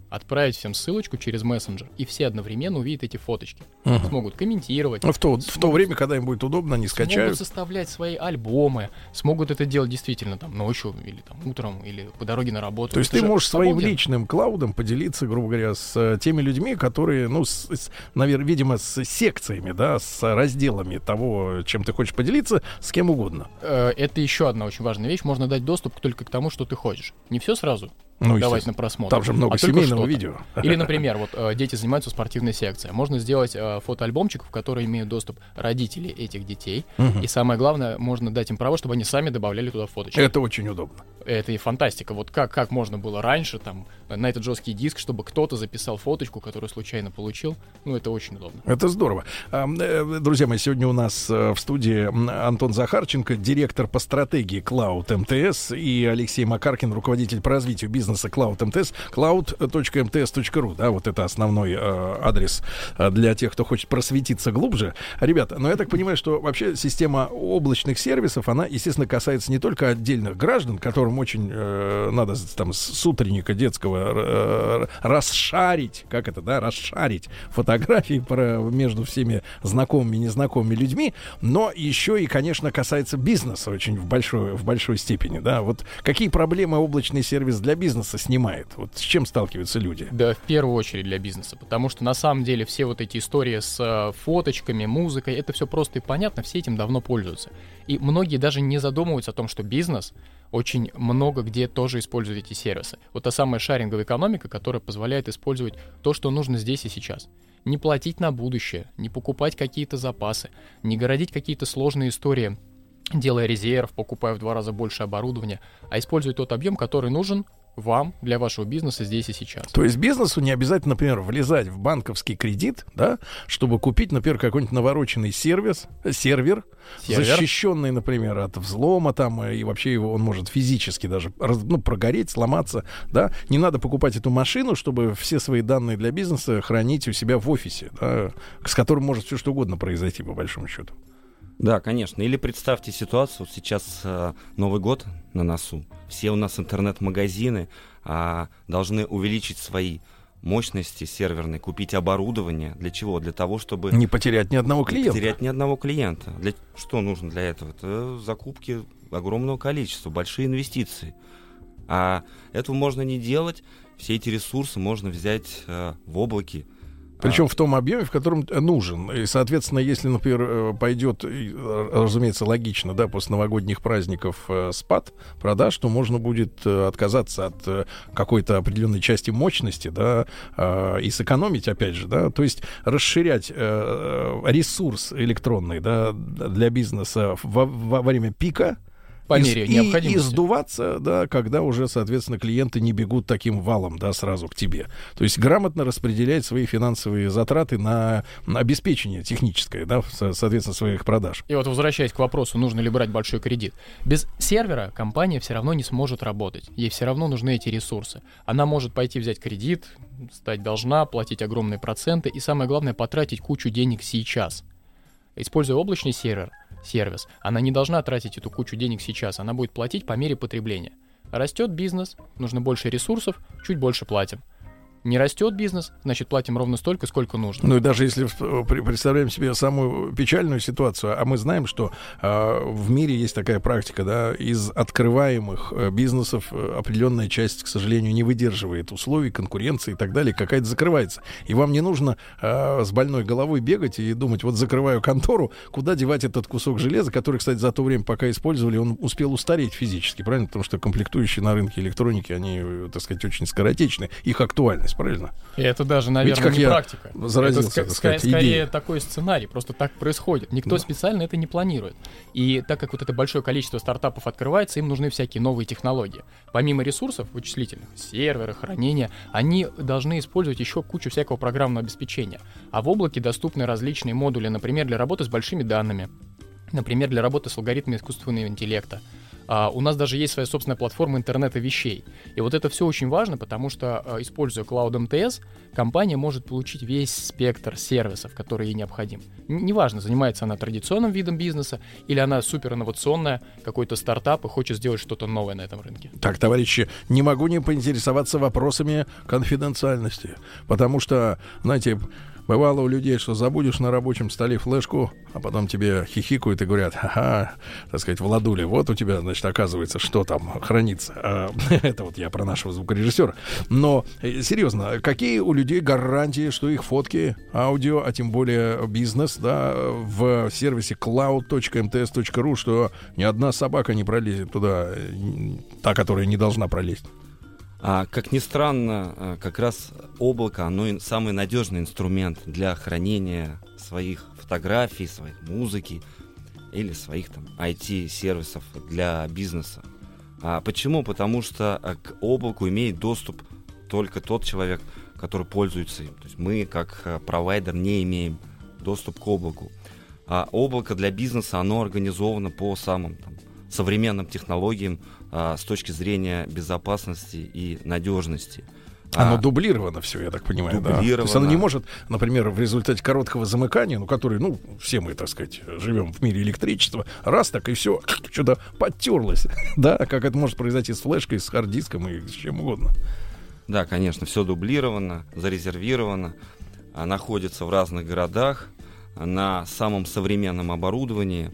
Speaker 14: отправить всем ссылочку через мессенджер, и все одновременно увидят эти фоточки. Смогут комментировать.
Speaker 2: В то время, когда им будет удобно, они скачают.
Speaker 14: Смогут составлять свои альбомы, смогут это делать действительно там ночью, или там утром, или по дороге на работу.
Speaker 2: То есть ты можешь своим личным клаудом поделиться, грубо говоря, с теми людьми, которые, наверное, видимо, с секциями, да, с разделами того, чем ты хочешь поделиться, с кем угодно.
Speaker 14: Это еще одна очень важная вещь. Можно дать доступ только к тому, что ты хочешь. Не все сразу давать на просмотр.
Speaker 2: Там же много семейного видео.
Speaker 14: Или, например, вот дети занимаются в спортивной секции. Можно сделать фотоальбомчик, в который имеют доступ родители этих детей. И самое главное, можно дать им право, чтобы они сами добавляли туда фоточки.
Speaker 2: Это очень удобно.
Speaker 14: Это и фантастика. Вот как можно было раньше там на этот жесткий диск, чтобы кто-то записал фоточку, которую случайно получил. Это очень удобно.
Speaker 2: Это здорово. Друзья мои, сегодня у нас в студии Антон Захарченко, директор по стратегии Cloud МТС, и Алексей Макаркин, руководитель по развитию бизнеса Cloud МТС, cloud.mts.ru, да, вот это основной адрес для тех, кто хочет просветиться глубже. Ребята, я так понимаю, что вообще система облачных сервисов, она, естественно, касается не только отдельных граждан, которым очень надо там с утренника детского расшарить, расшарить фотографии между всеми знакомыми и незнакомыми людьми, но еще и, конечно, касается бизнеса очень в большой степени, да. Вот какие проблемы облачный сервис для бизнеса снимает? Вот с чем сталкиваются люди?
Speaker 14: Да, в первую очередь для бизнеса, потому что на самом деле все вот эти истории с фоточками, музыкой, это все просто и понятно, все этим давно пользуются. И многие даже не задумываются о том, что бизнес очень много где тоже использует эти сервисы. Вот та самая шаринговая экономика, которая позволяет использовать то, что нужно здесь и сейчас. Не платить на будущее, не покупать какие-то запасы, не городить какие-то сложные истории, делая резерв, покупая в 2 раза больше оборудования, а использовать тот объем, который нужен вам, для вашего бизнеса здесь и сейчас.
Speaker 2: То есть бизнесу не обязательно, например, влезать в банковский кредит, да, чтобы купить, например, какой-нибудь навороченный сервер, защищенный, например, от взлома там, и вообще его он может физически даже прогореть, сломаться, да. Не надо покупать эту машину, чтобы все свои данные для бизнеса хранить у себя в офисе, да, с которым может все что угодно произойти, по большому счету.
Speaker 13: Да, конечно. Или представьте ситуацию, вот сейчас Новый год на носу, все у нас интернет-магазины должны увеличить свои мощности серверные, купить оборудование. Для чего? Для того, чтобы...
Speaker 2: Не потерять ни одного клиента.
Speaker 13: Не потерять ни одного клиента. Что нужно для этого? Это закупки огромного количества, большие инвестиции. А этого можно не делать. Все эти ресурсы можно взять в облаке.
Speaker 2: Причем в том объеме, в котором нужен. И, соответственно, если, например, пойдет, разумеется, логично, да, после новогодних праздников спад продаж, то можно будет отказаться от какой-то определенной части мощности, да, и сэкономить, опять же, да, то есть расширять ресурс электронный, да, для бизнеса во время пика,
Speaker 14: по мере необходимости.
Speaker 2: И сдуваться, да, когда уже, соответственно, клиенты не бегут таким валом, да, сразу к тебе. То есть грамотно распределять свои финансовые затраты на обеспечение техническое, да, соответственно, своих продаж.
Speaker 14: И вот возвращаясь к вопросу, нужно ли брать большой кредит. Без сервера компания все равно не сможет работать. Ей все равно нужны эти ресурсы. Она может пойти взять кредит, стать должна, платить огромные проценты и, самое главное, потратить кучу денег сейчас. Используя облачный сервис, она не должна тратить эту кучу денег сейчас, она будет платить по мере потребления. Растет бизнес, нужно больше ресурсов, чуть больше платим. Не растет бизнес, значит, платим ровно столько, сколько нужно.
Speaker 2: Ну и даже если представляем себе самую печальную ситуацию, а мы знаем, что в мире есть такая практика, да, из открываемых бизнесов определенная часть, к сожалению, не выдерживает условий, конкуренции и так далее, какая-то закрывается. И вам не нужно с больной головой бегать и думать, вот закрываю контору, куда девать этот кусок железа, который, кстати, за то время, пока использовали, он успел устареть физически, правильно? Потому что комплектующие на рынке электроники, они, так сказать, очень скоротечны, их актуальность. Правильно?
Speaker 14: И это даже, наверное,
Speaker 2: как
Speaker 14: не практика.
Speaker 2: Это
Speaker 14: скорее такой сценарий, просто так происходит. Никто специально это не планирует. И так как вот это большое количество стартапов открывается, им нужны всякие новые технологии. Помимо ресурсов вычислительных, серверы, хранения, они должны использовать еще кучу всякого программного обеспечения. А в облаке доступны различные модули, например, для работы с большими данными, например, для работы с алгоритмами искусственного интеллекта. У нас даже есть своя собственная платформа интернета вещей. И вот это все очень важно, потому что, используя Cloud MTS, компания может получить весь спектр сервисов, которые ей необходим. Неважно, занимается она традиционным видом бизнеса или она суперинновационная, какой-то стартап и хочет сделать что-то новое на этом рынке.
Speaker 2: Так, товарищи, не могу не поинтересоваться вопросами конфиденциальности, потому что, знаете, бывало у людей, что забудешь на рабочем столе флешку, а потом тебе хихикают и говорят: ага, так сказать, Владуля, вот у тебя, значит, оказывается, что там хранится. Это вот я про нашего звукорежиссера. Но, серьезно, какие у людей гарантии, что их фотки, аудио, а тем более бизнес, да, в сервисе cloud.mts.ru, что ни одна собака не пролезет туда, та, которая не должна пролезть?
Speaker 13: Как ни странно, как раз облако, оно самый надежный инструмент для хранения своих фотографий, своих музыки или своих там IT-сервисов для бизнеса. Почему? Потому что к облаку имеет доступ только тот человек, который пользуется им. То есть мы, как провайдер, не имеем доступ к облаку. А облако для бизнеса, оно организовано по самым современным технологиям с точки зрения безопасности и надежности.
Speaker 2: Оно дублировано все, я так понимаю. Да? То есть оно не может, например, в результате короткого замыкания, который, все мы, так сказать, живем в мире электричества, раз так и все, что-то подтерлось. Да, как это может произойти с флешкой, с хард-диском и с чем угодно.
Speaker 13: Да, конечно, все дублировано, зарезервировано, находится в разных городах, на самом современном оборудовании.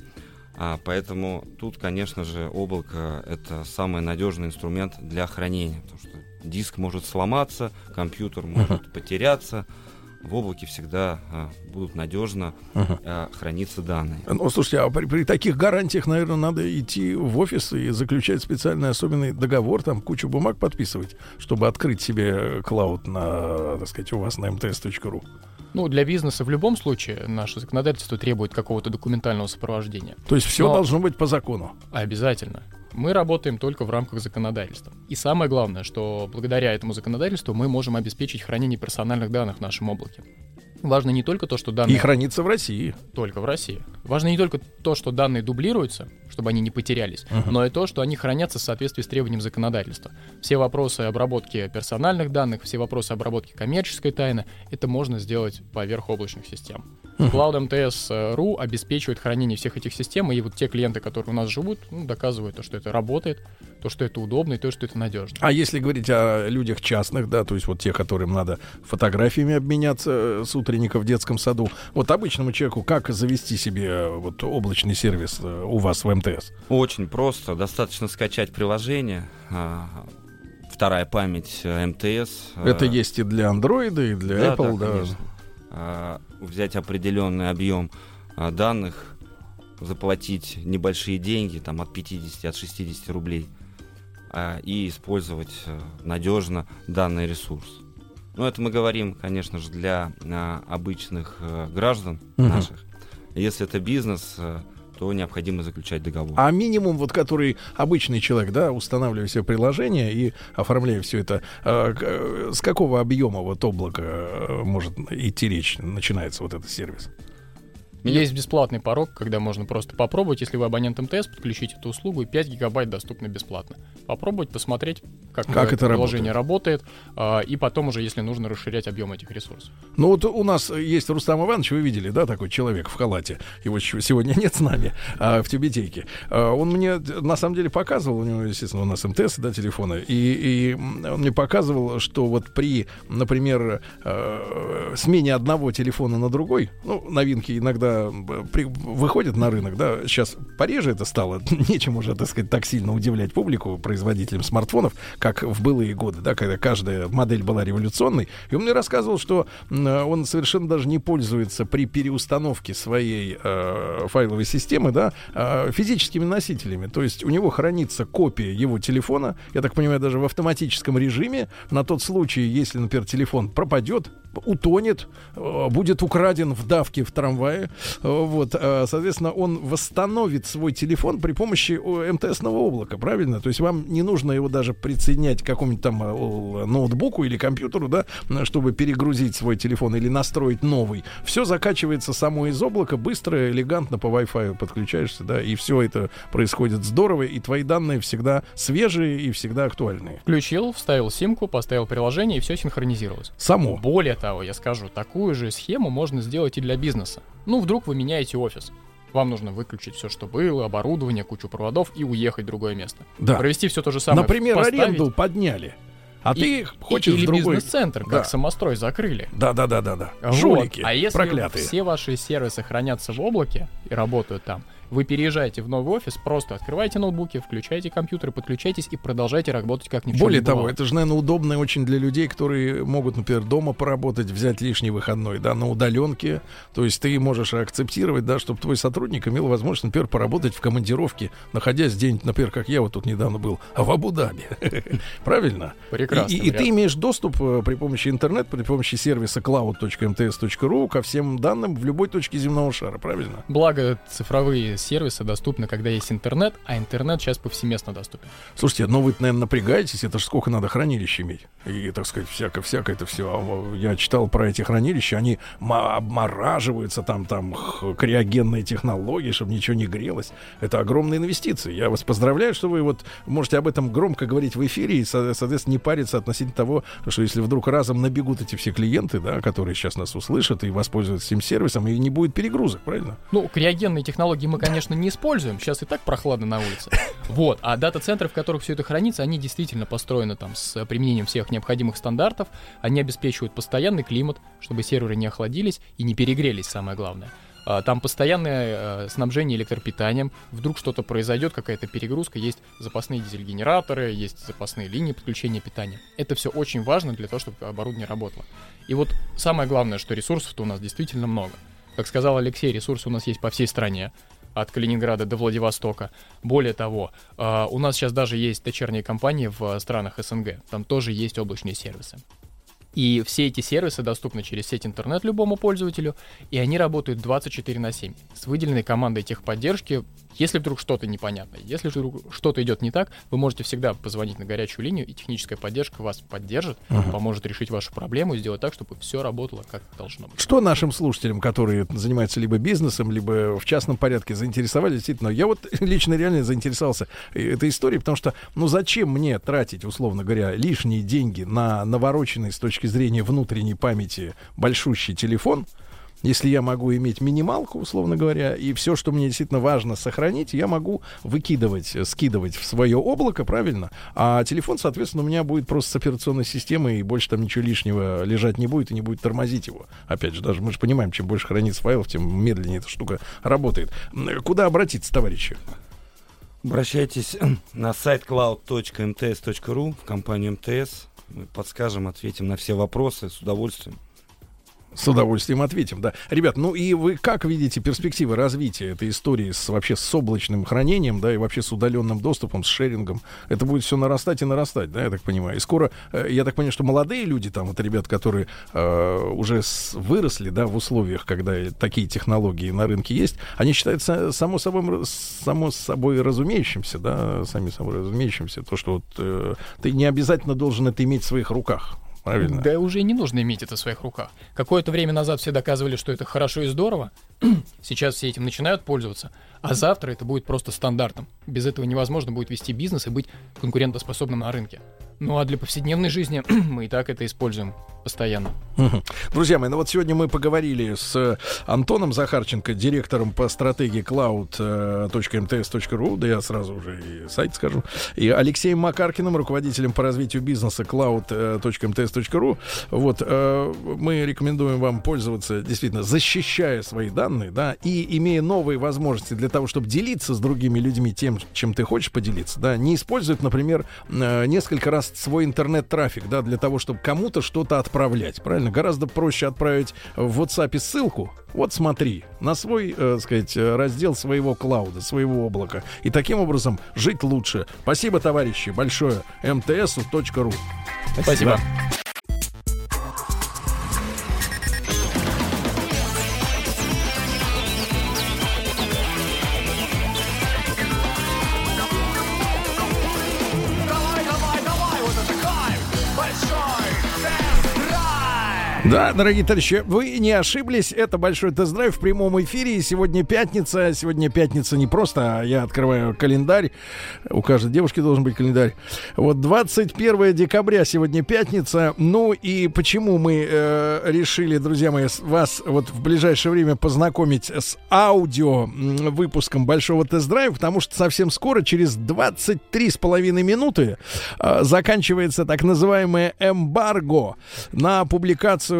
Speaker 13: Поэтому тут, конечно же, облако — это самый надежный инструмент для хранения, потому что диск может сломаться, компьютер может потеряться. В облаке всегда будут надежно храниться данные.
Speaker 2: Слушайте, а при таких гарантиях, наверное, надо идти в офис и заключать специальный особенный договор, там кучу бумаг подписывать, чтобы открыть себе клауд на, так сказать, у вас на mts.ru.
Speaker 14: Для бизнеса в любом случае наше законодательство требует какого-то документального сопровождения.
Speaker 2: То есть все должно быть по закону?
Speaker 14: Обязательно. Мы работаем только в рамках законодательства. И самое главное, что благодаря этому законодательству мы можем обеспечить хранение персональных данных в нашем облаке. Важно не только то, что данные...
Speaker 2: И хранится в России.
Speaker 14: Только в России. Важно не только то, что данные дублируются, чтобы они не потерялись, но и то, что они хранятся в соответствии с требованием законодательства. Все вопросы обработки персональных данных, все вопросы обработки коммерческой тайны, это можно сделать поверх облачных систем. Cloud MTS.ru обеспечивает хранение всех этих систем, и вот те клиенты, которые у нас живут, доказывают то, что это работает, то, что это удобно, и то, что это надежно.
Speaker 2: А если говорить о людях частных, да, то есть вот те, которым надо фотографиями обменяться с утренника в детском саду, вот обычному человеку как завести себе вот облачный сервис у вас в МТС?
Speaker 13: Очень просто. Достаточно скачать приложение. Вторая память МТС.
Speaker 2: Это есть и для Android, и для Apple, да.
Speaker 13: Конечно. Взять определенный объем данных, заплатить небольшие деньги, от 50, от 60 рублей, и использовать надежно данный ресурс. Это мы говорим, конечно же, для обычных граждан наших. Если это бизнес, то необходимо заключать договор.
Speaker 2: А минимум, который обычный человек, да, устанавливая себе приложение и оформляя все это, с какого объема облака может идти речь, начинается этот сервис?
Speaker 14: Есть бесплатный порог, когда можно просто попробовать, если вы абонент МТС, подключить эту услугу, и 5 гигабайт доступно бесплатно. Попробовать, посмотреть, как это приложение работает, и потом уже, если нужно, расширять объем этих ресурсов.
Speaker 2: У нас есть Рустам Иванович, вы видели, да, такой человек в халате. Его сегодня нет с нами, в тюбетейке. Он мне, на самом деле, показывал, у него, естественно, у нас МТС, да, телефоны, и он мне показывал, что при, например, смене одного телефона на другой, новинки иногда выходят на рынок, да, сейчас пореже это стало, нечем уже, так сказать, так сильно удивлять публику, производителям смартфонов, как в былые годы, да, когда каждая модель была революционной. И он мне рассказывал, что он совершенно даже не пользуется при переустановке своей файловой системы, да, физическими носителями. То есть у него хранится копия его телефона, я так понимаю, даже в автоматическом режиме, на тот случай, если, например, телефон пропадет, утонет, будет украден в давке в трамвае. Вот, соответственно, он восстановит свой телефон при помощи МТСного облака, правильно? То есть вам не нужно его даже присоединять к какому-нибудь там ноутбуку или компьютеру, да, чтобы перегрузить свой телефон или настроить новый. Все закачивается само из облака, быстро, элегантно по Wi-Fi подключаешься, да, и все это происходит здорово, и твои данные всегда свежие и всегда актуальные.
Speaker 14: Включил, вставил симку, поставил приложение, и все синхронизировалось.
Speaker 2: Само.
Speaker 14: Более того, я скажу, такую же схему можно сделать и для бизнеса. Ну, вдруг вы меняете офис. Вам нужно выключить все, что было, оборудование, кучу проводов и уехать в другое место.
Speaker 2: Да.
Speaker 14: Провести все то же самое.
Speaker 2: Например,
Speaker 14: поставить.
Speaker 2: Аренду подняли. А ты хочешь
Speaker 14: или
Speaker 2: в другой...
Speaker 14: бизнес-центр, как самострой, закрыли.
Speaker 2: Да.
Speaker 14: Вот.
Speaker 2: Жулики,
Speaker 14: а если
Speaker 2: проклятые.
Speaker 14: все ваши сервисы хранятся в облаке и работают там, вы переезжаете в новый офис, просто открываете ноутбуки, включаете компьютеры, подключайтесь и продолжаете работать как ни в чем
Speaker 2: Более
Speaker 14: не бывало.
Speaker 2: того, это же, наверное, удобно очень для людей, которые могут, например, дома поработать, взять лишний выходной, да, на удаленке. То есть ты можешь акцептировать, да, чтобы твой сотрудник имел возможность, например, поработать в командировке, находясь где-нибудь, например, как я вот тут недавно был, в Абу-Даби. Правильно?
Speaker 14: Прекрасно.
Speaker 2: И ты имеешь доступ при помощи интернета, при помощи сервиса cloud.mts.ru ко всем данным в любой точке земного шара, правильно?
Speaker 14: Благо, цифровые сервисы доступны, когда есть интернет, а интернет сейчас повсеместно доступен.
Speaker 2: Слушайте, ну вы, наверное, напрягаетесь, это же сколько надо хранилищ иметь. И, так сказать, всякое это все. Я читал про эти хранилища, они обмораживаются, там криогенные технологии, чтобы ничего не грелось. Это огромные инвестиции. Я вас поздравляю, что вы вот можете об этом громко говорить в эфире и, соответственно, не париться относительно того, что если вдруг разом набегут эти все клиенты, да, которые сейчас нас услышат и воспользуются этим сервисом, и не будет перегрузок, правильно?
Speaker 14: Ну, криогенные технологии мы, конечно, не используем. Сейчас и так прохладно на улице. Вот. А дата-центры, в которых все это хранится, они действительно построены там с применением всех необходимых стандартов. Они обеспечивают постоянный климат, чтобы серверы не охладились и не перегрелись, самое главное. Там постоянное снабжение электропитанием. Вдруг что-то произойдет, какая-то перегрузка. Есть запасные дизель-генераторы, есть запасные линии подключения питания. Это все очень важно для того, чтобы оборудование работало. И вот самое главное, что ресурсов-то у нас действительно много. Как сказал Алексей, ресурсы у нас есть по всей стране. От Калининграда до Владивостока. Более того, у нас сейчас даже есть дочерние компании в странах СНГ. Там тоже есть облачные сервисы. И все эти сервисы доступны через сеть интернет любому пользователю, и они работают 24/7 с выделенной командой техподдержки. Если вдруг что-то непонятно, если вдруг что-то идет не так, вы можете всегда позвонить на горячую линию, и техническая поддержка вас поддержит, поможет решить вашу проблему и сделать так, чтобы все работало как должно быть.
Speaker 2: Что нашим слушателям, которые занимаются либо бизнесом, либо в частном порядке, заинтересовали? Действительно, я вот лично реально заинтересовался этой историей, потому что, ну зачем мне тратить, условно говоря, лишние деньги на навороченный с точки зрения внутренней памяти большущий телефон, если я могу иметь минималку, условно говоря, и все, что мне действительно важно сохранить, я могу выкидывать, скидывать в свое облако, правильно? А телефон, соответственно, у меня будет просто с операционной системой, и больше там ничего лишнего лежать не будет, и не будет тормозить его. Опять же, даже мы же понимаем, чем больше хранится файлов, тем медленнее эта штука работает. Куда обратиться, товарищи?
Speaker 13: Обращайтесь на сайт cloud.mts.ru в компанию МТС. Мы подскажем, ответим на все вопросы с удовольствием.
Speaker 2: С удовольствием ответим, да. Ребят, ну и вы как видите перспективы развития этой истории вообще с облачным хранением, да, и вообще с удаленным доступом, с шерингом? Это будет все нарастать и нарастать, да, я так понимаю. И скоро, я так понимаю, что молодые люди, там, вот ребят, которые уже выросли, да, в условиях, когда такие технологии на рынке есть, они считаются само собой разумеющимся, да, сами собой разумеющимся, то, что вот ты не обязательно должен это иметь в своих руках. Правильно.
Speaker 14: Да уже не нужно иметь это в своих руках. Какое-то время назад все доказывали, что это хорошо и здорово. Сейчас все этим начинают пользоваться. А завтра это будет просто стандартом. Без этого невозможно будет вести бизнес и быть конкурентоспособным на рынке. Ну а для повседневной жизни мы и так это используем постоянно.
Speaker 2: Друзья мои, ну вот сегодня мы поговорили с Антоном Захарченко, директором по стратегии cloud.mts.ru, да я сразу уже и сайт скажу, и Алексеем Макаркиным, руководителем по развитию бизнеса cloud.mts.ru. Вот, мы рекомендуем вам пользоваться, действительно, защищая свои данные, да, и имея новые возможности для того, чтобы делиться с другими людьми тем, чем ты хочешь поделиться, да, не использовать, например, несколько раз свой интернет-трафик, да, для того, чтобы кому-то что-то отправлять, правильно? Гораздо проще отправить в WhatsApp ссылку, вот смотри, на свой, сказать, раздел своего клауда, своего облака, и таким образом жить лучше. Спасибо, товарищи, большое. mtsu.ru.
Speaker 14: Спасибо.
Speaker 2: Да, дорогие товарищи, вы не ошиблись. Это большой тест-драйв в прямом эфире. И сегодня пятница. Сегодня пятница не просто, а я открываю календарь. У каждой девушки должен быть календарь. Вот 21 декабря сегодня пятница. Ну и почему мы решили, друзья мои, вас вот в ближайшее время познакомить с аудио выпуском большого тест-драйва? Потому что совсем скоро, через 23,5 минуты, заканчивается так называемое эмбарго на публикацию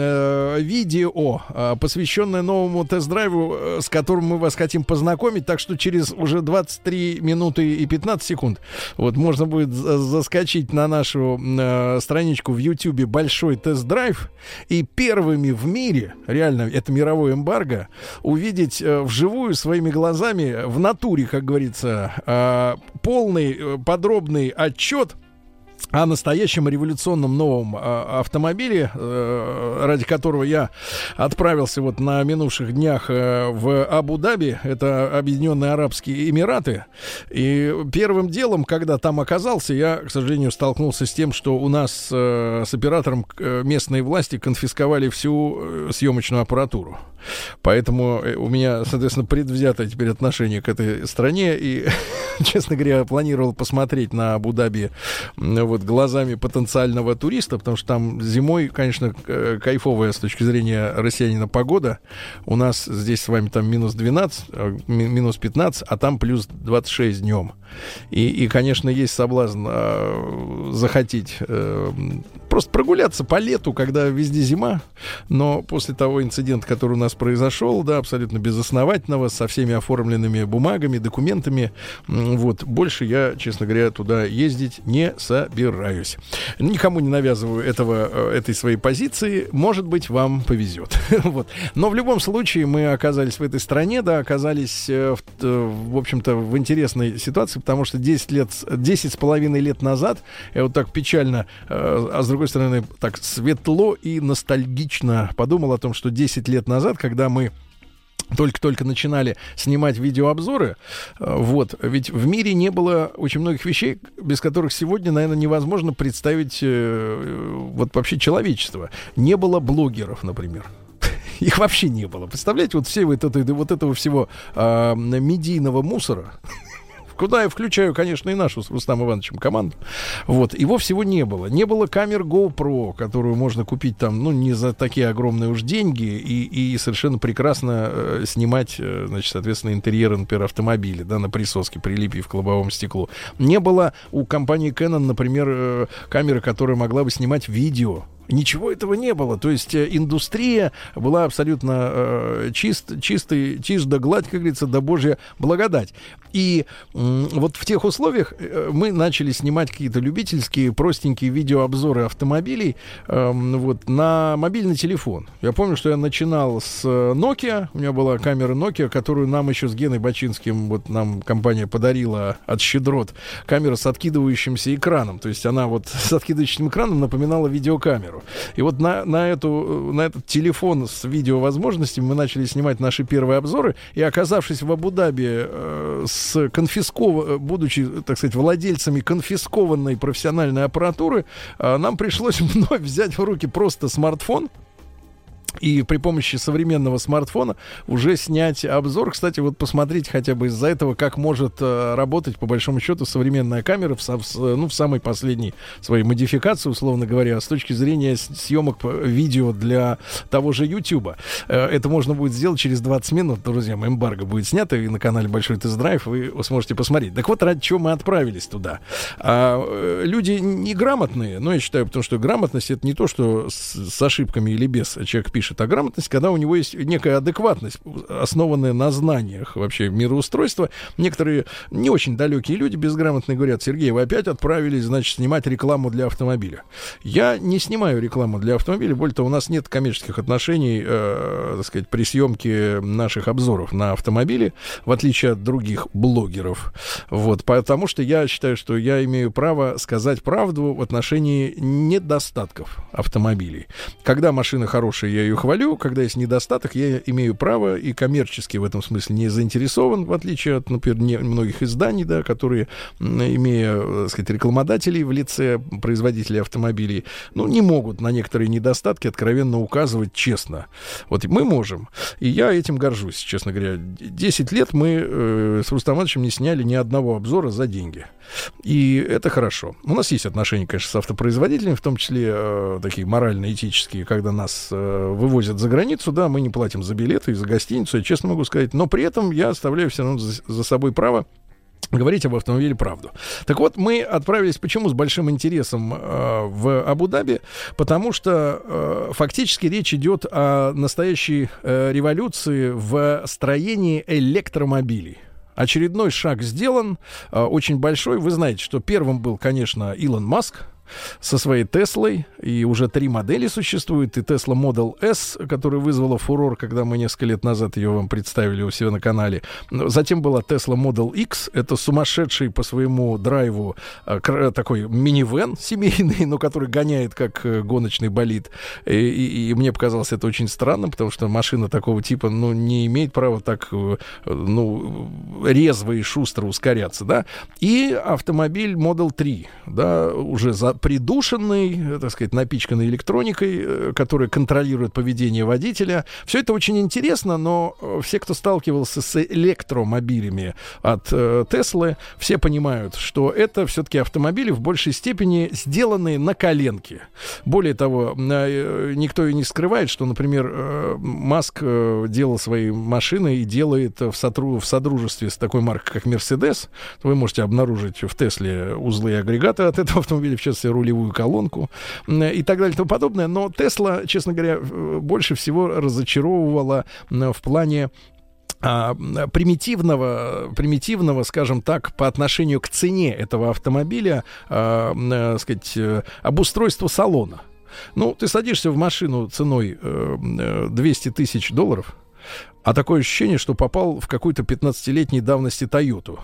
Speaker 2: видео, посвященное новому тест-драйву, с которым мы вас хотим познакомить. Так что через уже 23 минуты и 15 секунд вот можно будет заскочить на нашу страничку в Ютьюбе «Большой тест-драйв» и первыми в мире, реально, это мировое эмбарго, увидеть вживую своими глазами, в натуре, как говорится, полный подробный отчет о настоящем революционном новом автомобиле, ради которого я отправился вот на минувших днях в Абу-Даби, это Объединенные Арабские Эмираты. И первым делом, когда там оказался, я, к сожалению, столкнулся с тем, что у нас с оператором местные власти конфисковали всю съемочную аппаратуру. Поэтому у меня, соответственно, предвзятое теперь отношение к этой стране. И, честно говоря, планировал посмотреть на Абу-Даби вот глазами потенциального туриста, потому что там зимой, конечно, кайфовая с точки зрения россиянина погода. У нас здесь с вами там минус 12, минус 15, а там плюс 26 днем. И конечно, есть соблазн захотеть просто прогуляться по лету, когда везде зима. Но после того инцидента, который у нас произошел, да, абсолютно безосновательного, со всеми оформленными бумагами, документами, вот, больше я, честно говоря, туда ездить не собираюсь. Никому не навязываю этой своей позиции. Может быть, вам повезет. Вот. Но в любом случае мы оказались в этой стране, да, оказались, в общем-то, в интересной ситуации, потому что 10,5 лет назад, я вот так печально, а с другой стороны, так светло и ностальгично подумал о том, что 10 лет назад, когда мы только-только начинали снимать видеообзоры, вот, ведь в мире не было очень многих вещей, без которых сегодня, наверное, невозможно представить вот вообще человечество. Не было блогеров, например. Их вообще не было. Представляете, вот все вот этого всего медийного мусора, куда я включаю, конечно, и нашу с Рустамом Ивановичем команду. Вот. Его всего не было. Не было камер GoPro, которую можно купить там, ну, не за такие огромные уж деньги, и совершенно прекрасно снимать, значит, соответственно, интерьеры, например, автомобиля, да, на присоске, прилипив к лобовому стеклу. Не было у компании Canon, например, камеры, которая могла бы снимать видео. Ничего этого не было. То есть индустрия была абсолютно чист да гладь, как говорится, да божья благодать. И вот в тех условиях мы начали снимать какие-то любительские, простенькие видеообзоры автомобилей вот, на мобильный телефон. Я помню, что я начинал с Nokia. У меня была камера Nokia, которую нам еще с Геной Бачинским, вот нам компания подарила от щедрот, камера с откидывающимся экраном. То есть она вот с откидывающим экраном напоминала видеокамеру. И вот на этот телефон с видеовозможностями мы начали снимать наши первые обзоры. И, оказавшись в Абу-Даби будучи, так сказать, владельцами конфискованной профессиональной аппаратуры, нам пришлось вновь взять в руки просто смартфон и при помощи современного смартфона уже снять обзор. Кстати, вот посмотрите хотя бы из-за этого, как может работать, по большому счету, современная камера в самой последней своей модификации, условно говоря, с точки зрения съемок видео для того же YouTube. Это можно будет сделать через 20 минут, друзья. Эмбарго будет снято, и на канале Большой тест-драйв вы сможете посмотреть. Так вот, ради чего мы отправились туда. Люди неграмотные, но я считаю, потому что грамотность — это не то, что с ошибками или без человек пишет, а грамотность, когда у него есть некая адекватность, основанная на знаниях вообще мироустройства. Некоторые не очень далекие люди безграмотные говорят: Сергей, вы опять отправились, значит, снимать рекламу для автомобиля. Я не снимаю рекламу для автомобиля, более того, у нас нет коммерческих отношений, так сказать, при съемке наших обзоров на автомобили, в отличие от других блогеров. Вот, потому что я считаю, что я имею право сказать правду в отношении недостатков автомобилей. Когда машина хорошая, я ее ее хвалю, когда есть недостаток, я имею право и коммерчески в этом смысле не заинтересован, в отличие от, например, многих изданий, да, которые, имея, так сказать, рекламодателей в лице производителей автомобилей, не могут на некоторые недостатки откровенно указывать честно. Вот мы можем. И я этим горжусь, честно говоря. 10 лет мы с Рустамом Ивановичем не сняли ни одного обзора за деньги. И это хорошо. У нас есть отношения, конечно, с автопроизводителями, в том числе такие морально-этические, когда нас вывозят за границу, да, мы не платим за билеты и за гостиницу, я честно могу сказать, но при этом я оставляю все равно за собой право говорить об автомобиле правду. Так вот, мы отправились, почему с большим интересом в Абу-Даби? Потому что фактически речь идет о настоящей революции в строении электромобилей. Очередной шаг сделан, очень большой. Вы знаете, что первым был, конечно, Илон Маск со своей Теслой, и уже 3 модели существует, и Tesla Model S, которая вызвала фурор, когда мы несколько лет назад ее вам представили у себя на канале. Затем была Tesla Model X, это сумасшедший по своему драйву такой минивэн семейный, но который гоняет как гоночный болид, и мне показалось это очень странным, потому что машина такого типа, не имеет права так, резво и шустро ускоряться, да, и автомобиль Model 3, да, уже придушенный, так сказать, напичканный электроникой, которая контролирует поведение водителя. Все это очень интересно, но все, кто сталкивался с электромобилями от Теслы, все понимают, что это все-таки автомобили в большей степени сделанные на коленке. Более того, никто и не скрывает, что, например, Маск делал свои машины и делает в содружестве с такой маркой, как Mercedes. Вы можете обнаружить в Тесле узлы и агрегаты от этого автомобиля, в частности, рулевую колонку и так далее и тому подобное. Но Тесла, честно говоря, больше всего разочаровывала в плане примитивного, скажем так, по отношению к цене этого автомобиля, сказать, обустройства салона. Ты садишься в машину ценой $200 тысяч, а такое ощущение, что попал в какую-то 15-летней давности Тойоту.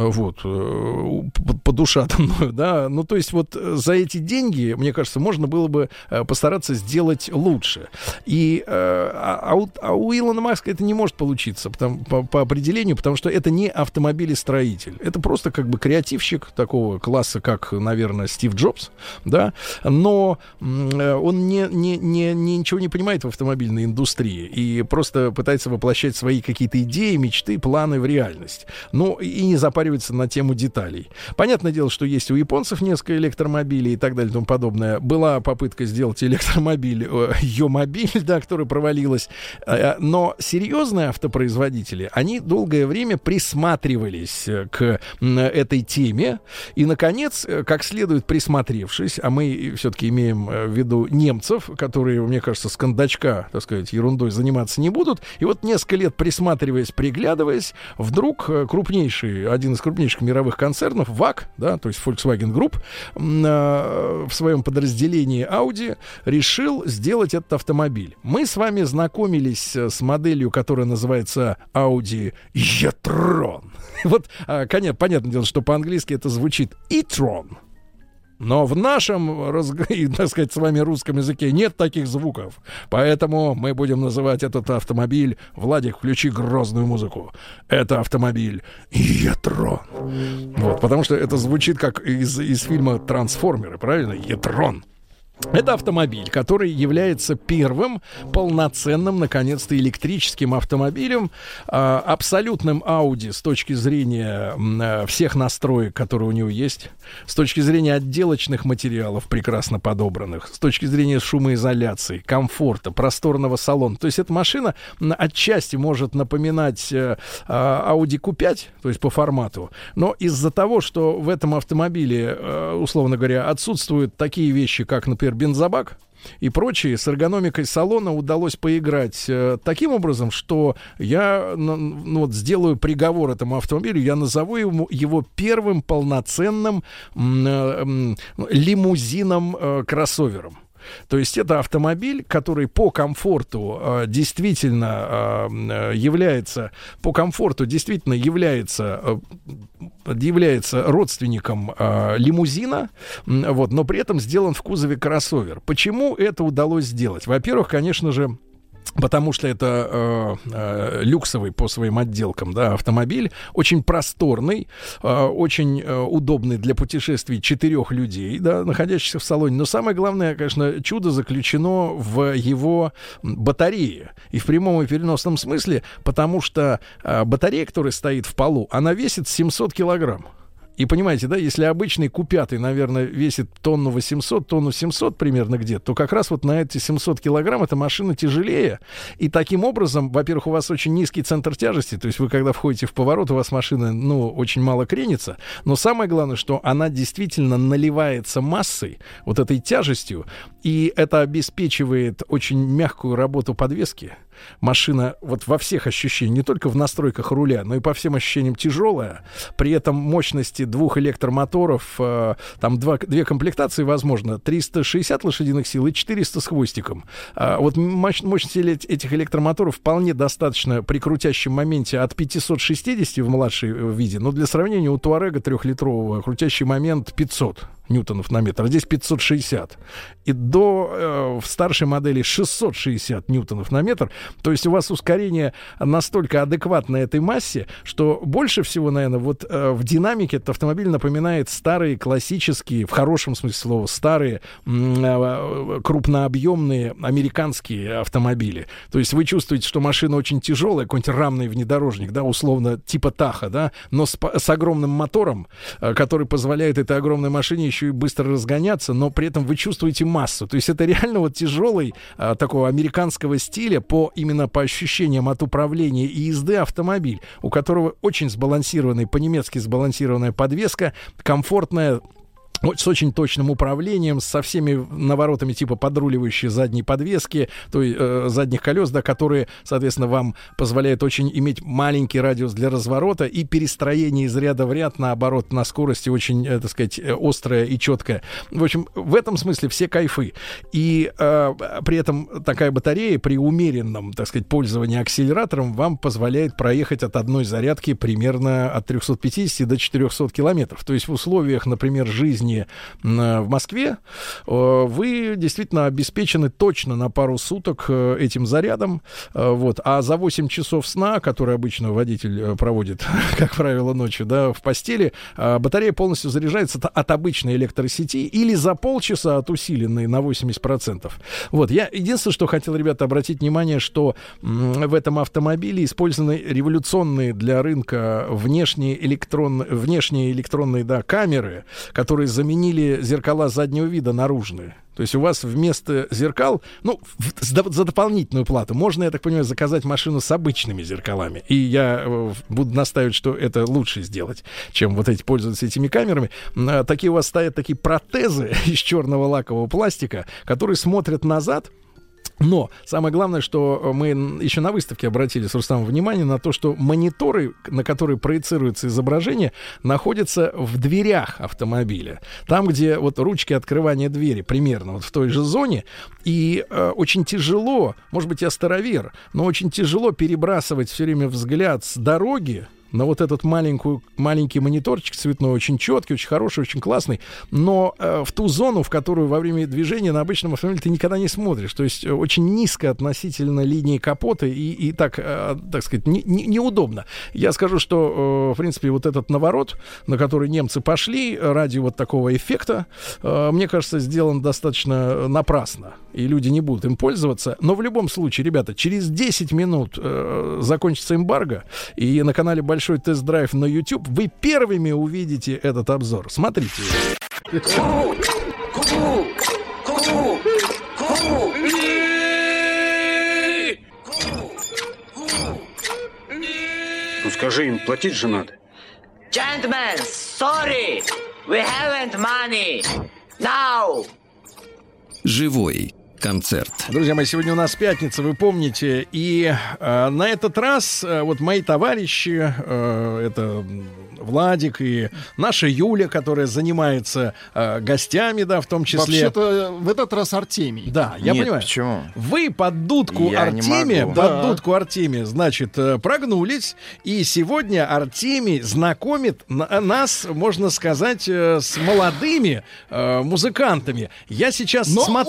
Speaker 2: Подушатанную, да, то есть вот за эти деньги, мне кажется, можно было бы постараться сделать лучше. И у Илона Маска это не может получиться по определению, потому что это не автомобилестроитель. Это просто как бы креативщик такого класса, как, наверное, Стив Джобс, да, но он ничего не понимает в автомобильной индустрии и просто пытается воплощать свои какие-то идеи, мечты, планы в реальность. И не запаривается на тему деталей. Понятное дело, что есть у японцев несколько электромобилей и так далее и тому подобное. Была попытка сделать электромобиль, Йомобиль, да, которая провалилась. Но серьезные автопроизводители, они долгое время присматривались к этой теме. И, наконец, как следует присмотревшись, а мы все-таки имеем в виду немцев, которые, мне кажется, с кондачка, так сказать, ерундой заниматься не будут. И вот несколько лет присматриваясь, приглядываясь, вдруг один из крупнейших мировых концернов, ВАГ, да, то есть Volkswagen Group, в своем подразделении Audi решил сделать этот автомобиль. Мы с вами знакомились с моделью, которая называется Audi e-tron. Вот, понятное дело, что по-английски это звучит e-tron. Но в нашем, так сказать, с вами русском языке нет таких звуков. Поэтому мы будем называть этот автомобиль, Владик, включи грозную музыку, это автомобиль e-tron. Вот, потому что это звучит как из фильма «Трансформеры», правильно? E-tron. Это автомобиль, который является первым полноценным, наконец-то, электрическим автомобилем, абсолютным Audi с точки зрения всех настроек, которые у него есть, с точки зрения отделочных материалов, прекрасно подобранных, с точки зрения шумоизоляции, комфорта, просторного салона. То есть эта машина отчасти может напоминать Audi Q5, то есть по формату, но из-за того, что в этом автомобиле, условно говоря, отсутствуют такие вещи, как, например, бензобак и прочие, с эргономикой салона удалось поиграть таким образом, что я сделаю приговор этому автомобилю, я назову его первым полноценным лимузином-кроссовером. То есть это автомобиль, который по комфорту действительно является родственником лимузина, но при этом сделан в кузове кроссовер. Почему это удалось сделать? Во-первых, конечно же, потому что это люксовый по своим отделкам, да, автомобиль, очень просторный, очень удобный для путешествий 4 людей, да, находящихся в салоне. Но самое главное, конечно, чудо заключено в его батарее. И в прямом и переносном смысле, потому что батарея, которая стоит в полу, она весит 700 килограмм. И понимаете, да, если обычный Q5, наверное, весит тонну 800, тонну 700 примерно где-то, то как раз вот на эти 700 килограмм эта машина тяжелее. И таким образом, во-первых, у вас очень низкий центр тяжести, то есть вы, когда входите в поворот, у вас машина, ну, очень мало кренится. Но самое главное, что она действительно наливается массой, вот этой тяжестью, и это обеспечивает очень мягкую работу подвески. Машина вот во всех ощущениях, не только в настройках руля, но и по всем ощущениям тяжелая. При этом мощности 2 электромоторов, там 2 комплектации возможно, 360 лошадиных сил и 400 с хвостиком. Вот мощности этих электромоторов вполне достаточно при крутящем моменте от 560 в младшей виде, но для сравнения у Туарега 3-литрового крутящий момент 500 ньютонов на метр, а здесь 560. И в старшей модели 660 ньютонов на метр. То есть у вас ускорение настолько адекватно этой массе, что больше всего, наверное, вот в динамике этот автомобиль напоминает старые классические, в хорошем смысле слова, старые крупнообъемные американские автомобили. То есть вы чувствуете, что машина очень тяжелая, какой-нибудь рамный внедорожник, да, условно типа Таха, да, но с огромным мотором, который позволяет этой огромной машине еще и быстро разгоняться, но при этом вы чувствуете массу. То есть это реально вот тяжелый такого американского стиля именно по ощущениям от управления и езды автомобиль, у которого очень сбалансированный, по-немецки сбалансированная подвеска, комфортная, с очень точным управлением, со всеми наворотами типа подруливающей задней подвески, то есть задних колес, да, которые, соответственно, вам позволяют очень иметь маленький радиус для разворота и перестроение из ряда в ряд, наоборот, на скорости очень, так сказать, острое и четкое. В общем, в этом смысле все кайфы. И при этом такая батарея при умеренном, так сказать, пользовании акселератором вам позволяет проехать от одной зарядки примерно от 350 до 400 километров. То есть в условиях, например, жизни в Москве вы действительно обеспечены точно на пару суток этим зарядом. Вот. А за 8 часов сна, которые обычно водитель проводит, как правило, ночью, да, в постели, батарея полностью заряжается от обычной электросети или за полчаса от усиленной на 80%. Вот. Я единственное, что хотел, ребята, обратить внимание, что в этом автомобиле использованы революционные для рынка внешние электронные, да, камеры, которые заменили зеркала заднего вида наружные. То есть у вас вместо зеркал, ну, за дополнительную плату можно, я так понимаю, заказать машину с обычными зеркалами. И я буду настаивать, что это лучше сделать, чем вот эти пользоваться этими камерами. Такие у вас стоят такие протезы из черного лакового пластика, которые смотрят назад. Но самое главное, что мы еще на выставке обратили с Рустамом внимание на то, что мониторы, на которые проецируется изображение, находятся в дверях автомобиля. Там, где вот ручки открывания двери, примерно вот в той же зоне. И очень тяжело, может быть, я старовер, но очень тяжело перебрасывать все время взгляд с дороги на вот этот маленький мониторчик цветной, очень четкий, очень хороший, очень классный, но в ту зону, в которую во время движения на обычном автомобиле ты никогда не смотришь. То есть очень низко относительно линии капота и так сказать, неудобно. Я скажу, что, в принципе, вот этот наворот, на который немцы пошли ради вот такого эффекта, мне кажется, сделан достаточно напрасно, и люди не будут им пользоваться. Но в любом случае, ребята, через 10 минут закончится эмбарго, и на канале Большой тест-драйв на YouTube вы первыми увидите этот обзор. Смотрите.
Speaker 15: Ну скажи им, платить же надо.
Speaker 16: Gentlemen, sorry, we haven't money. Now.
Speaker 1: Живой концерт.
Speaker 2: Друзья мои, сегодня у нас пятница, вы помните, и на этот раз вот мои товарищи, это Владик и наша Юля, которая занимается гостями, да, в том числе.
Speaker 3: Вообще-то в этот раз Артемий.
Speaker 2: Да, я
Speaker 4: Нет,
Speaker 2: понимаю.
Speaker 4: почему?
Speaker 2: Вы под дудку Артемия, значит, прогнулись, и сегодня Артемий знакомит нас, можно сказать, с молодыми музыкантами. Я сейчас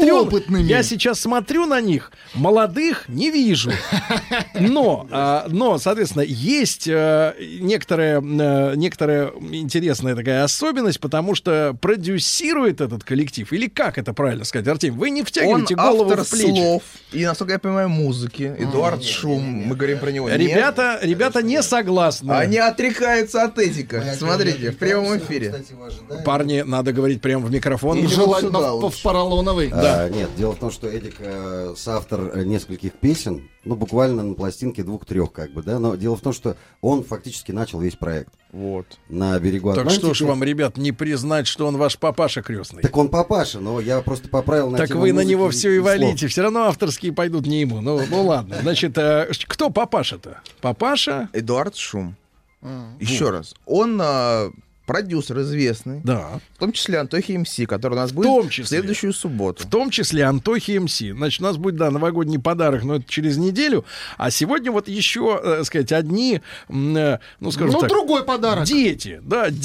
Speaker 2: смотрю на них, молодых не вижу. Но, соответственно, есть некоторая интересная такая особенность, потому что продюсирует этот коллектив, или как это правильно сказать, Артемий? Вы не втягиваете голову в плечи.
Speaker 4: Слов и, насколько я понимаю, музыки. Эдуард Шум, мы говорим про него.
Speaker 2: Ребята не согласны.
Speaker 4: Они отрекаются от Эдика. Смотрите, в прямом эфире.
Speaker 2: Парни, надо говорить прямо в микрофон.
Speaker 3: Желательно в поролоновый.
Speaker 17: Нет, дело в том, что Эдик соавтор нескольких песен, буквально на пластинке 2-3, как бы, да, но дело в том, что он фактически начал весь проект.
Speaker 4: Вот.
Speaker 17: На берегу
Speaker 2: Так
Speaker 17: Атлантики.
Speaker 2: что ж вам, ребят, не признать, что он ваш папаша крестный?
Speaker 17: Так он папаша, но я просто поправил на
Speaker 2: Так
Speaker 17: тему
Speaker 2: вы на
Speaker 17: музыки
Speaker 2: него все и
Speaker 17: слов.
Speaker 2: валите. Все равно авторские пойдут не ему. Ну ладно. Значит, кто папаша-то? Папаша?
Speaker 4: Эдуард Шум. Еще раз. Он продюсер известный.
Speaker 2: Да.
Speaker 4: В том числе Антохи МС, который у нас будет в следующую субботу.
Speaker 2: В том числе Антохи МС. Значит, у нас будет, новогодний подарок, но это через неделю. А сегодня вот еще, сказать, одни, скажем так...
Speaker 3: другой подарок.
Speaker 2: Дети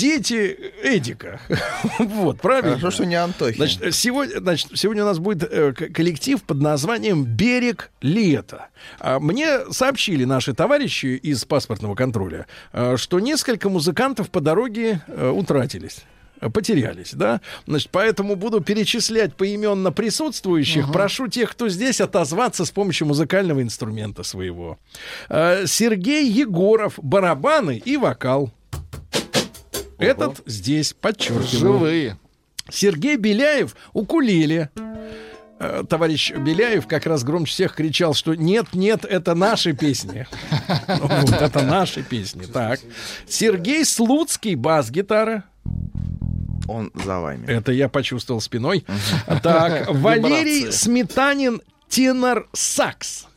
Speaker 2: Эдика. Вот, правильно?
Speaker 4: Хорошо, что не Антохи.
Speaker 2: Значит, сегодня у нас будет коллектив под названием «Берег лета». Мне сообщили наши товарищи из паспортного контроля, что несколько музыкантов по дороге потерялись, да? Значит, поэтому буду перечислять поименно присутствующих. Прошу тех, кто здесь, отозваться с помощью музыкального инструмента своего. Сергей Егоров, барабаны и вокал. Этот здесь, подчеркиваю.
Speaker 3: Живые.
Speaker 2: Сергей Беляев, укулеле. Товарищ Беляев как раз громче всех кричал, что нет, это наши песни. Это наши песни. Так. Сергей Слуцкий, бас-гитара.
Speaker 4: Он за вами.
Speaker 2: Это я почувствовал спиной. Так, Валерий Сметанин, тенор-сакс.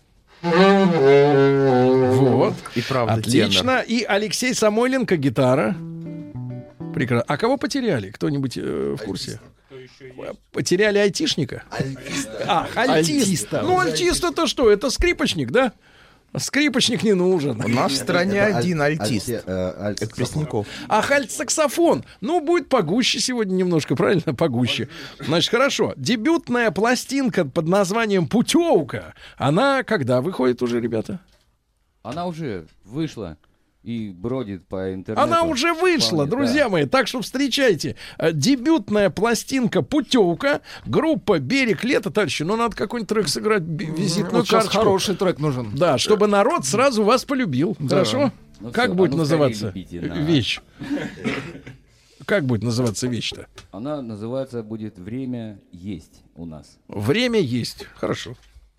Speaker 2: Вот.
Speaker 4: И правда,
Speaker 2: отлично. И Алексей Самойленко, гитара. Прекрасно. А кого потеряли? Кто-нибудь в курсе? Потеряли айтишника? Альтиста. Ну, альтиста-то что? Это скрипочник, да? Скрипочник не нужен.
Speaker 4: У нас в стране один альтист. Это Пресняков.
Speaker 2: Альт-саксофон. Ну, будет погуще сегодня немножко, правильно? Погуще. Значит, хорошо. Дебютная пластинка под названием «Путевка». Она когда выходит уже, ребята?
Speaker 18: Она уже вышла. И бродит по интернету.
Speaker 2: Она уже вышла, друзья мои. Так что встречайте. Дебютная пластинка «Путевка». Группа «Берег лета». Товарищи, надо какой-нибудь трек сыграть, визитную карточку.
Speaker 3: Хороший трек нужен.
Speaker 2: Да, чтобы народ сразу вас полюбил. Да. Хорошо? Как будет называться вещь? Как будет называться вещь-то?
Speaker 18: Она называется будет «Время есть» у нас.
Speaker 2: Время есть. Хорошо.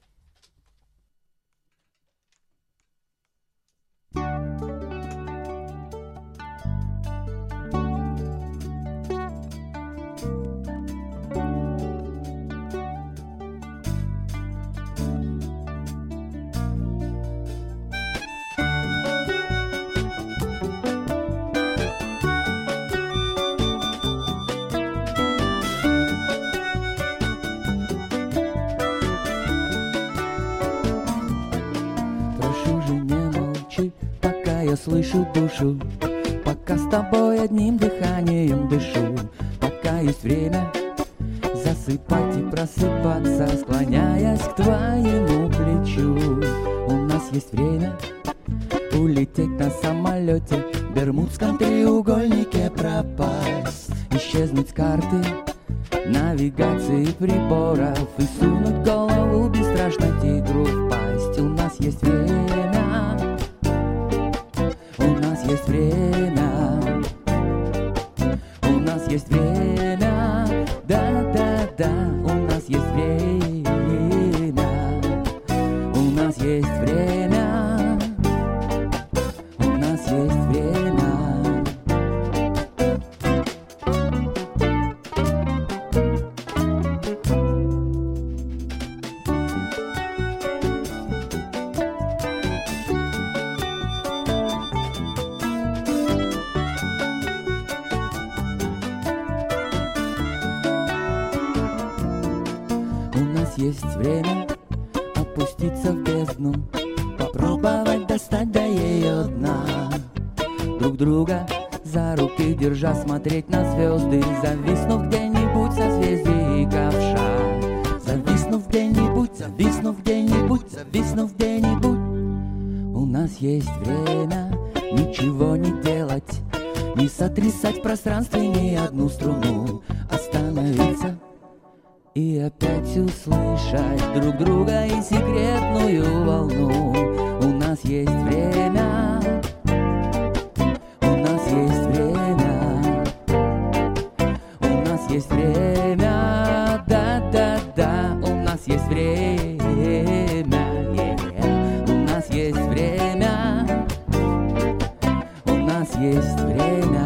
Speaker 19: Я слышу душу, пока с тобой одним дыханием дышу. Пока есть время засыпать и просыпаться, склоняясь к твоему плечу. У нас есть время улететь на самолете, в Бермудском треугольнике пропасть, исчезнуть с карты навигации приборов и сунуть голову бесстрашно тигру в пасть. У нас есть время. У нас есть время, у нас есть время, да-да-да, у нас есть время, у нас есть время, у нас есть время. спуститься в бездну, попробовать достать до ее дна. Друг друга за руки держа, смотреть на звезды, зависнув где-нибудь созвездий ковша. Зависнув где-нибудь, зависнув где-нибудь, зависнув где-нибудь. У нас есть время ничего не делать, не сотрясать в пространстве ни одну струну, остановиться и опять услышать друг друга и секретную волну. У нас есть время, у нас есть время, у нас есть время, да-да-да, у нас есть время, у нас есть время, у нас есть время.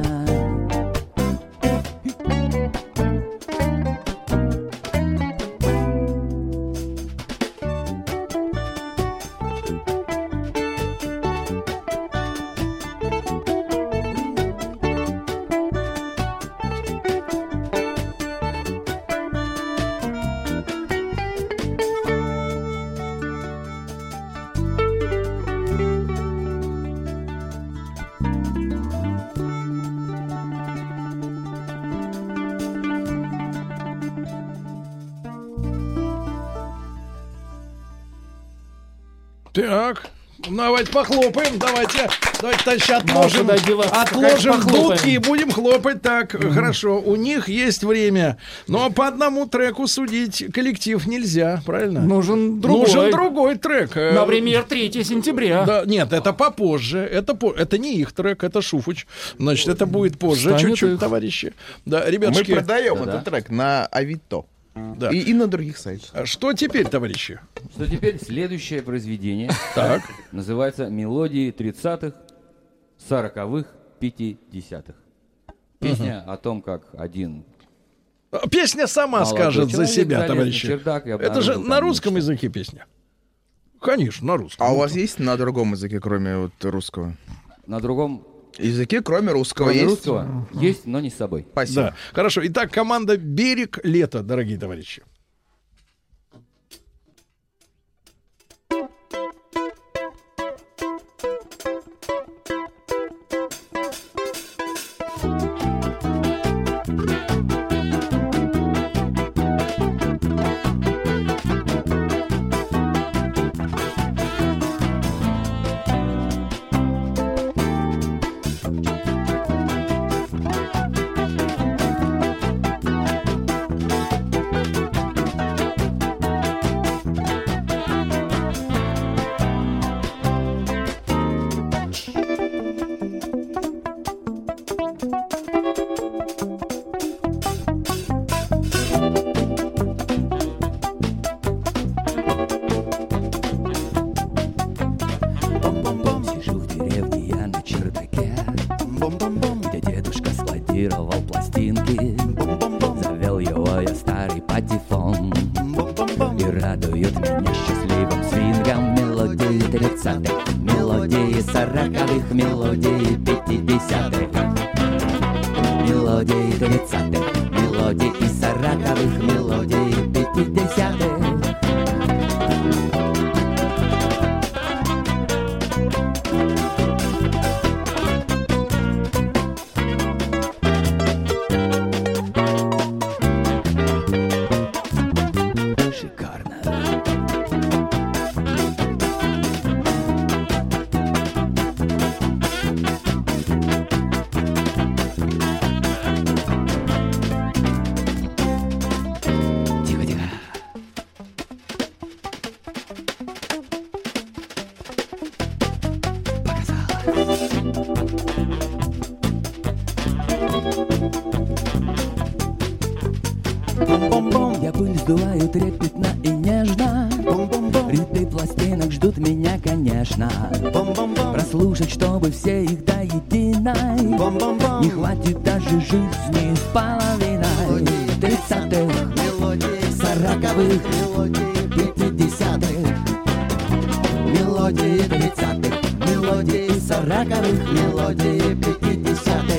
Speaker 2: Так, давайте похлопаем, давайте, товарищи, отложим дудки и будем хлопать. Так, хорошо, у них есть время, но по одному треку судить коллектив нельзя, правильно?
Speaker 3: Нужен другой
Speaker 2: трек.
Speaker 3: Например, 3 сентября.
Speaker 2: Да, нет, это попозже, это не их трек, это Шуфыч, значит, это будет позже, чуть-чуть, товарищи. Да, ребятушки.
Speaker 4: Мы продаем этот трек на Авито.
Speaker 2: Да.
Speaker 4: И на других сайтах.
Speaker 2: Что теперь, товарищи?
Speaker 18: Что теперь? Следующее произведение.
Speaker 2: Так.
Speaker 18: Называется «Мелодии 30-х, 40-х, 50-х». Песня о том, как один...
Speaker 2: Песня сама скажет за себя, товарищи. Это же на русском языке песня. Конечно, на русском.
Speaker 4: А у вас есть на другом языке, кроме вот русского?
Speaker 18: На другом
Speaker 4: языке, кроме русского,
Speaker 18: кроме
Speaker 4: есть?
Speaker 18: Русского есть, но не с собой.
Speaker 4: Спасибо.
Speaker 2: Да. Хорошо. Итак, команда «Берег лета», дорогие товарищи.
Speaker 19: пластинки. Завел его я старый патефон, и радует меня счастливым свингом мелодии 30-х, мелодии 40-х, мелодии 50-х, мелодии 30-х, мелодии 40-х, мелодии 50-х. Я пыль сдуваю трепетно и нежно. Ряды пластинок ждут меня, конечно. Прослушать, чтобы все их до единой. Не хватит даже жизни с половиной. 30-х, 40-х, 50-х, мелодии 30-х, мелодии 40-х, мелодии 50-х,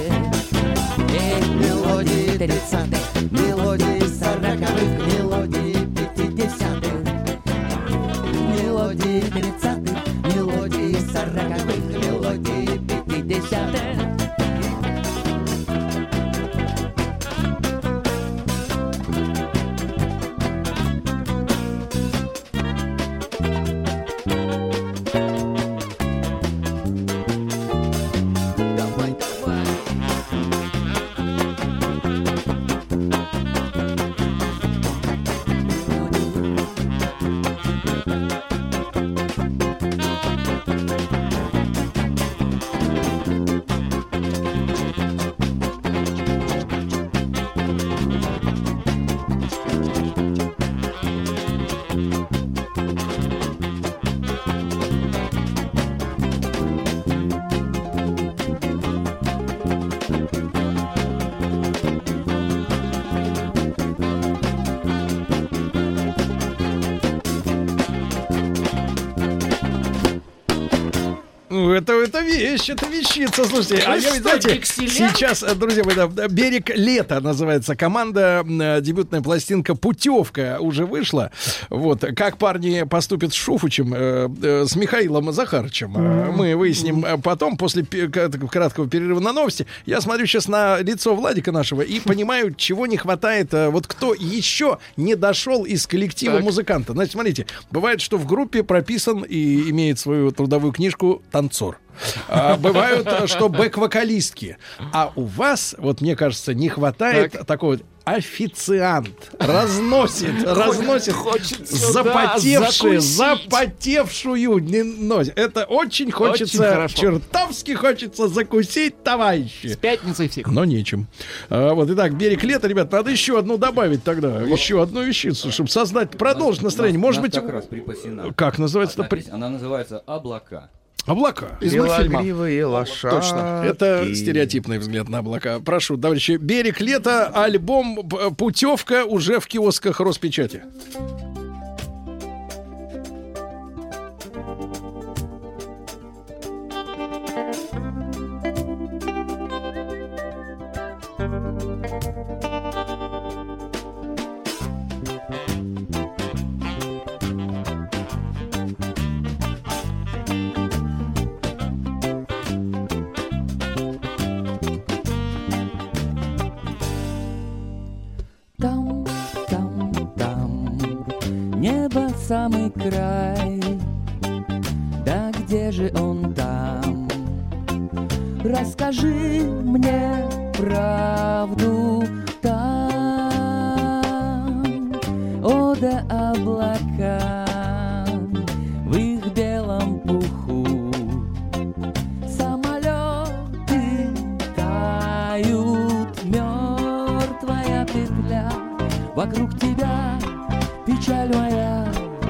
Speaker 19: мелодии 30-х, мелодии 40-х, мелодии 50-х. Мелодии 30-х, мелодии 40-х, мелодии 50-х.
Speaker 2: Это вещь, это вещица, слушайте. А я, знаете, сейчас, друзья мои, да, «Берег лета» называется команда, дебютная пластинка «Путевка» уже вышла. Вот, как парни поступят с Шуфычем, с Михаилом Захарычем, мы выясним потом, после краткого перерыва на новости. Я смотрю сейчас на лицо Владика нашего и понимаю, чего не хватает, вот кто еще не дошел из коллектива музыканта. Значит, смотрите, бывает, что в группе прописан и имеет свою трудовую книжку танцор. Бывают, что бэк-вокалистки. А у вас, вот мне кажется, не хватает такого официант. Разносит запотевшую. Это очень хочется, чертовски хочется закусить, товарищи.
Speaker 3: С пятницей всех.
Speaker 2: Но нечем. Вот, итак, «Берег лета», ребят, надо еще одну добавить тогда. Еще одну вещицу, чтобы создать, продолжить настроение. Может быть,
Speaker 18: как раз припасена.
Speaker 2: Как называется?
Speaker 18: Она называется «Облака».
Speaker 2: Облака.
Speaker 4: Из мультфильма. Белогривые лошадки.
Speaker 2: Точно. Это стереотипный взгляд на облака. Прошу, товарищи. «Берег лета», альбом «Путевка» уже в киосках Роспечати.
Speaker 19: Самый край, да где же он там? Расскажи мне правду там. О, да облака в их белом пуху, самолеты тают, мертвая петля, вокруг тебя печаль моя.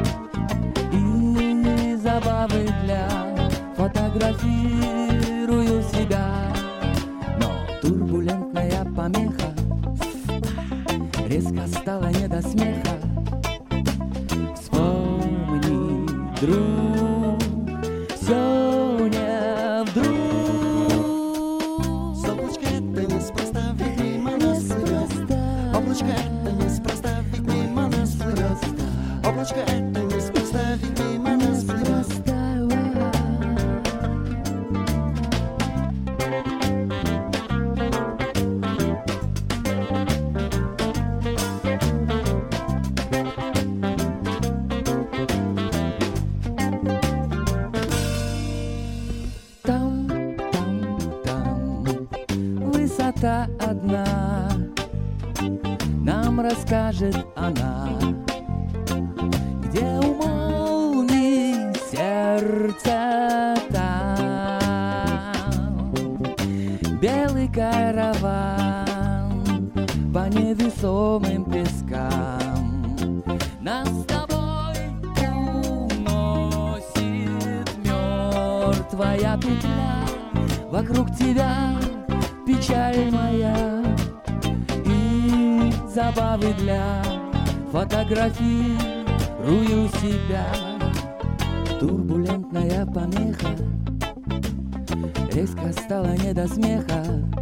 Speaker 19: Забавы для фотографирую себя, но турбулентная помеха резко стала не до смеха. Вспомни, друг, все не вдруг. Облачко это неспроста, ведь мимо нас плывет. Облачко это неспроста, ведь мимо нас плывет. Облачко это неспроста, ведь мимо нас плывет. Одна нам расскажет она, где у молний сердце там. Белый караван по невесомым пескам нас с тобой уносит мертвая петля. Вокруг тебя печаль моя и забавы для фотографирую себя. Турбулентная помеха резко стала не до смеха.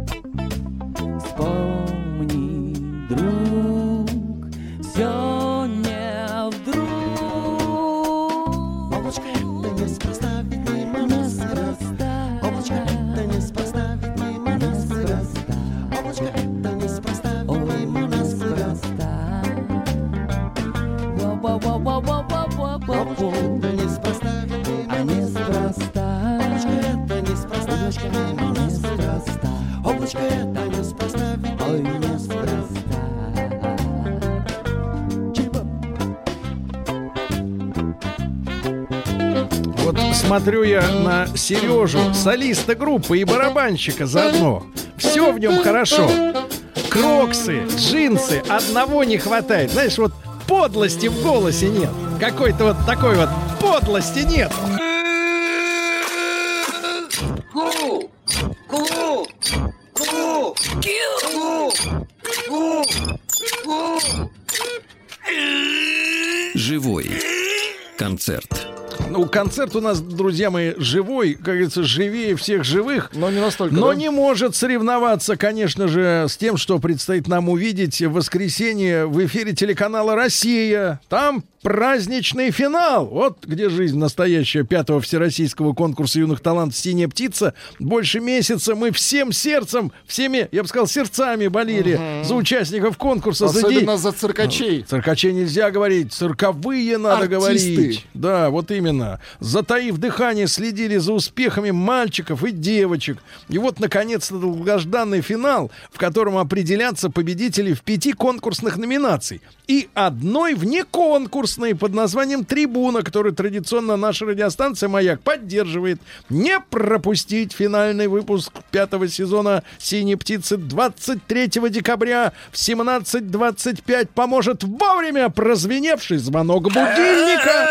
Speaker 19: Вспомни, друг, все не вдруг. Облачко
Speaker 20: неспроста, ведь мимо нас неспроста. Облачко это неспроста, ведь мимо нас неспроста. Облачко это неспроста, ведь мимо нас неспроста. Облачко это неспроста, ведь мимо нас неспроста. Облачко это неспроста, ведь мимо нас неспроста. Облачко это неспроста, ведь мимо нас неспроста.
Speaker 2: Вот смотрю я на Сережу, солиста группы и барабанщика заодно. Все в нем хорошо. Кроксы, джинсы, одного не хватает. Знаешь, вот подлости в голосе нет. Какой-то вот такой вот подлости нет.
Speaker 16: Ку! Ку! Ку! Ку! Ку!
Speaker 1: Живой концерт.
Speaker 2: Ну, концерт у нас, друзья мои, живой, как говорится, живее всех живых.
Speaker 3: Но не настолько.
Speaker 2: Но
Speaker 3: да?
Speaker 2: не может соревноваться, конечно же, с тем, что предстоит нам увидеть в воскресенье в эфире телеканала «Россия». Там праздничный финал. Вот где жизнь настоящая 5-го всероссийского конкурса юных талантов «Синяя птица». Больше месяца мы всем сердцем, всеми, я бы сказал, сердцами болели за участников конкурса.
Speaker 3: Особенно за циркачей.
Speaker 2: Циркачей нельзя говорить, цирковые надо говорить. Да, вот именно. Затаив дыхание, следили за успехами мальчиков и девочек. И вот, наконец-то, долгожданный финал, в котором определятся победители в 5 конкурсных номинаций. И одной внеконкурсной под названием «Трибуна», которую традиционно наша радиостанция «Маяк» поддерживает. Не пропустить финальный выпуск 5-го сезона «Синей птицы» 23 декабря в 17:25 поможет вовремя прозвеневший звонок будильника.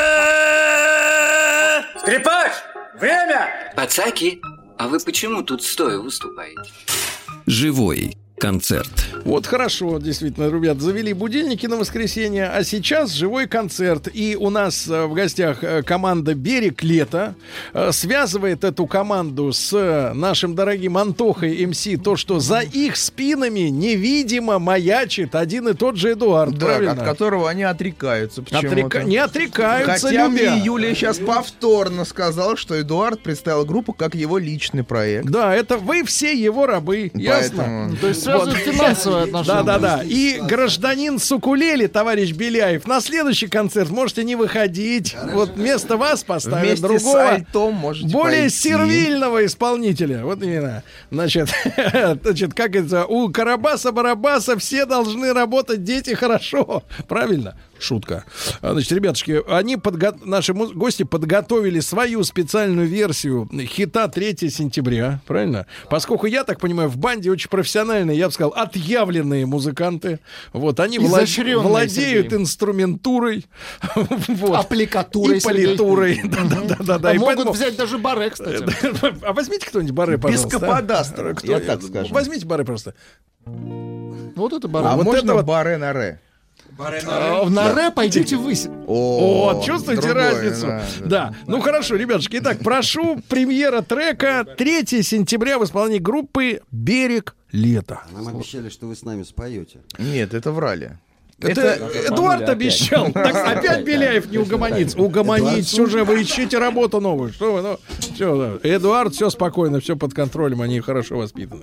Speaker 16: Скрипач! Время!
Speaker 19: Пацаки, а вы почему тут стоя выступаете?
Speaker 1: Живой концерт.
Speaker 2: Вот хорошо, действительно, ребят, завели будильники на воскресенье, а сейчас живой концерт. И у нас в гостях команда «Берег лета». Связывает эту команду с нашим дорогим Антохой МС то, что за их спинами невидимо маячит один и тот же Эдуард,
Speaker 4: да,
Speaker 2: правильно?
Speaker 4: От которого они отрекаются.
Speaker 2: Не отрекаются,
Speaker 4: хотя
Speaker 2: любя.
Speaker 4: мне Юлия сейчас повторно сказала, что Эдуард представил группу как его личный проект.
Speaker 2: Да, это вы все его рабы, ясно?
Speaker 3: То есть связывают финансовые отношения.
Speaker 2: Да. И гражданин с укулеле, товарищ Беляев, на следующий концерт можете не выходить.
Speaker 4: Хорошо.
Speaker 2: Вот вместо вас поставят
Speaker 4: вместе
Speaker 2: другого,
Speaker 4: с альтом можете
Speaker 2: более
Speaker 4: пойти.
Speaker 2: сервильного исполнителя. Вот именно. Значит, как это, у Карабаса-Барабаса все должны работать дети хорошо. Правильно? Шутка. Значит, ребятушки, наши гости подготовили свою специальную версию хита 3 сентября, правильно? Поскольку, я так понимаю, в банде очень профессиональные, я бы сказал, отъявленные музыканты. Вот, они владеют инструментурой. Вот.
Speaker 3: Аппликатурой.
Speaker 2: И политурой. Да.
Speaker 3: Могут взять даже баре, кстати.
Speaker 2: А возьмите кто-нибудь баре, пожалуйста.
Speaker 4: Без каподастра, я так скажу.
Speaker 2: Возьмите баре просто.
Speaker 3: Вот это баре.
Speaker 4: А вот можно баре на ре?
Speaker 3: На ре пойдите вы.
Speaker 2: О, чувствуете разницу? Да. Ну хорошо, ребятушки. Итак, прошу, премьера трека 3 сентября в исполнении группы «Берег лета».
Speaker 17: Нам обещали, что вы с нами споете.
Speaker 4: Нет, это врали.
Speaker 2: Это Эдуард обещал. Так опять Беляев не угомонится. Угомонитесь уже, вы ищите работу новую. Что вы, ну, все, Эдуард, все спокойно, все под контролем, они хорошо воспитаны.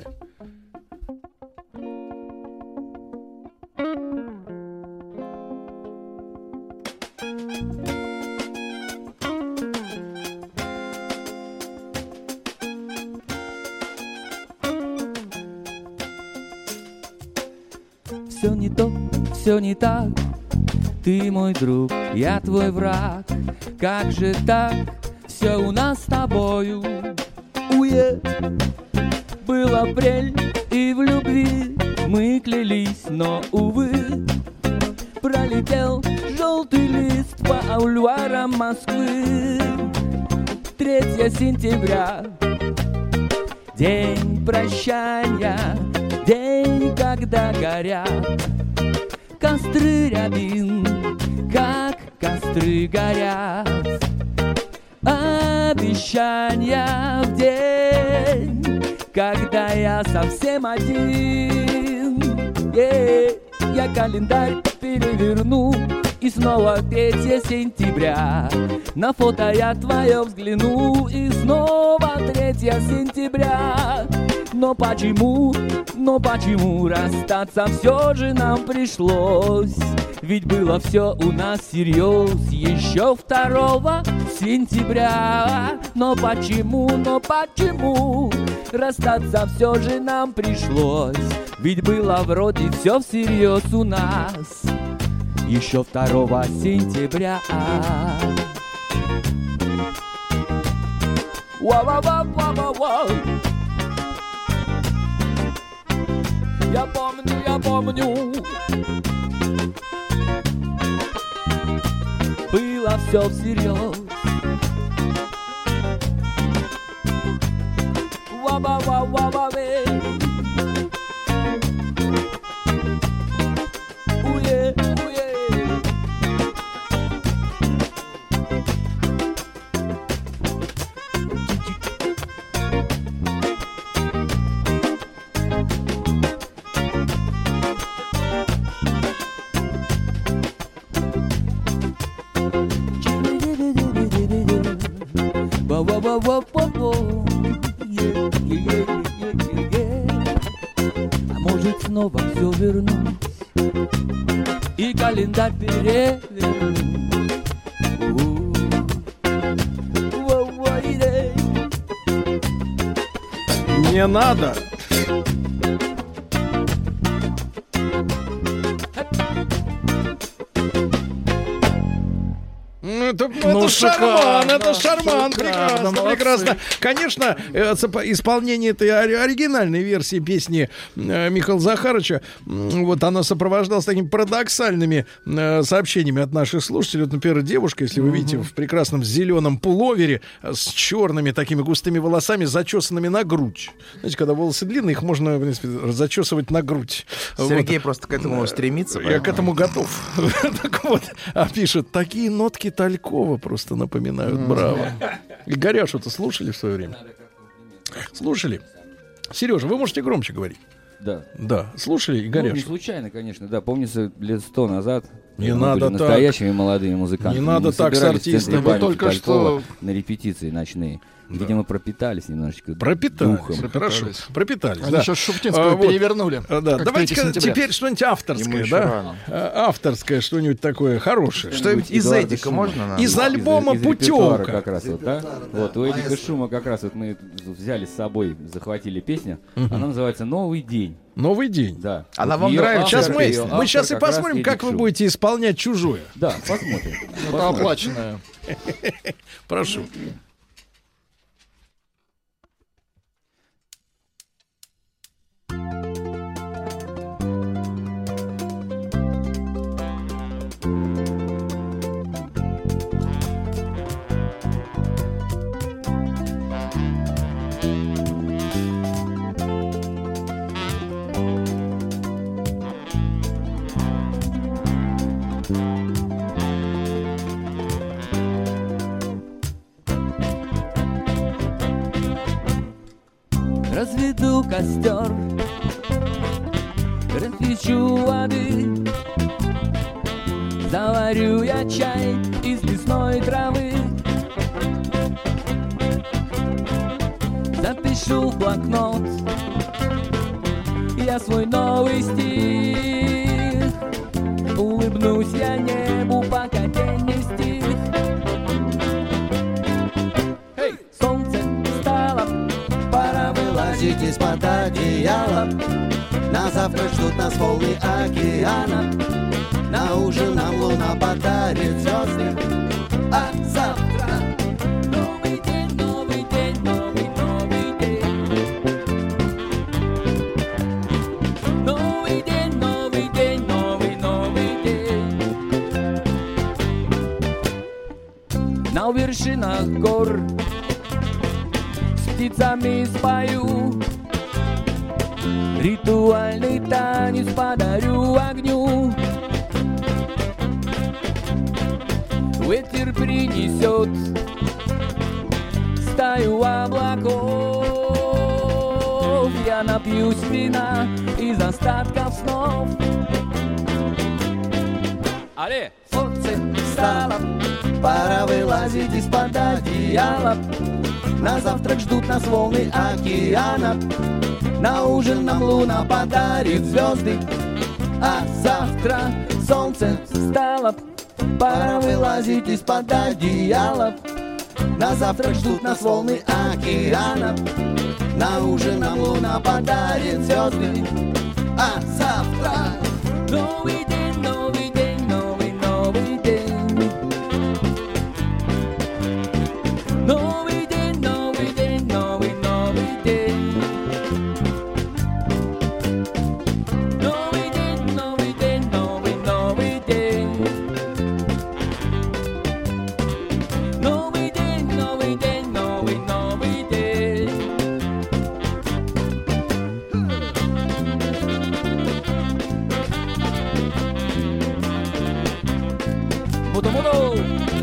Speaker 19: Все не то, все не так. Ты мой друг, я твой враг. Как же так? Все у нас с тобою. Уе. Был апрель, и в любви мы клялись, но, увы, пролетел желтый лист по бульварам Москвы. 3 сентября, день прощания, день, когда горят костры рябин, как костры горят. Обещания в день, когда я совсем один. Я календарь переверну И снова 3 сентября. На фото я твое взгляну. И снова 3 сентября. Но почему расстаться все же нам пришлось? Ведь было все у нас всерьез еще 2 сентября. Но почему расстаться все же нам пришлось? Ведь было вроде все всерьез у нас еще 2 сентября. Ва-ва-ва-ва-ва-ва. Я помню, было все всерьез. Ва-ва-ва-ва-ва-вей. Уе, уе. А может снова все вернуть и календарь перевернуть.
Speaker 2: Не надо. Это шарман, это шарман, прекрасно. Конечно, исполнение этой оригинальной версии песни Михаила Захаровича, вот она сопровождалась такими парадоксальными сообщениями от наших слушателей. Вот, например, девушка, если вы видите, в прекрасном зеленом пуловере с черными такими густыми волосами, зачесанными на грудь. Знаете, когда волосы длинные, их можно, в принципе, зачесывать на грудь.
Speaker 4: Сергей просто к этому стремится.
Speaker 2: Я к этому готов. Так вот, пишет, такие нотки Талькова просто напоминают. Браво. И Горяшу-то слушали в свое время? Слушали? Сережа, вы можете громче говорить?
Speaker 18: Да.
Speaker 2: Да, слушали и Горяшу?
Speaker 18: Не случайно, конечно, да. Помнится, лет 100 назад
Speaker 2: не надо
Speaker 18: были настоящими молодыми музыкантами.
Speaker 2: Не надо так с артистами.
Speaker 18: Вы только что на репетиции ночные. Да. Видимо, пропитались немножечко духом.
Speaker 2: Хорошо, пропитались.
Speaker 3: Они сейчас Шуфтинского перевернули.
Speaker 2: Да. Давайте-ка теперь что-нибудь авторское, да? Авторское что-нибудь такое хорошее.
Speaker 4: Что-нибудь из Эдика можно?
Speaker 2: Из альбома «Путевка».
Speaker 18: Как раз вот, да? Вот, у Эдика Шума как раз вот мы взяли с собой, захватили песню. Она называется «Новый день».
Speaker 2: Новый день.
Speaker 18: Да.
Speaker 2: Она вам нравится. Сейчас мы сейчас и посмотрим, как вы будете исполнять чужое.
Speaker 18: Да, посмотрим.
Speaker 3: Это оплаченное.
Speaker 2: Прошу.
Speaker 19: Разведу костер, распечу воды, заварю я чай из лесной травы, запишу в блокнот я свой новый стих, улыбнусь я небу, пока день не стих. Солнце встало, пора вылазить из-под одеяла. На завтра ждут нас волны океана. На ужин нам луна подарит звезды. А завтра новый день, новый день, новый день. Новый день, новый день, новый день. На вершинах гор с птицами спою, ритуальный танец подарю огню. Ветер принесет стаю облаков. Я напьюсь вина из остатков снов. Але! Солнце
Speaker 20: встала, пора вылазить из-под одеяла. На завтрак ждут нас волны океана, на ужин нам луна подарит звезды. А завтра солнце встало, пора вылазить из-под одеяла. На завтрак ждут нас волны океана, на ужин нам луна подарит звезды. А завтра новый день, новый день, новый день. Новый день, новый день, новый день. Новый день, новый день, новый день. Новый день, новый день, новый день. Буду-буду!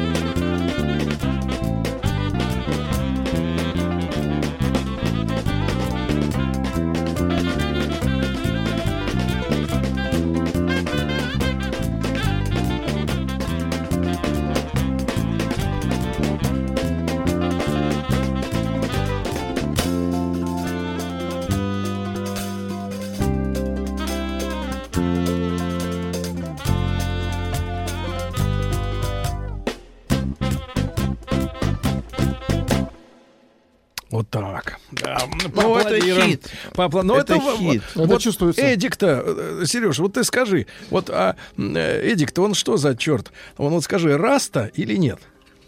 Speaker 2: Вот так. Да,
Speaker 4: Ну, это хит.
Speaker 2: Ну,
Speaker 4: Это хит.
Speaker 2: Вот
Speaker 3: Это чувствуется.
Speaker 2: Эдик-то, Сереж, вот ты скажи, вот Эдик-то он что за черт? Он вот скажи, раста или нет?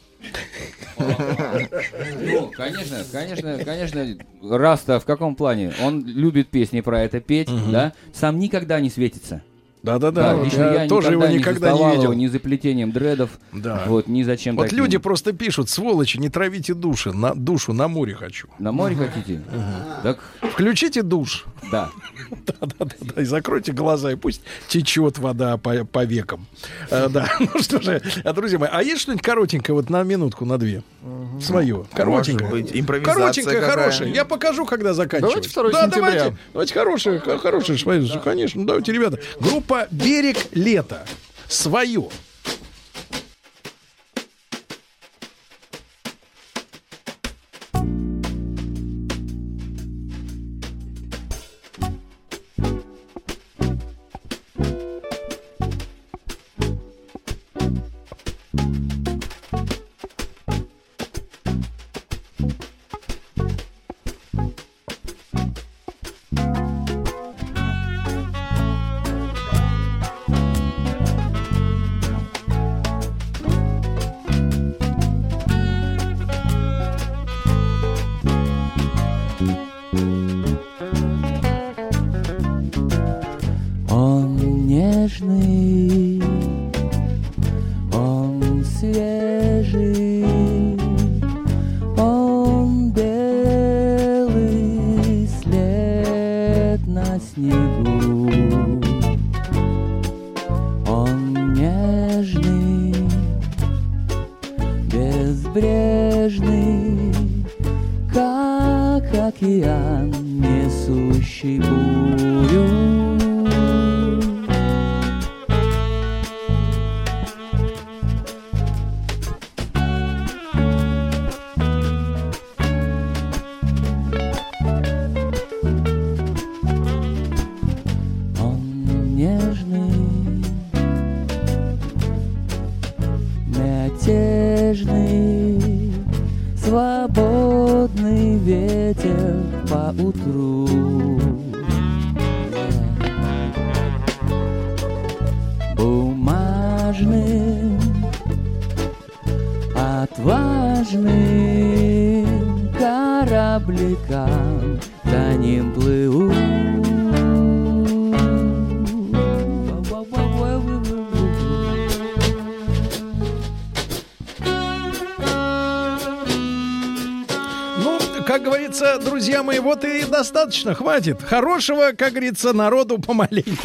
Speaker 18: Ну, конечно, Раста в каком плане? Он любит песни про это петь, да? Сам никогда не светится.
Speaker 2: Да-да-да,
Speaker 18: лично
Speaker 2: я тоже его никогда не
Speaker 18: заставал
Speaker 2: видел.
Speaker 18: его ни за плетением дредов,
Speaker 2: Да.
Speaker 18: вот, ни за чем
Speaker 2: Вот
Speaker 18: таким.
Speaker 2: люди просто пишут, сволочи, не травите душу на море хочу.
Speaker 18: На море хотите? Так,
Speaker 2: Включите душ.
Speaker 18: да.
Speaker 2: Да, и закройте глаза, и пусть течет вода по векам. Да, ну что же, друзья мои, а есть что-нибудь коротенькое вот на минутку, на две? Свое. Коротенькое.
Speaker 4: Может быть, импровизация
Speaker 2: Коротенькое,
Speaker 4: какая?
Speaker 2: хорошее. Я покажу, когда заканчивать.
Speaker 3: Давайте 2 сентября.
Speaker 2: Давайте хорошее, конечно. Давайте, ребята. Группа «Берег лета». Свое.
Speaker 20: Он нежный, он свежий, он белый след на снегу. Он нежный, безбрежный, как океан, несущий бурю. Он нежный, мятежный, свободный ветер по утру. Бумажным, отважным корабликам за ним плыву.
Speaker 2: Ну, как говорится, друзья мои, вот и достаточно, хватит. Хорошего, как говорится, народу помаленьку.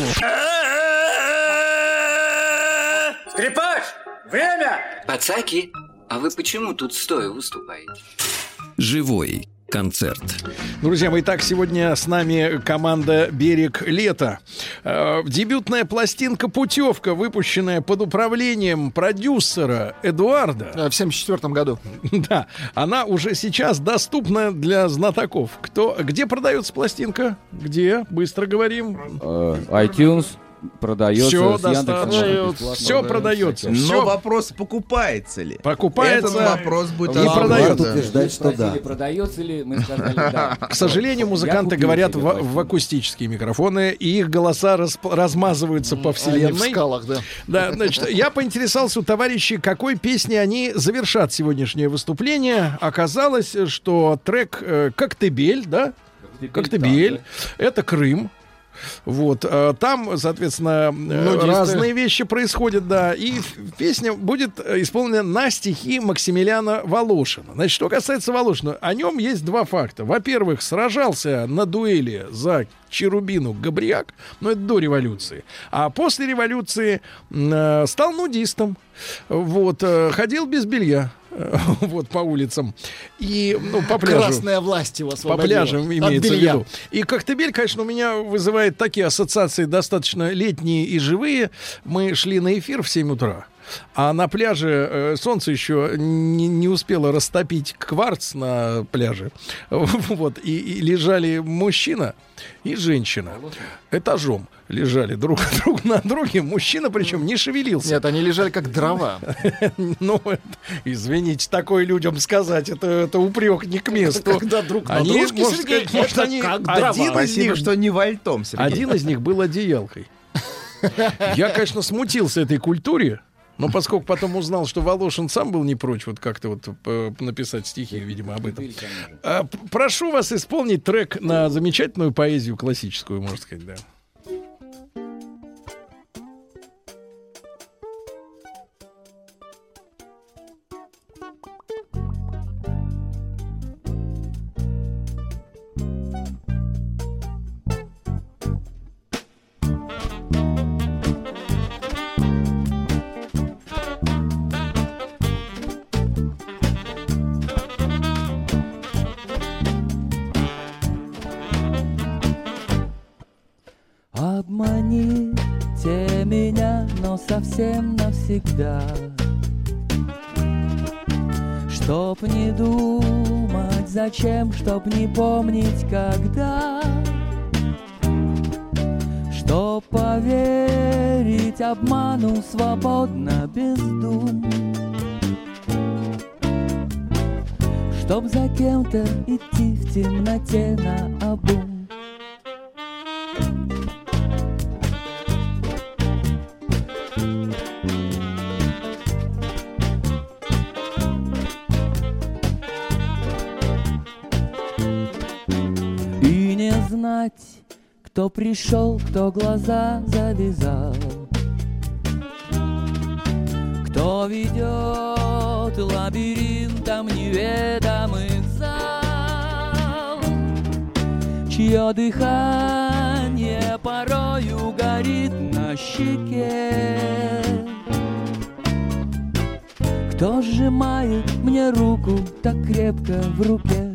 Speaker 16: Скрипач, время!
Speaker 19: Пацаки, а вы почему тут стоя выступаете?
Speaker 1: Живой. Концерт.
Speaker 2: Друзья мои, итак, сегодня с нами команда «Берег лета». Дебютная пластинка «Путевка», выпущенная под управлением продюсера Эдуарда.
Speaker 3: В 1974 году.
Speaker 2: Да, она уже сейчас доступна для знатоков. Где продается пластинка? Где? Быстро говорим.
Speaker 18: iTunes. Продается,
Speaker 2: все
Speaker 18: с Яндекс.Музыкой
Speaker 2: все продается.
Speaker 4: Но вопрос, покупается ли?
Speaker 2: Покупается.
Speaker 4: Этот вопрос будет
Speaker 2: не продается.
Speaker 17: Утверждать, что да.
Speaker 18: Продается ли, мы сказали, да.
Speaker 2: К сожалению, музыканты говорят в акустические микрофоны, и их голоса размазываются по вселенной.
Speaker 3: Они в скалах, да.
Speaker 2: Да, значит, я поинтересовался у товарищей, какой песней они завершат сегодняшнее выступление. Оказалось, что трек «Коктебель», да? «Коктебель», это Крым. Вот, там, соответственно, разные вещи происходят, да, и песня будет исполнена на стихи Максимилиана Волошина. Значит, что касается Волошина, о нем есть два факта. Во-первых, сражался на дуэли за Черубину Габриак, но это до революции. А после революции стал нудистом. Вот, ходил без белья. Вот по улицам и по пляжу.
Speaker 3: Красная власть его освободила.
Speaker 2: По пляжам имеется в виду. И Коктебель, конечно, у меня вызывает такие ассоциации достаточно летние и живые. Мы шли на эфир в 7 утра. А на пляже солнце еще не успело растопить кварц на пляже. Вот, и лежали мужчина и женщина. Этажом лежали друг на друге. Мужчина, причем, не шевелился.
Speaker 3: Нет, они лежали как дрова.
Speaker 2: Ну, извините, такое людям сказать, это упрек не к месту.
Speaker 3: Когда друг на дружке, Сергей, это
Speaker 2: они
Speaker 3: как дрова.
Speaker 4: Спасибо, что не вальтом, Сергей.
Speaker 2: Один из них был одеялкой. Я, конечно, смутился этой культуре. Но поскольку потом узнал, что Волошин сам был не прочь вот как-то вот написать стихи, видимо, об этом. Прошу вас исполнить трек на замечательную поэзию классическую, можно сказать, да.
Speaker 19: Обманите меня, но совсем навсегда, чтоб не думать зачем, чтоб не помнить когда, чтоб поверить обману свободно без дум, чтоб за кем-то идти в темноте наобум. Кто пришел, кто глаза завязал, кто ведет лабиринтом неведомых зал, чье дыхание порою горит на щеке, кто сжимает мне руку так крепко в руке.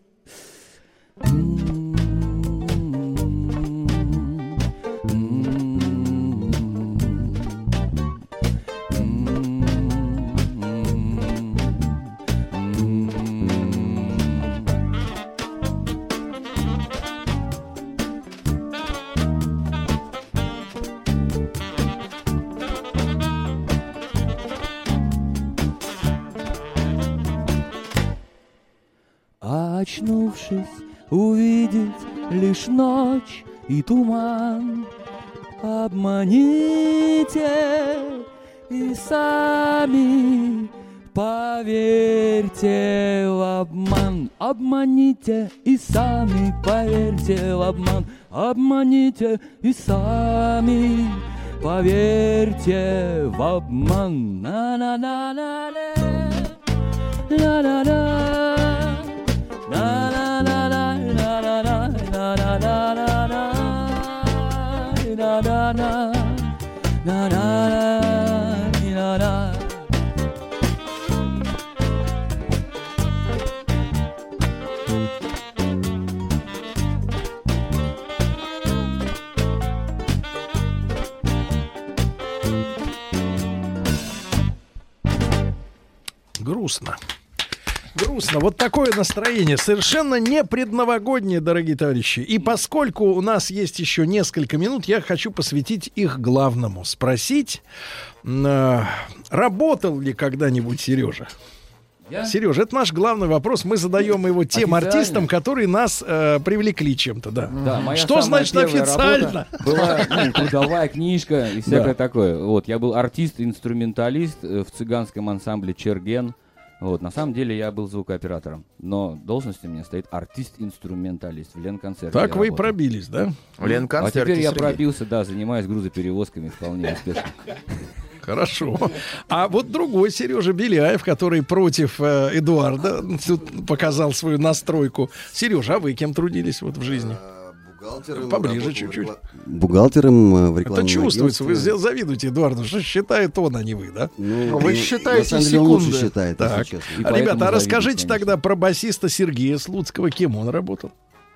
Speaker 19: Очнувшись, увидеть лишь ночь и туман. Обманите и сами поверьте в обман. Обманите и сами поверьте в обман. Обманите и сами поверьте в обман. На-на-на-на-на, на-на-на.
Speaker 2: грустно. Грустно. Вот такое настроение. Совершенно не предновогоднее, дорогие товарищи. И поскольку у нас есть еще несколько минут, я хочу посвятить их главному. Спросить, работал ли когда-нибудь Сережа? Сережа, это наш главный вопрос. Мы задаем его тем артистам, которые нас привлекли чем-то. Да.
Speaker 18: Моя
Speaker 2: что значит официально?
Speaker 18: Была трудовая книжка и всякое такое. Вот, я был артист-инструменталист в цыганском ансамбле «Черген». Вот, на самом деле я был звукооператором, но должность у меня стоит артист-инструменталист в Ленконцерте.
Speaker 2: Так вы и пробились, да?
Speaker 4: В Ленконцерте.
Speaker 18: А теперь я пробился, да, занимаюсь грузоперевозками вполне успешно.
Speaker 2: Хорошо. А вот другой Сережа Беляев, который против Эдуарда тут показал свою настройку. Сережа, а вы кем трудились вот в жизни?
Speaker 17: Бухгалтером.
Speaker 2: Поближе чуть-чуть.
Speaker 17: Бухгалтером в рекламном
Speaker 2: Это чувствуется.
Speaker 17: агентстве.
Speaker 2: Вы завидуете Эдуарду, что считает он, а не вы, да?
Speaker 3: Вы считаете
Speaker 17: на самом деле, он лучше
Speaker 3: секунды.
Speaker 17: считает,
Speaker 2: Так.
Speaker 17: если честно.
Speaker 2: Ребята, а расскажите тогда про басиста Сергея Слуцкого, кем он работал?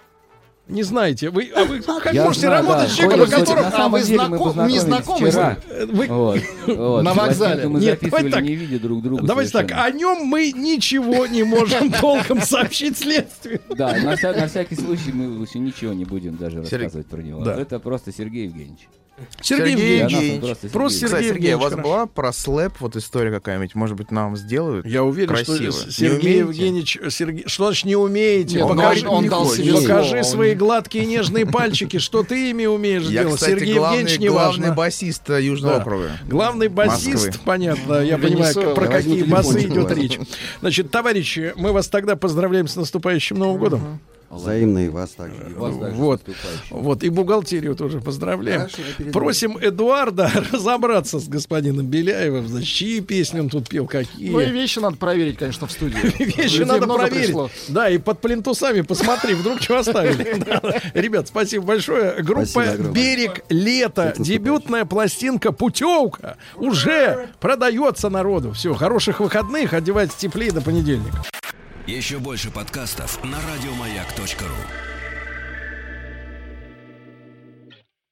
Speaker 2: Не знаете. Вы как
Speaker 18: Я
Speaker 2: можете
Speaker 18: знаю,
Speaker 2: работать
Speaker 18: да.
Speaker 2: с человеком,
Speaker 18: Ходим,
Speaker 2: которого...
Speaker 18: на самом деле мы познакомились
Speaker 3: не знакомы с
Speaker 18: вчера.
Speaker 2: Вы-
Speaker 18: Вот.
Speaker 3: На вокзале.
Speaker 18: Мы
Speaker 2: Нет,
Speaker 18: записывали,
Speaker 2: давайте так.
Speaker 18: не видя друг друга.
Speaker 2: Давайте так,
Speaker 18: совершенно.
Speaker 2: о нем мы ничего не можем толком сообщить следствию.
Speaker 18: Да, на всякий случай мы лучше ничего не будем даже рассказывать про него.
Speaker 2: Да.
Speaker 18: Это просто Сергей Евгеньевич.
Speaker 2: Сергей
Speaker 4: Сергей
Speaker 2: Евгеньевич.
Speaker 18: Просто
Speaker 2: Просто
Speaker 18: Сергей.
Speaker 2: Сергей
Speaker 4: Кстати, Сергей, у вас
Speaker 2: Евгеньевич.
Speaker 4: была про слэп вот история какая-нибудь? Может быть, нам сделают?
Speaker 2: Я уверен,
Speaker 4: красиво.
Speaker 2: что
Speaker 4: Не
Speaker 2: Сергей
Speaker 4: умеете?
Speaker 2: Евгеньевич... Что значит не умеете?
Speaker 3: Нет, он дал себе
Speaker 2: покажи
Speaker 3: слово.
Speaker 2: свои гладкие нежные пальчики, что ты ими умеешь
Speaker 4: Я,
Speaker 2: делать.
Speaker 4: кстати,
Speaker 2: Сергей Евгеньевич не
Speaker 4: главный
Speaker 2: важно.
Speaker 4: басист Южного
Speaker 2: Да.
Speaker 4: округа.
Speaker 2: Главный басист,
Speaker 4: Москвы.
Speaker 2: понятно, я
Speaker 3: Венесуэла.
Speaker 2: понимаю, про
Speaker 17: Я возьму
Speaker 2: какие басы
Speaker 17: телефончик
Speaker 2: идет
Speaker 17: у вас.
Speaker 2: речь. Значит, товарищи, мы вас тогда поздравляем с наступающим Новым годом.
Speaker 17: Взаимно и вас также.
Speaker 2: Вот, и бухгалтерию тоже поздравляем.
Speaker 17: Хорошо, я передам.
Speaker 2: Просим Эдуарда разобраться с господином Беляевым, значит, чьи песни он тут пел, какие.
Speaker 3: Ну и вещи надо проверить, конечно, в студии.
Speaker 2: Вещи
Speaker 3: Людей
Speaker 2: надо
Speaker 3: много
Speaker 2: проверить.
Speaker 3: пришло.
Speaker 2: Да, и под плинтусами посмотри, вдруг что оставили. Да. Ребят, спасибо большое. Группа
Speaker 17: Спасибо огромное.
Speaker 2: «Берег лета», дебютная пластинка «Путевка» уже продается народу. Все, хороших выходных, одевайтесь теплее до понедельника.
Speaker 1: Еще больше подкастов на радиомаяк.ру.